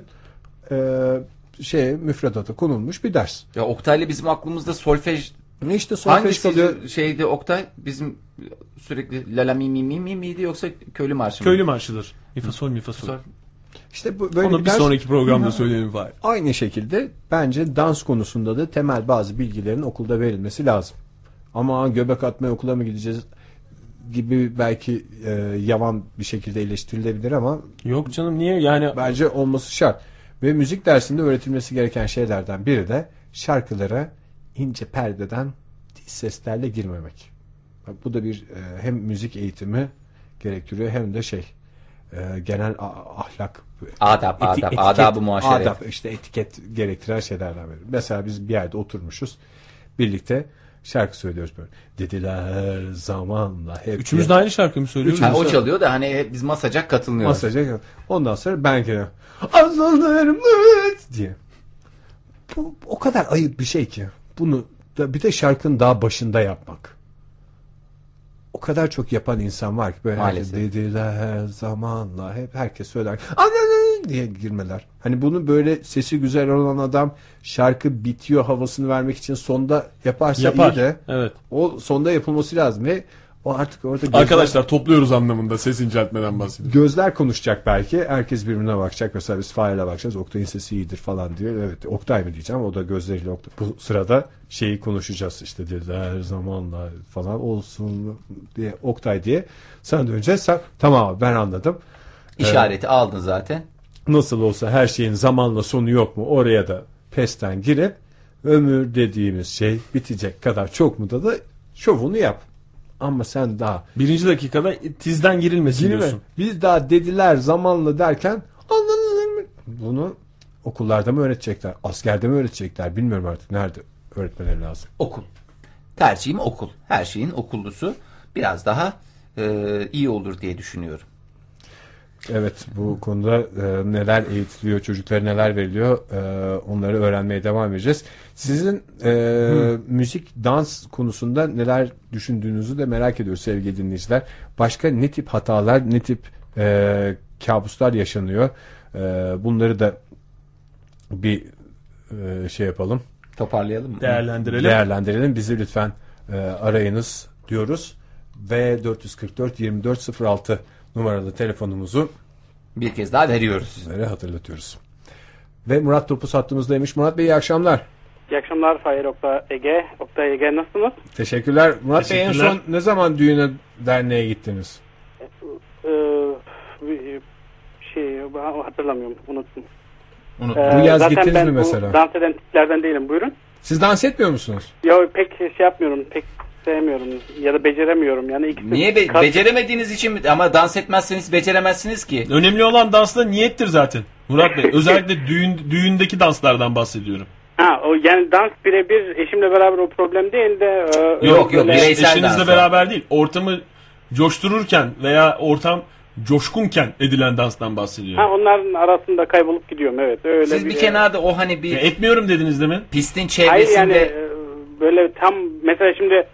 müfredata konulmuş bir ders. Ya Oktay'la bizim aklımızda solfej işte solfej kalıyor. Şeydi Oktay bizim sürekli la la mi mi mi mi miydi yoksa köylü marşı mı? Köylü marşıdır. Mi fa sol mi fa sol. İşte böyle onu bir sonraki programda söyleyelim var. Aynı şekilde bence dans konusunda da temel bazı bilgilerin okulda verilmesi lazım. Ama göbek atmaya okula mı gideceğiz gibi belki yavan bir şekilde eleştirilebilir ama yok canım niye yani bence olması şart. Ve müzik dersinde öğretilmesi gereken şeylerden biri de şarkılara ince perdeden tiz seslerle girmemek. Bak, bu da bir hem müzik eğitimi gerektiriyor hem de genel ahlak, adab-ı muaşeret. Adab, işte etiket gerektiren şeylerden biri. Mesela biz bir yerde oturmuşuz. Birlikte şarkı söylüyoruz böyle. Dediler zamanla hep. Üçümüz de aynı şarkı mı söylüyoruz? O çalıyor da hani biz masacak katılmıyoruz. Ondan sonra ben geliyorum. Azalırım diye. Bu o kadar ayıp bir şey ki. Bunu da bir de şarkının daha başında yapmak. O kadar çok yapan insan var ki böyle herkes dediler zamanla hep herkes söyler diye girmeler. Hani bunu böyle sesi güzel olan adam şarkı bitiyor havasını vermek için sonda yaparsa iyi de evet. o sonda yapılması lazım ve O artık orada gözler, Arkadaşlar topluyoruz anlamında ses inceltmeden bahsediyor. gözler konuşacak belki. Herkes birbirine bakacak. Mesela biz Fahir'le bakacağız. Oktay'ın sesi iyidir falan diyor. Evet, Oktay mı diyeceğim. O da gözleriyle Oktay. Bu sırada şeyi konuşacağız işte dediler zamanla falan olsun diye Oktay diye. Sen de önce tamam abi ben anladım. İşareti aldın zaten. Nasıl olsa her şeyin zamanla sonu yok mu? Oraya da pesten girip ömür dediğimiz şey bitecek kadar çok mu da şovunu yap. Ama sen daha Birinci dakikada tizden girilmesin diyorsun. Biz daha dediler zamanla derken bunu okullarda mı öğretecekler? Askerde mi öğretecekler? Bilmiyorum artık nerede öğretmeleri lazım. Okul. Tercihim okul. Her şeyin okullusu biraz daha iyi olur diye düşünüyorum. Evet, bu konuda neler eğitiliyor, çocuklara neler veriliyor, onları öğrenmeye devam edeceğiz. Sizin müzik, dans konusunda neler düşündüğünüzü de merak ediyoruz sevgili dinleyiciler. Başka ne tip hatalar, ne tip kabuslar yaşanıyor? Bunları da bir şey yapalım. Toparlayalım mı? Değerlendirelim. Bizi lütfen arayınız diyoruz. Ve 444-2406 numaralı telefonumuzu bir kez daha veriyoruz. Hatırlatıyoruz. Ve Murat Topuz hattımızdaymış. Murat Bey iyi akşamlar. İyi akşamlar Fahir Ege. Oktay Ege nasılsınız? Teşekkürler. Murat Bey en son ne zaman düğüne derneğe gittiniz? Hatırlamıyorum. Unuttum. Bu yaz gittiniz mi mesela? Ben dans eden tiplerden değilim. Buyurun. Siz dans etmiyor musunuz? Yok pek şey yapmıyorum. Pek sevmiyorum ya da beceremiyorum. Yani ikisi niye beceremediğiniz için mi? Ama dans etmezseniz beceremezsiniz ki. Önemli olan dansla niyettir zaten. Murat Bey özellikle düğündeki danslardan bahsediyorum. Yani dans birebir eşimle beraber o problem değil de yok bireysel eşinizle danslar. Beraber değil. Ortamı coştururken veya ortam coşkunken edilen danstan bahsediyorum. Onların arasında kaybolup gidiyorum evet. Öyle siz bir kenarda o hani bir etmiyorum dediniz değil mi? Pistin çevresinde. Hayır yani böyle tam mesela şimdi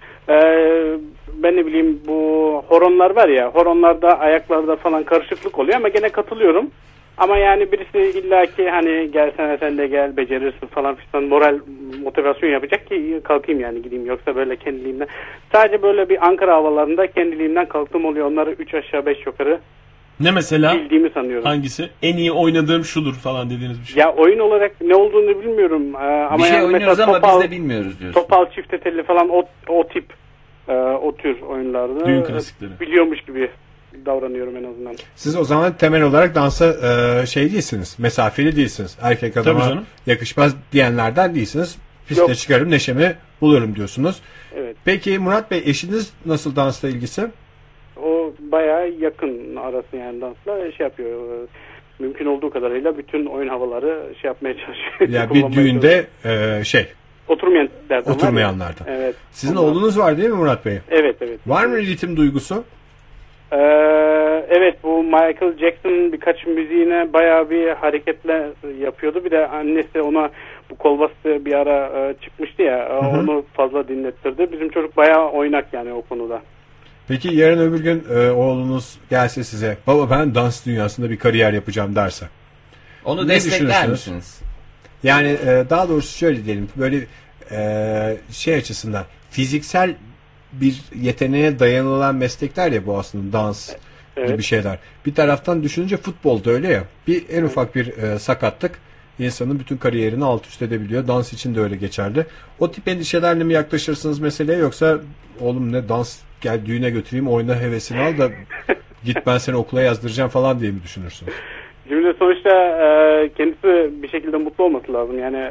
ben ne bileyim bu horonlar var ya, horonlarda ayaklarda falan karışıklık oluyor ama gene katılıyorum. Ama yani birisi illaki hani gelsene sen de gel becerirsin falan filan moral motivasyon yapacak ki kalkayım yani gideyim, yoksa böyle kendiliğimden sadece böyle bir Ankara havalarında kendiliğimden kalktım oluyor, onları 3 aşağı 5 yukarı. Ne mesela? Bildiğimi sanıyorum. Hangisi? En iyi oynadığım şudur falan dediğiniz bir şey. Ya oyun olarak ne olduğunu bilmiyorum. Ama bir şey yani oynuyoruz ama biz de bilmiyoruz diyorsun. Topal, çifte telli falan o tip o tür oyunlarda. Düğün klasikleri. Biliyormuş gibi davranıyorum en azından. Siz o zaman temel olarak dansa şey değilsiniz. Mesafeli değilsiniz. Erkek adama yakışmaz diyenlerden değilsiniz. Piste çıkarım neşemi bulurum diyorsunuz. Evet. Peki Murat Bey eşiniz nasıl dansla ilgisi? O bayağı yakın arası yani dansla şey yapıyor. Mümkün olduğu kadarıyla bütün oyun havaları şey yapmaya çalışıyor. Ya bir düğünde oturmayanlardan. Evet. Sizin oğlunuz var değil mi Murat Bey? Evet. Var mı ritim duygusu? Evet, bu Michael Jackson birkaç müziğine bayağı bir hareketle yapıyordu. Bir de annesi ona bu kolbastı bir ara çıkmıştı ya, onu fazla dinlettirdi. Bizim çocuk bayağı oynak yani o konuda. Peki yarın öbür gün oğlunuz gelse size, baba ben dans dünyasında bir kariyer yapacağım derse, onu destekler misiniz? Yani daha doğrusu şöyle diyelim, böyle şey açısından fiziksel bir yeteneğe dayanılan meslekler ya bu aslında dans gibi şeyler. Bir taraftan düşününce futbolda öyle ya, bir en ufak bir sakatlık insanın bütün kariyerini alt üst edebiliyor. Dans için de öyle geçerli. O tip endişelerle mi yaklaşırsınız meseleye, yoksa oğlum ne dans, gel düğüne götüreyim oyna hevesini al da git ben seni okula yazdıracağım falan diye mi düşünürsünüz? Şimdi sonuçta kendisi bir şekilde mutlu olması lazım. Yani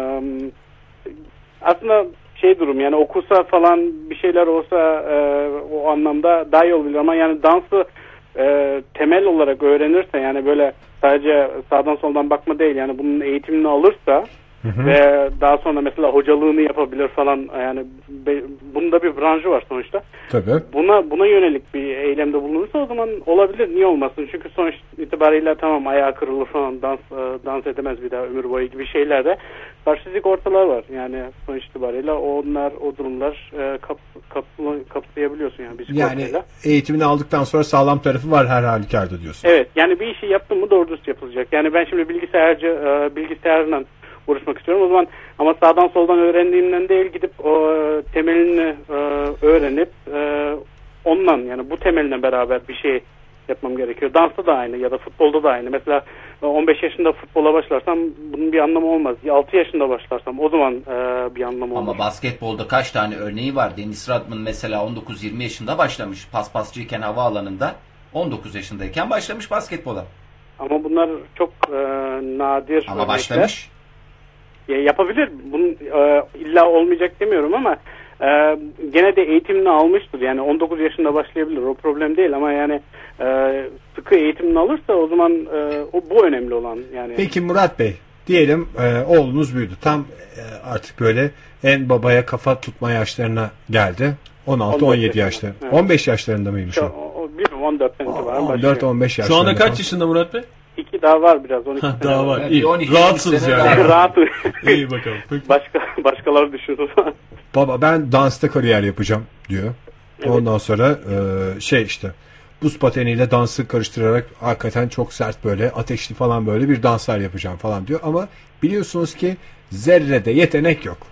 aslında durum yani okusa falan bir şeyler olsa o anlamda daha iyi olabilir ama yani dansı temel olarak öğrenirse, yani böyle sadece sağdan soldan bakma değil, yani bunun eğitimini alırsa ve daha sonra mesela hocalığını yapabilir falan, yani bunda bir branşı var sonuçta. Tabii. Buna yönelik bir eylemde bulunursa o zaman olabilir, niye olmasın? Çünkü sonuç itibariyle tamam ayağı kırılır falan, dans edemez bir daha ömür boyu gibi şeylerde karşılıklı ortalar var. Yani sonuç itibariyle o durumlar kapsayabiliyorsun yani bir yani eğitimini aldıktan sonra sağlam tarafı var her halükarda diyorsun. Evet, yani bir işi yaptın mı doğru dürüst yapılacak. Yani ben şimdi bilgisayarla uğraşmak istiyorum o zaman, ama sağdan soldan öğrendiğimden değil, gidip o temelini öğrenip ondan yani bu temeline beraber bir şey yapmam gerekiyor. Dansta da aynı ya da futbolda da aynı. Mesela 15 yaşında futbola başlarsam bunun bir anlamı olmaz. 6 yaşında başlarsam o zaman bir anlamı olur. Ama basketbolda kaç tane örneği var? Dennis Rodman mesela 19-20 yaşında başlamış. Paspasçıyken havaalanında 19 yaşındayken başlamış basketbola. Ama bunlar çok nadir. Ama başlamış. Yapabilir. Bunun illa olmayacak demiyorum ama gene de eğitimini almıştır. Yani 19 yaşında başlayabilir. O problem değil ama yani sıkı eğitimini alırsa o zaman bu önemli olan. Yani. Peki Murat Bey, diyelim oğlunuz büyüdü. Tam artık böyle en babaya kafa tutma yaşlarına geldi. 16-17 yaşlarında. Evet. 15 yaşlarında mıymış o? Bilmiyorum, 14 itibaren 14-15 yaşlarında. Şu anda kaç yaşında Murat Bey? 2 daha var biraz. 12 daha var. İyi. Rahatsınız yani. Rahat. İyi bakalım. Peki. Başkaları düşünür. Baba ben dansta kariyer yapacağım diyor. Evet. Ondan sonra işte buz pateniyle dansı karıştırarak hakikaten çok sert böyle ateşli falan böyle bir danslar yapacağım falan diyor. Ama biliyorsunuz ki zerrede yetenek yok.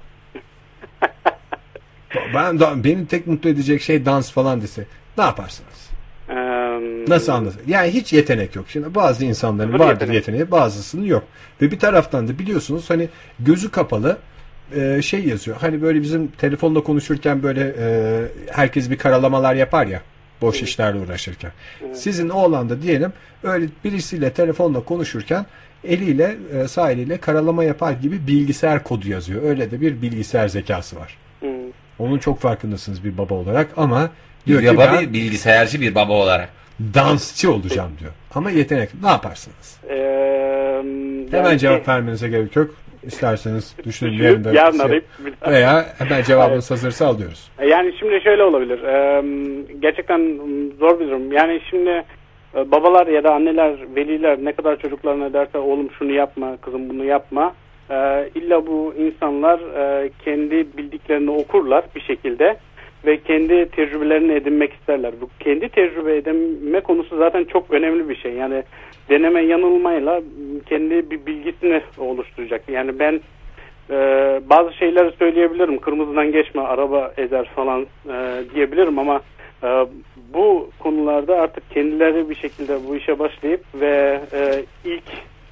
Beni tek mutlu edecek şey dans falan dese ne yaparsınız? Nasıl anlatır? Yani hiç yetenek yok. Şimdi bazı insanların vardır yeteneği, bazısının yok. Ve bir taraftan da biliyorsunuz hani gözü kapalı yazıyor. Hani böyle bizim telefonla konuşurken böyle herkes bir karalamalar yapar ya. Boş işlerle uğraşırken. Evet. Sizin oğlan da diyelim öyle birisiyle telefonla konuşurken eliyle sağ eliyle karalama yapar gibi bilgisayar kodu yazıyor. Öyle de bir bilgisayar zekası var. Onun çok farkındasınız bir baba olarak ama diyor ki ben bilgisayarcı bir baba olarak dansçı olacağım diyor. Ama yetenek ne yaparsınız? Hemen cevap vermenize gerek yok. İsterseniz düşünün yerinde veya hemen cevabınız hazırsa alıyoruz. Yani şimdi şöyle olabilir. Gerçekten zor bir durum. Yani şimdi babalar ya da anneler, veliler ne kadar çocuklarına derse oğlum şunu yapma, kızım bunu yapma. İlla bu insanlar kendi bildiklerini okurlar bir şekilde ve kendi tecrübelerini edinmek isterler. Bu kendi tecrübe edinme konusu zaten çok önemli bir şey. Yani deneme yanılmayla kendi bir bilgisini oluşturacak. Yani ben bazı şeyleri söyleyebilirim. Kırmızıdan geçme, araba ezer falan diyebilirim ama bu konularda artık kendileri bir şekilde bu işe başlayıp ve ilk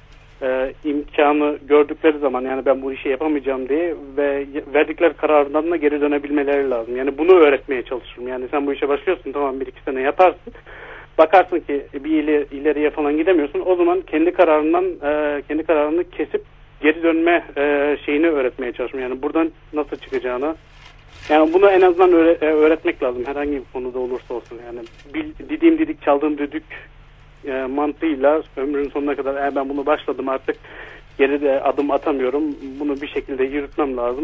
imkanı gördükleri zaman yani ben bu işi yapamayacağım diye ve verdikleri kararından da geri dönebilmeleri lazım. Yani bunu öğretmeye çalışırım. Yani sen bu işe başlıyorsun, tamam 1-2 sene yaparsın. Bakarsın ki bir ileriye falan gidemiyorsun. O zaman kendi kararını kesip geri dönme şeyini öğretmeye çalışıyorum. Yani buradan nasıl çıkacağını. Yani bunu en azından öğretmek lazım. Herhangi bir konuda olursa olsun. Yani dediğim dedik, çaldığım düdük mantığıyla ömrünün sonuna kadar ben bunu başladım artık geride adım atamıyorum. Bunu bir şekilde yürütmem lazım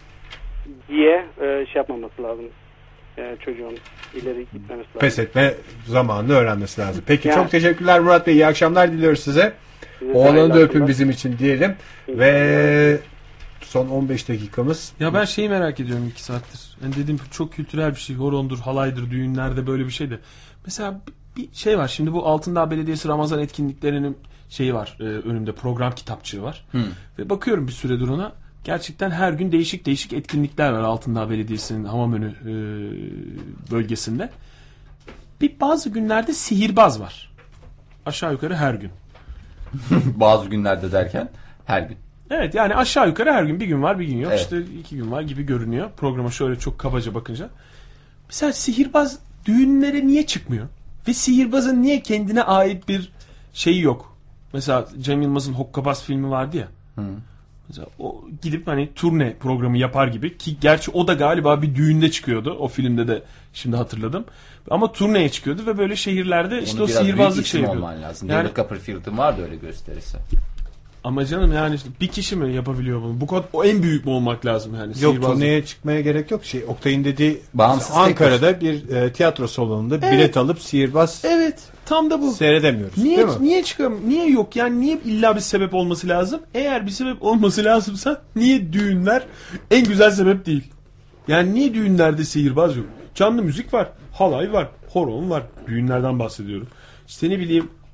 diye yapmaması lazım. Çocuğun ileri gitmemesi lazım. Pes etme zamanını öğrenmesi lazım. Peki yani. Çok teşekkürler Murat Bey. İyi akşamlar diliyoruz size. Oğlanı da öpün bizim için diyelim. Ve son 15 dakikamız. Ya ben şeyi merak ediyorum 2 saattir. Yani dediğim çok kültürel bir şey. Horondur, halaydır, düğünlerde böyle bir şey de. Mesela bir şey var. Şimdi bu Altındağ Belediyesi Ramazan etkinliklerinin şeyi var. Önümde program kitapçığı var. Ve bakıyorum bir süredir ona. Gerçekten her gün değişik değişik etkinlikler var Altındağ Belediyesi'nin Hamamönü bölgesinde. Bazı günlerde sihirbaz var. Aşağı yukarı her gün. Bazı günlerde derken her gün. Evet yani aşağı yukarı her gün. Bir gün var bir gün yok. Evet. İşte 2 gün var gibi görünüyor. Programa şöyle çok kabaca bakınca. Mesela sihirbaz düğünlere niye çıkmıyor? Ve sihirbazın niye kendine ait bir şeyi yok? Mesela Cem Yılmaz'ın Hokkabaz filmi vardı ya. Mesela o gidip hani turne programı yapar gibi ki gerçi o da galiba bir düğünde çıkıyordu. O filmde de şimdi hatırladım. Ama turneye çıkıyordu ve böyle şehirlerde işte o sihirbazlık şey yapıyordu. Yani David Copperfield'ın vardı öyle gösterisi. Ama canım yani işte bir kişi mi yapabiliyor bunu? Bu kadar o en büyük mü olmak lazım yani? Yok, turneye çıkmaya gerek yok. Oktay'ın dediği Ankara'da bir tiyatro salonunda bilet alıp sihirbaz. Evet, tam da bu. Seyredemiyoruz. Niye çıkamıyor? Niye yok? Yani niye illa bir sebep olması lazım? Eğer bir sebep olması lazımsa niye düğünler en güzel sebep değil? Yani niye düğünlerde sihirbaz yok? Canlı müzik var, halay var, horon var. Düğünlerden bahsediyorum. İşte ne bileyim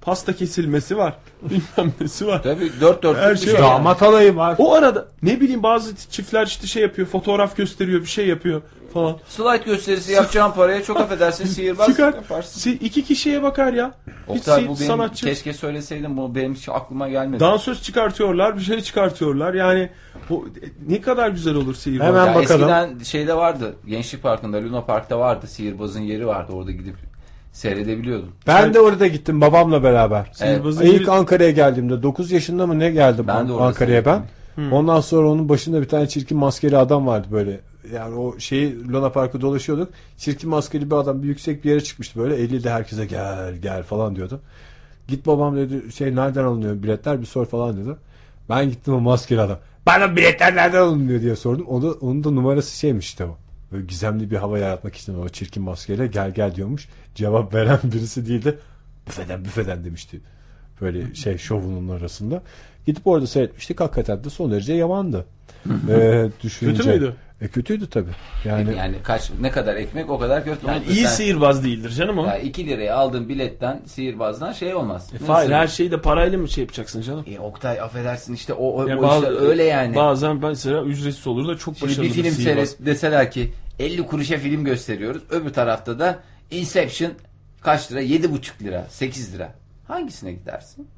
pasta kesilmesi var. Bilmem nesi var. Tabii dört Her bir şey şey. var. Damat alayı var. O arada ne bileyim bazı çiftler işte şey yapıyor, fotoğraf gösteriyor, bir şey yapıyor falan. Slide gösterisi yapacağın paraya çok affedersin sihirbaz Çıkar. yaparsın. 2 kişiye bakar ya. Oktay Hiç bu benim sanatçı. keşke söyleseydim, bu benim hiç aklıma gelmedi. Dansöz çıkartıyorlar, bir şey çıkartıyorlar. Yani ne kadar güzel olur sihirbaz. Hemen bakalım. Eskiden şeyde vardı. Gençlik Parkı'nda, Luna Park'ta vardı. Sihirbazın yeri vardı. Orada gidip seyredebiliyordum. Ben de orada gittim babamla beraber. Sihirbazın İlk yeri- Ankara'ya geldiğimde 9 yaşında mı ne geldim Ben de orada Ankara'ya ben. seyrettim. Ondan sonra onun başında bir tane çirkin maskeli adam vardı böyle. Yani o şeyi Luna Park'ı dolaşıyorduk. Çirkin maskeli bir adam bir yüksek bir yere çıkmıştı böyle. Eliyle herkese gel falan diyordu. Git babam dedi nereden alınıyor biletler bir sor falan dedi. Ben gittim o maskeli adam. Bana biletler nereden alınıyor diye sordum. Onun da numarası şeymiş işte o. Böyle gizemli bir hava yaratmak için o çirkin maskeyle gel diyormuş. Cevap veren birisi değildi. Büfeden demişti. Böyle şovunun arasında. Gidip orada seyretmiştik. Hakikaten de son derece yamandı. Düşününce. Kötü müydü? Kötüydü tabii. Yani ne kadar ekmek o kadar köfte. Yani iyi sihirbaz değildir canım o. Ya 2 liraya aldığın biletten sihirbazdan şey olmaz. Hayır, her şeyi de parayla mı şey yapacaksın canım? Oktay affedersin işte o Ya işler öyle yani. Bazen mesela ücretsiz olur da çok Şimdi başarılı bir film sihirbaz. seyret deseler ki 50 kuruşa film gösteriyoruz. Öbür tarafta da Inception kaç lira? 7,5 lira, 8 lira. Hangisine gidersin?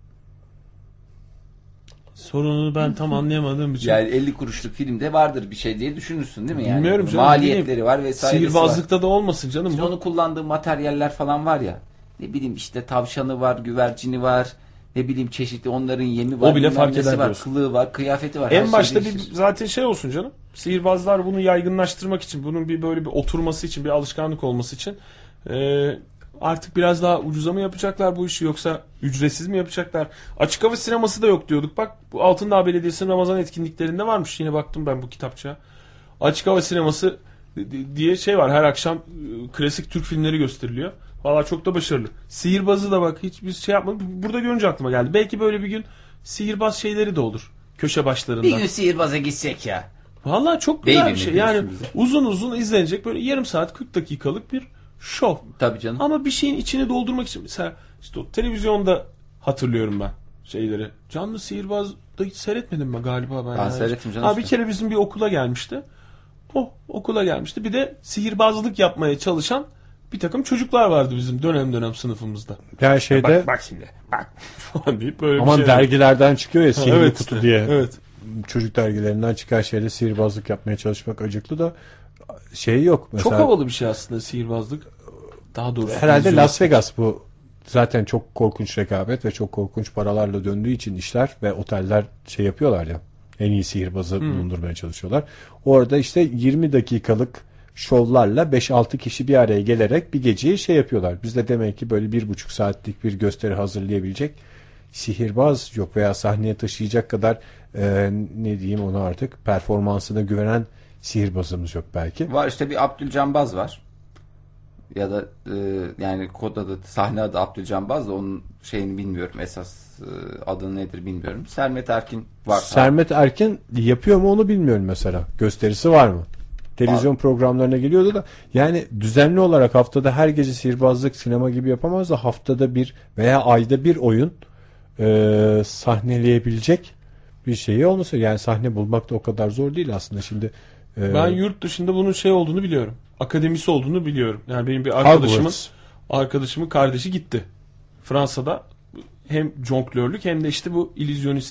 Sorunu ben tam anlayamadığım için. Yani 50 kuruşluk filmde vardır bir şey diye düşünürsün değil mi? Yani Bilmiyorum canım. maliyetleri var vesairesi Sihirbazlıkta var. da olmasın canım. İşte onu kullandığı materyaller falan var ya. Ne bileyim işte tavşanı var, güvercini var. Ne bileyim çeşitli onların yemi var. O bile fark nesi eder var, diyorsun. kılığı var, kıyafeti var. En başta zaten şey olsun canım. Sihirbazlar bunu yaygınlaştırmak için, bunun böyle bir oturması için, bir alışkanlık olması için artık biraz daha ucuza mı yapacaklar bu işi yoksa ücretsiz mi yapacaklar? Açık hava sineması da yok diyorduk. Bak bu Altındağ Belediyesi'nin Ramazan etkinliklerinde varmış. Yine baktım ben bu kitapçığa. Açık hava sineması diye şey var. Her akşam klasik Türk filmleri gösteriliyor. Valla çok da başarılı. Sihirbazı da bak hiçbir şey yapmadık. Burada görünce aklıma geldi. Belki böyle bir gün sihirbaz şeyleri de olur. Köşe başlarında. Bir gün sihirbaza gitsek ya. Valla çok güzel Baby bir şey. mi Yani diyorsun bize? uzun izlenecek böyle yarım saat 40 dakikalık bir şov. Tabii canım. Ama bir şeyin içini doldurmak için mesela işte o televizyonda hatırlıyorum ben şeyleri. Canlı sihirbaz da hiç seyretmedim mi galiba ben. Ben seyrettim canım. Bir kere bizim bir okula gelmişti. O okula gelmişti. Bir de sihirbazlık yapmaya çalışan bir takım çocuklar vardı bizim dönem sınıfımızda. Yani şeyde bak şimdi bak falan deyip böyle aman bir şey. dergilerden çıkıyor ya sihirli Evet kutu işte, diye. evet. Çocuk dergilerinden çıkan şeyle sihirbazlık yapmaya çalışmak acıklı da şey yok. Mesela, Çok havalı bir şey aslında sihirbazlık. Daha doğrusu. Herhalde Las Vegas bu zaten çok korkunç rekabet ve çok korkunç paralarla döndüğü için işler ve oteller şey yapıyorlar ya. En iyi sihirbazı bulundurmaya çalışıyorlar. Orada işte 20 dakikalık şovlarla 5-6 kişi bir araya gelerek bir geceyi şey yapıyorlar. Bizde demek ki böyle 1,5 saatlik bir gösteri hazırlayabilecek sihirbaz yok veya sahneye taşıyacak kadar ne diyeyim ona artık performansına güvenen sihirbazımız yok belki. Var işte bir Abdülcanbaz var. Ya da yani kod adı, sahne adı Abdülcanbaz da onun şeyini bilmiyorum. Esas adı nedir bilmiyorum. Sermet Erkin var. Sermet Erkin yapıyor mu onu bilmiyorum mesela. Gösterisi var mı? Televizyon programlarına geliyordu da yani düzenli olarak haftada her gece sihirbazlık sinema gibi yapamaz da haftada bir veya ayda bir oyun sahneleyebilecek bir şeyi olması. Yani sahne bulmak da o kadar zor değil aslında şimdi. Ben yurt dışında bunun şey olduğunu biliyorum. Akademisi olduğunu biliyorum. Yani benim bir arkadaşımın kardeşi gitti. Fransa'da hem jonglörlük hem de işte bu illüzyonist.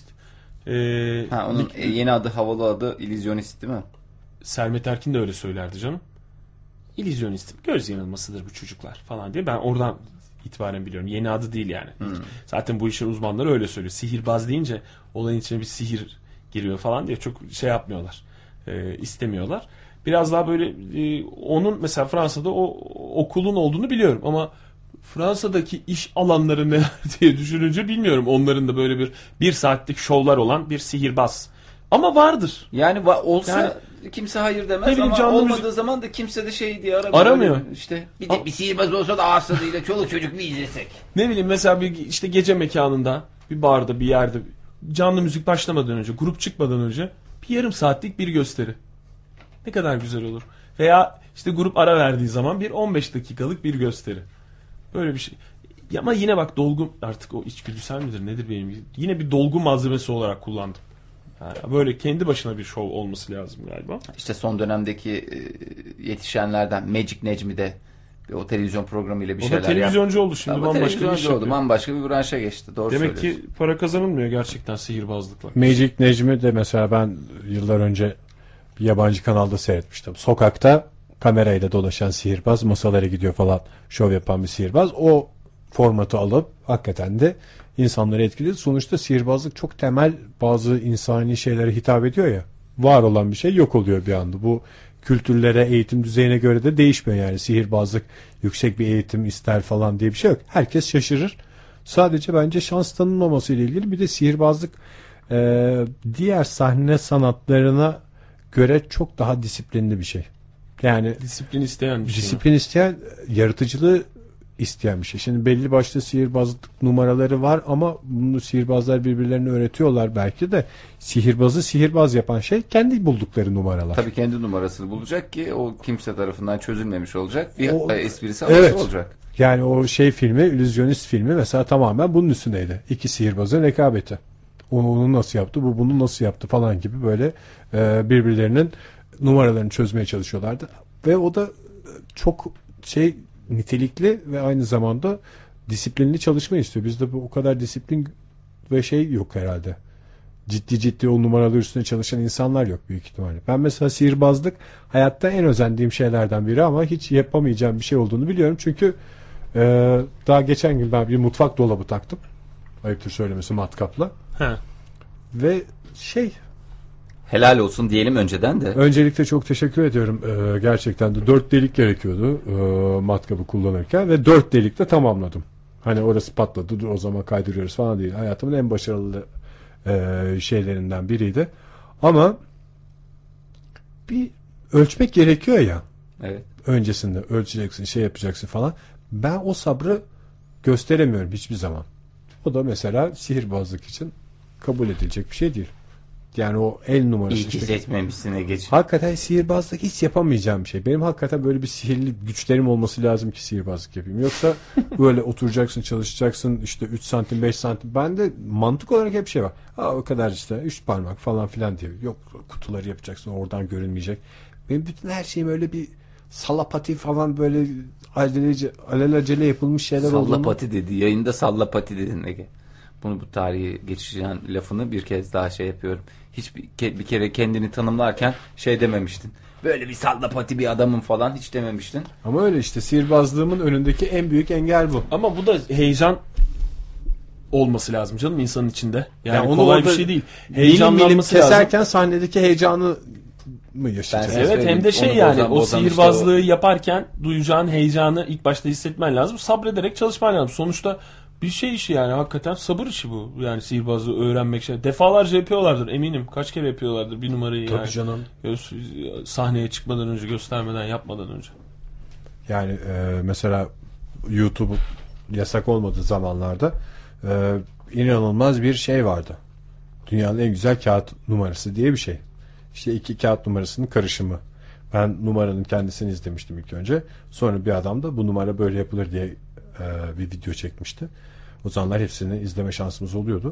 Onun yeni adı, havalı adı illüzyonist değil mi? Sermet Erkin de öyle söylerdi canım. İllüzyonistim. Göz yanılmasıdır bu çocuklar falan diye. Ben oradan itibaren biliyorum. Yeni adı değil yani. Zaten bu işin uzmanları öyle söylüyor. Sihirbaz deyince olayın içine bir sihir giriyor falan diye çok şey yapmıyorlar. İstemiyorlar. Biraz daha böyle onun mesela Fransa'da o okulun olduğunu biliyorum ama Fransa'daki iş alanları neler diye düşününce bilmiyorum. Onların da böyle bir saatlik şovlar olan bir sihirbaz. Ama vardır. Yani olsa kimse hayır demez ama olmadığı zaman da kimse de şey diye aramıyor. İşte bir sihirbaz olsa da ağız tadıyla çoluk çocuk mu izlesek? Ne bileyim mesela bir işte gece mekanında, bir barda, bir yerde canlı müzik başlamadan önce, grup çıkmadan önce bir yarım saatlik bir gösteri. Ne kadar güzel olur. Veya işte grup ara verdiği zaman bir 15 dakikalık bir gösteri. Böyle bir şey. Ama yine bak dolgu artık o içgüdüsel midir nedir benim gibi. Yine bir dolgu malzemesi olarak kullandım. Yani böyle kendi başına bir şov olması lazım galiba. İşte son dönemdeki yetişenlerden Magic Necmi de o televizyon programıyla bir şeyler yaptı. O da televizyoncu oldu şimdi, ama bambaşka bir şey oldu. Bambaşka bir branşa geçti. Doğru demek söylüyorsun. ki para kazanılmıyor gerçekten sihirbazlıkla. Magic Necmi de mesela ben yıllar önce bir yabancı kanalda seyretmiştim. Sokakta kamerayla dolaşan sihirbaz, masalara gidiyor falan, şov yapan bir sihirbaz. O formatı alıp hakikaten de insanları etkiledi. Sonuçta sihirbazlık çok temel bazı insani şeylere hitap ediyor ya. Var olan bir şey yok oluyor bir anda. Bu kültürlere, eğitim düzeyine göre de değişmiyor yani. Sihirbazlık yüksek bir eğitim ister falan diye bir şey yok. Herkes şaşırır. Sadece bence şans tanınmaması ile ilgili, bir de sihirbazlık diğer sahne sanatlarına göre çok daha disiplinli bir şey. Yani disiplin isteyen bir şey. Disiplin isteyen, yaratıcılığı isteyen bir şey. Şimdi belli başlı sihirbazlık numaraları var ama bunu sihirbazlar birbirlerine öğretiyorlar belki de. Sihirbazı sihirbaz yapan şey kendi buldukları numaralar. Tabii kendi numarasını bulacak ki o kimse tarafından çözülmemiş olacak. Bir esprisi evet olacak. Yani o şey filmi, İllüzyonist filmi mesela tamamen bunun üstündeydi. İki sihirbazın rekabeti. Onu nasıl yaptı, bu bunu nasıl yaptı falan gibi böyle birbirlerinin numaralarını çözmeye çalışıyorlardı. Ve o da çok nitelikli ve aynı zamanda disiplinli çalışma istiyor. Bizde bu o kadar disiplin ve şey yok herhalde. Ciddi o numaralar üstüne çalışan insanlar yok büyük ihtimalle. Ben mesela sihirbazlık hayatta en özendiğim şeylerden biri ama hiç yapamayacağım bir şey olduğunu biliyorum. Çünkü daha geçen gün ben bir mutfak dolabı taktım. Ayıptır söylemesi, matkapla. Ve helal olsun diyelim önceden de. Öncelikle çok teşekkür ediyorum. Gerçekten de 4 delik gerekiyordu matkabı kullanırken ve 4 delikte tamamladım. Hani orası patladı, o zaman kaydırıyoruz falan değil. Hayatımın en başarılı şeylerinden biriydi. Ama bir ölçmek gerekiyor ya. Evet. Öncesinde ölçeceksin, yapacaksın falan. Ben o sabrı gösteremiyorum hiçbir zaman. O da mesela sihirbazlık için kabul edilecek bir şey değil. Yani o el numarası. İyi ki seçmemişsine geç. Hakikaten sihirbazlık hiç yapamayacağım bir şey. Benim hakikaten böyle bir sihirli güçlerim olması lazım ki sihirbazlık yapayım. Yoksa böyle oturacaksın, çalışacaksın, işte 3 santim 5 santim. Bende mantık olarak hep şey var. O kadar işte 3 parmak falan filan diyor. Yok, kutuları yapacaksın, oradan görünmeyecek. Benim bütün her şeyim öyle bir salapati falan, böyle alelacele yapılmış şeyler oldu. Sallapati dedi. Yayında sallapati dedin Ege. Bunu, bu tarihi geçişen lafını bir kez daha yapıyorum. Bir kere kendini tanımlarken dememiştin. Böyle bir sallapati bir adamım falan hiç dememiştin. Ama öyle işte, sihirbazlığımın önündeki en büyük engel bu. Ama bu da heyecan olması lazım canım insanın içinde. Yani kolay bir şey değil. Heyecanlanması lazım. Keserken sahnedeki heyecanı mı yaşayacağız? Evet, hem de yani o sihirbazlığı yaparken duyacağın heyecanı ilk başta hissetmen lazım. Sabrederek çalışman lazım. Sonuçta bir şey işi yani, hakikaten sabır işi bu. Yani sihirbazlığı öğrenmek defalarca yapıyorlardır eminim. Kaç kere yapıyorlardır bir numarayı. Tabii canım. Sahneye çıkmadan önce, göstermeden, yapmadan önce. Yani mesela YouTube yasak olmadığı zamanlarda inanılmaz bir şey vardı. Dünyanın en güzel kağıt numarası diye bir şey. İşte iki kağıt numarasının karışımı. Ben numaranın kendisini izlemiştim ilk önce. Sonra bir adam da bu numara böyle yapılır diye bir video çekmişti. O zamanlar hepsini izleme şansımız oluyordu.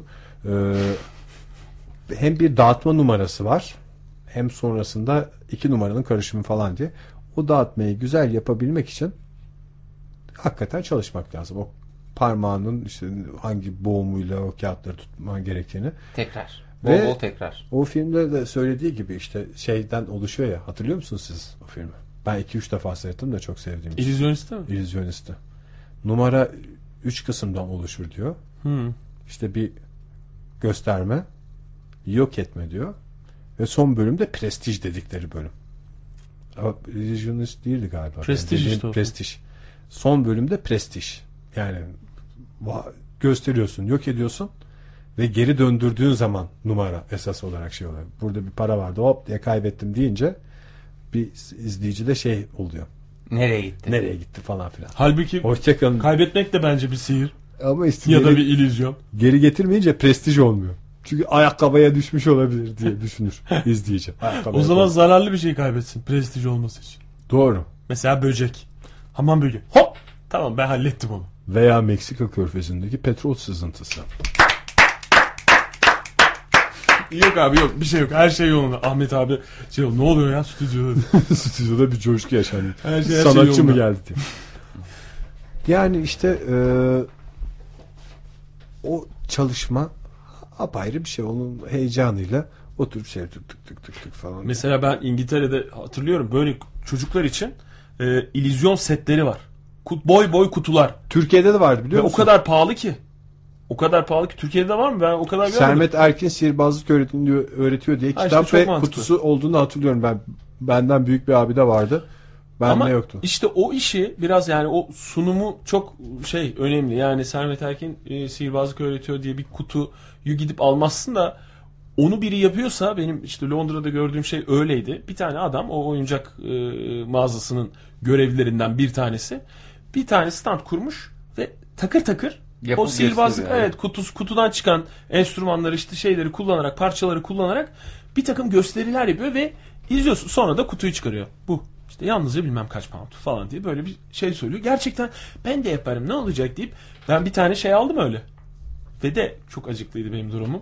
Hem bir dağıtma numarası var, hem sonrasında iki numaranın karışımı falan diye. O dağıtmayı güzel yapabilmek için hakikaten çalışmak lazım. O parmağının işte hangi boğumuyla o kağıtları tutman gerektiğini. Tekrar. Bol tekrar. O filmde de söylediği gibi işte şeyden oluşuyor ya. Hatırlıyor musunuz siz o filmi? Ben 2-3 defa seyrettim de çok sevdiğim için. İllüzyonist'te mi? İllüzyonist'te. Numara 3 kısımdan oluşur diyor. İşte bir gösterme, yok etme diyor. Ve son bölümde prestij dedikleri bölüm. Ama İllüzyonist değildi galiba. Prestij işte. Prestij. Son bölümde prestij. Yani gösteriyorsun, yok ediyorsun ve geri döndürdüğün zaman numara esas olarak şey oluyor. Burada bir para vardı, hop diye kaybettim deyince bir izleyici de oluyor. Nereye gitti? Nereye gitti falan filan. Halbuki hoşçakalın. Kaybetmek de bence bir sihir. Ama işte ya da bir illüzyon. Geri getirmeyince prestij olmuyor. Çünkü ayakkabıya düşmüş olabilir diye düşünür izleyici. O zaman zararlı bir şey kaybetsin prestij olması için. Doğru. Mesela böcek. Hamam böceği. Hop! Tamam, ben hallettim onu. veya Meksika körfezindeki petrol sızıntısı. Yok abi yok, bir şey yok, her şey yolunda. Ahmet abi ne oluyor ya stüdyoda? Stüdyoda bir coşku yaşandı. Her Sanatçı mı geldi diye. Yani işte o çalışma apayrı bir şey. Onun heyecanıyla oturup tık falan. Mesela ben İngiltere'de hatırlıyorum, böyle çocuklar için illüzyon setleri var. Boy kutular. Türkiye'de de vardı biliyor Ve musun? o kadar pahalı ki. Türkiye'de var mı? Ben o kadar görmedim. Sermet Erkin sihirbazlık öğretiyor diye kitap işte ve mantıklı. kutusu olduğunu hatırlıyorum. Benden büyük bir abi de vardı. Bende yoktu. İşte o işi biraz, yani o sunumu çok önemli. Yani Sermet Erkin sihirbazlık öğretiyor diye bir kutuyu gidip almazsın da onu biri yapıyorsa, benim işte Londra'da gördüğüm şey öyleydi. Bir tane adam, o oyuncak mağazasının görevlilerinden bir tanesi, bir tane stand kurmuş ve takır takır o sihirbazlık, kutudan çıkan enstrümanları, işte şeyleri kullanarak, parçaları kullanarak bir takım gösteriler yapıyor ve izliyorsun. Sonra da kutuyu çıkarıyor. Bu işte yalnızca bilmem kaç pound falan diye böyle bir şey söylüyor. Gerçekten ben de yaparım, ne olacak deyip ben bir tane aldım öyle. Ve de çok acıklıydı benim durumum.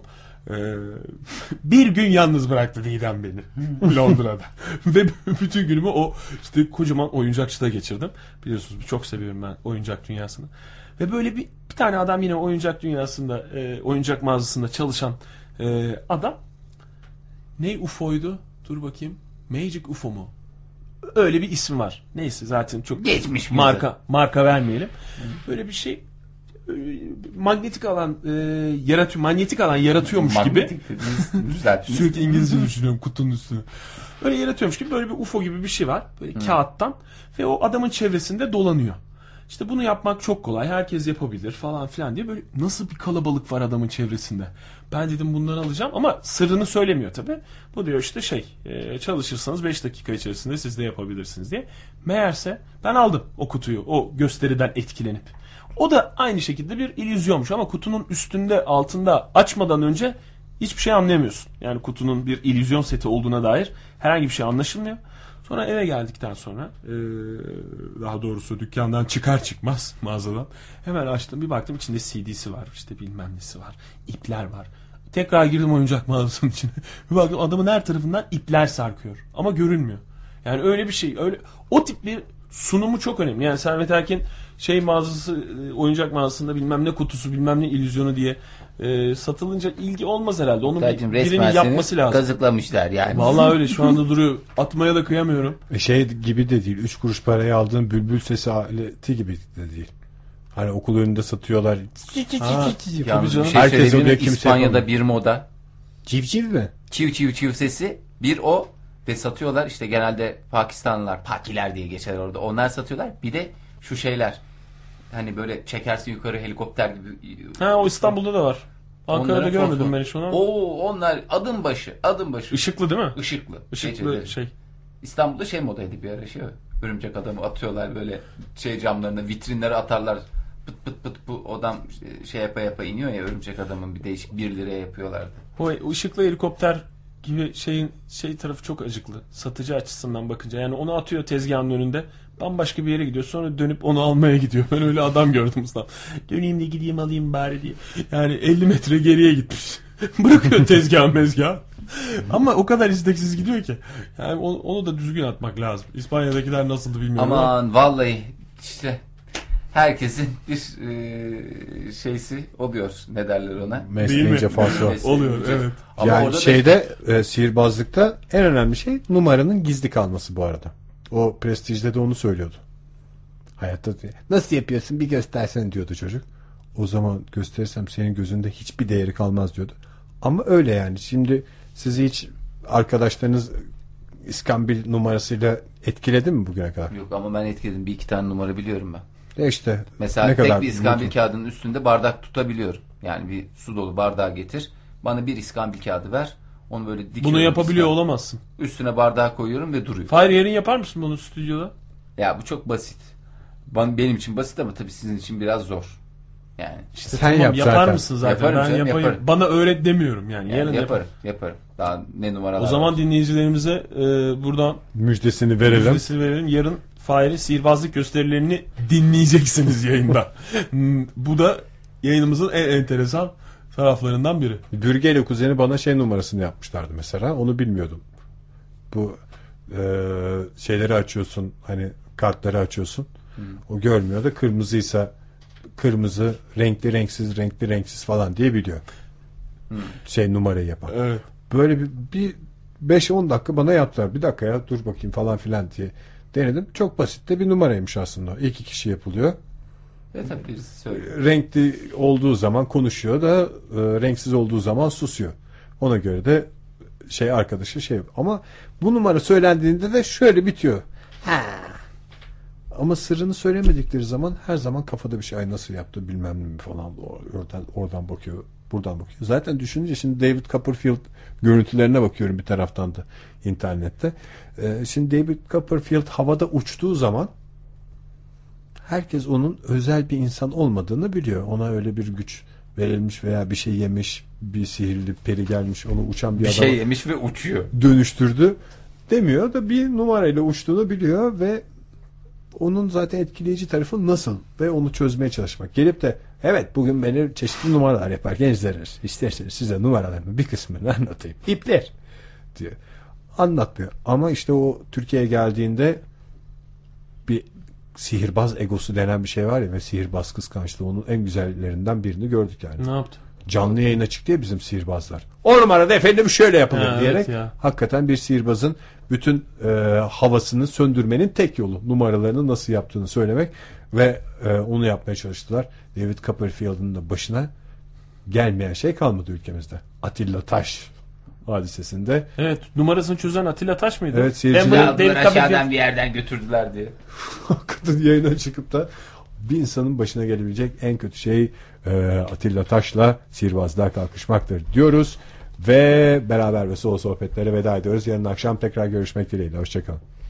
Bir gün yalnız bıraktı Didem beni Londra'da. Ve bütün günümü o işte kocaman oyuncakçıda geçirdim. Biliyorsunuz çok seviyorum ben oyuncak dünyasını. Ve böyle bir tane adam, yine oyuncak dünyasında, oyuncak mağazasında çalışan adam. Ne UFO'ydu? Dur bakayım. Magic UFO mu? Öyle bir isim var. Neyse, zaten çok geçmiş marka vermeyelim. Böyle bir şey, manyetik alan yaratıyormuş gibi. Sürekli İngilizce düşünüyorum kutunun üstüne. Böyle yaratıyormuş gibi, böyle bir UFO gibi bir şey var. Böyle kağıttan ve o adamın çevresinde dolanıyor. İşte bunu yapmak çok kolay, herkes yapabilir falan filan diye, böyle nasıl bir kalabalık var adamın çevresinde. Ben dedim bundan alacağım, ama sırrını söylemiyor tabii. Bu diyor işte çalışırsanız 5 dakika içerisinde siz de yapabilirsiniz diye. Meğerse ben aldım o kutuyu, o gösteriden etkilenip. O da aynı şekilde bir illüzyonmuş, ama kutunun üstünde, altında, açmadan önce hiçbir şey anlayamıyorsun. Yani kutunun bir illüzyon seti olduğuna dair herhangi bir şey anlaşılmıyor. Sonra eve geldikten sonra, daha doğrusu dükkandan çıkar çıkmaz, mağazadan hemen açtım, bir baktım içinde CD'si var, işte bilmem nesi var, ipler var. Tekrar girdim oyuncak mağazasının içine. Bir baktım adamın her tarafından ipler sarkıyor ama görünmüyor. Yani öyle bir şey, öyle o tip bir sunumu çok önemli. Yani Sermet Erkin mağazası, oyuncak mağazasında bilmem ne kutusu, bilmem ne illüzyonu diye satılınca ilgi olmaz herhalde. Onun birinin yapması lazım. Kazıklamışlar yani. Vallahi öyle şu anda duruyor. Atmaya da kıyamıyorum. Gibi de değil. 3 kuruş paraya aldığın bülbül sesi aleti gibi de değil. Hani okul önünde satıyorlar. Yalnız bir şey herkes oluyor, kimse İspanya'da yapamıyor. bir moda. Civciv mi? Çiv sesi bir o ve satıyorlar işte, genelde Pakistanlılar, Pakiler diye geçer orada. Onlar satıyorlar. Bir de şu şeyler, hani böyle çekersin yukarı, helikopter gibi. O İstanbul'da da var. Ankara'da görmedim ben hiç onu. Onlar adım başı. Işıklı değil mi? Işıklı şey. İstanbul'da modaydı bir ara örümcek adamı atıyorlar böyle camlarına, vitrinlere atarlar. Pıt pıt pıt, bu adam yapa iniyor ya, örümcek adamın bir değişik 1 liraya yapıyorlardı. O ışıklı helikopter gibi tarafı çok acıklı. Satıcı açısından bakınca. Yani onu atıyor tezgahın önünde. Bambaşka bir yere gidiyor. Sonra dönüp onu almaya gidiyor. Ben öyle adam gördüm usta. Döneyim de gideyim alayım bari diye. Yani 50 metre geriye gitmiş. Bırakıyor tezgah. Ama o kadar isteksiz gidiyor ki. Yani onu da düzgün atmak lazım. İspanya'dakiler nasıldı bilmiyorum. Aman vallahi işte herkesin bir şeysi oluyor. Ne derler ona? Mesleğince fazla. Oluyor, evet. Ama yani sihirbazlıkta en önemli şey numaranın gizli kalması bu arada. O Prestige'de de onu söylüyordu. Hayatta nasıl yapıyorsun bir göstersen diyordu çocuk. O zaman gösterirsem senin gözünde hiçbir değeri kalmaz diyordu. Ama öyle yani. Şimdi sizi hiç arkadaşlarınız iskambil numarasıyla etkiledi mi bugüne kadar? Yok, ama ben etkiledim. 1-2 tane numara biliyorum ben. İşte mesela tek bir iskambil kağıdının üstünde bardak tutabiliyorum. Yani bir su dolu bardağı getir. Bana bir iskambil kağıdı ver. Onu böyle dikiyorum. Bunu yapabiliyor olamazsın. Üstüne bardağı koyuyorum ve duruyor. Fahir, yarın yapar mısın bunu stüdyoda? Ya bu çok basit. Benim için basit ama tabii sizin için biraz zor. Yani işte sen yapar mısın zaten? Yaparım. Bana öğret demiyorum yani. Yarın yaparım. Daha ne numaralar. O zaman dinleyicilerimize buradan müjdesini verelim. Yarın Fahir'in sihirbazlık gösterilerini dinleyeceksiniz yayında. Bu da yayınımızın en enteresan taraflarından biri. Bürge ile kuzeni bana şey numarasını yapmışlardı mesela. Onu bilmiyordum. Bu şeyleri açıyorsun, hani kartları açıyorsun. O görmüyor da kırmızıysa kırmızı, renkli renksiz, renkli renksiz falan diye biliyor. Şey numarayı yapan. Evet. Böyle bir 5-10 dakika bana yaptılar. Bir dakika ya dur bakayım falan filan diye denedim. Çok basit de bir numaraymış aslında. İlk kişi yapılıyor. Tabii birisi söylüyor. Renkli olduğu zaman konuşuyor da renksiz olduğu zaman susuyor. Ona göre de şey arkadaşı şey. Ama bu numara söylendiğinde de şöyle bitiyor. Ha. Ama sırrını söylemedikleri zaman her zaman kafada bir şey. Ay nasıl yaptı bilmem ne falan. Oradan bakıyor. Buradan bakıyor. Zaten düşününce şimdi David Copperfield görüntülerine bakıyorum bir taraftan da internette. Şimdi David Copperfield havada uçtuğu zaman herkes onun özel bir insan olmadığını biliyor. Ona öyle bir güç verilmiş veya bir şey yemiş, bir sihirli peri gelmiş, onu uçan bir adam şey yemiş ve uçuyor. Dönüştürdü demiyor da bir numarayla uçtuğunu biliyor ve onun zaten etkileyici tarafı nasıl ve onu çözmeye çalışmak. Gelip de evet bugün beni çeşitli numaralar yaparken izleriz. İsterseniz size numaralarımın bir kısmını anlatayım. İpler diyor. Anlatmıyor. Ama işte o Türkiye'ye geldiğinde bir sihirbaz egosu denen bir şey var ya ve sihirbaz kıskançlığı onun en güzellerinden birini gördük yani. Ne yaptı? Canlı yayına çıktı ya bizim sihirbazlar. O numarada efendim şöyle yapılır diyerek hakikaten bir sihirbazın bütün havasını söndürmenin tek yolu numaralarını nasıl yaptığını söylemek ve onu yapmaya çalıştılar. David Copperfield'ın da başına gelmeyen şey kalmadı ülkemizde. Atilla Taş hadisesinde. Evet, numarasını çözen Atilla Taş mıydı? Evet, seyirciler aşağıdan bir yerden götürdüler diye. Kadın yayına çıkıp da bir insanın başına gelebilecek en kötü şey Atilla Taş'la sihirbazlığa kalkışmaktır diyoruz ve beraber ve sohbetlere veda ediyoruz. Yarın akşam tekrar görüşmek dileğiyle. Hoşçakalın.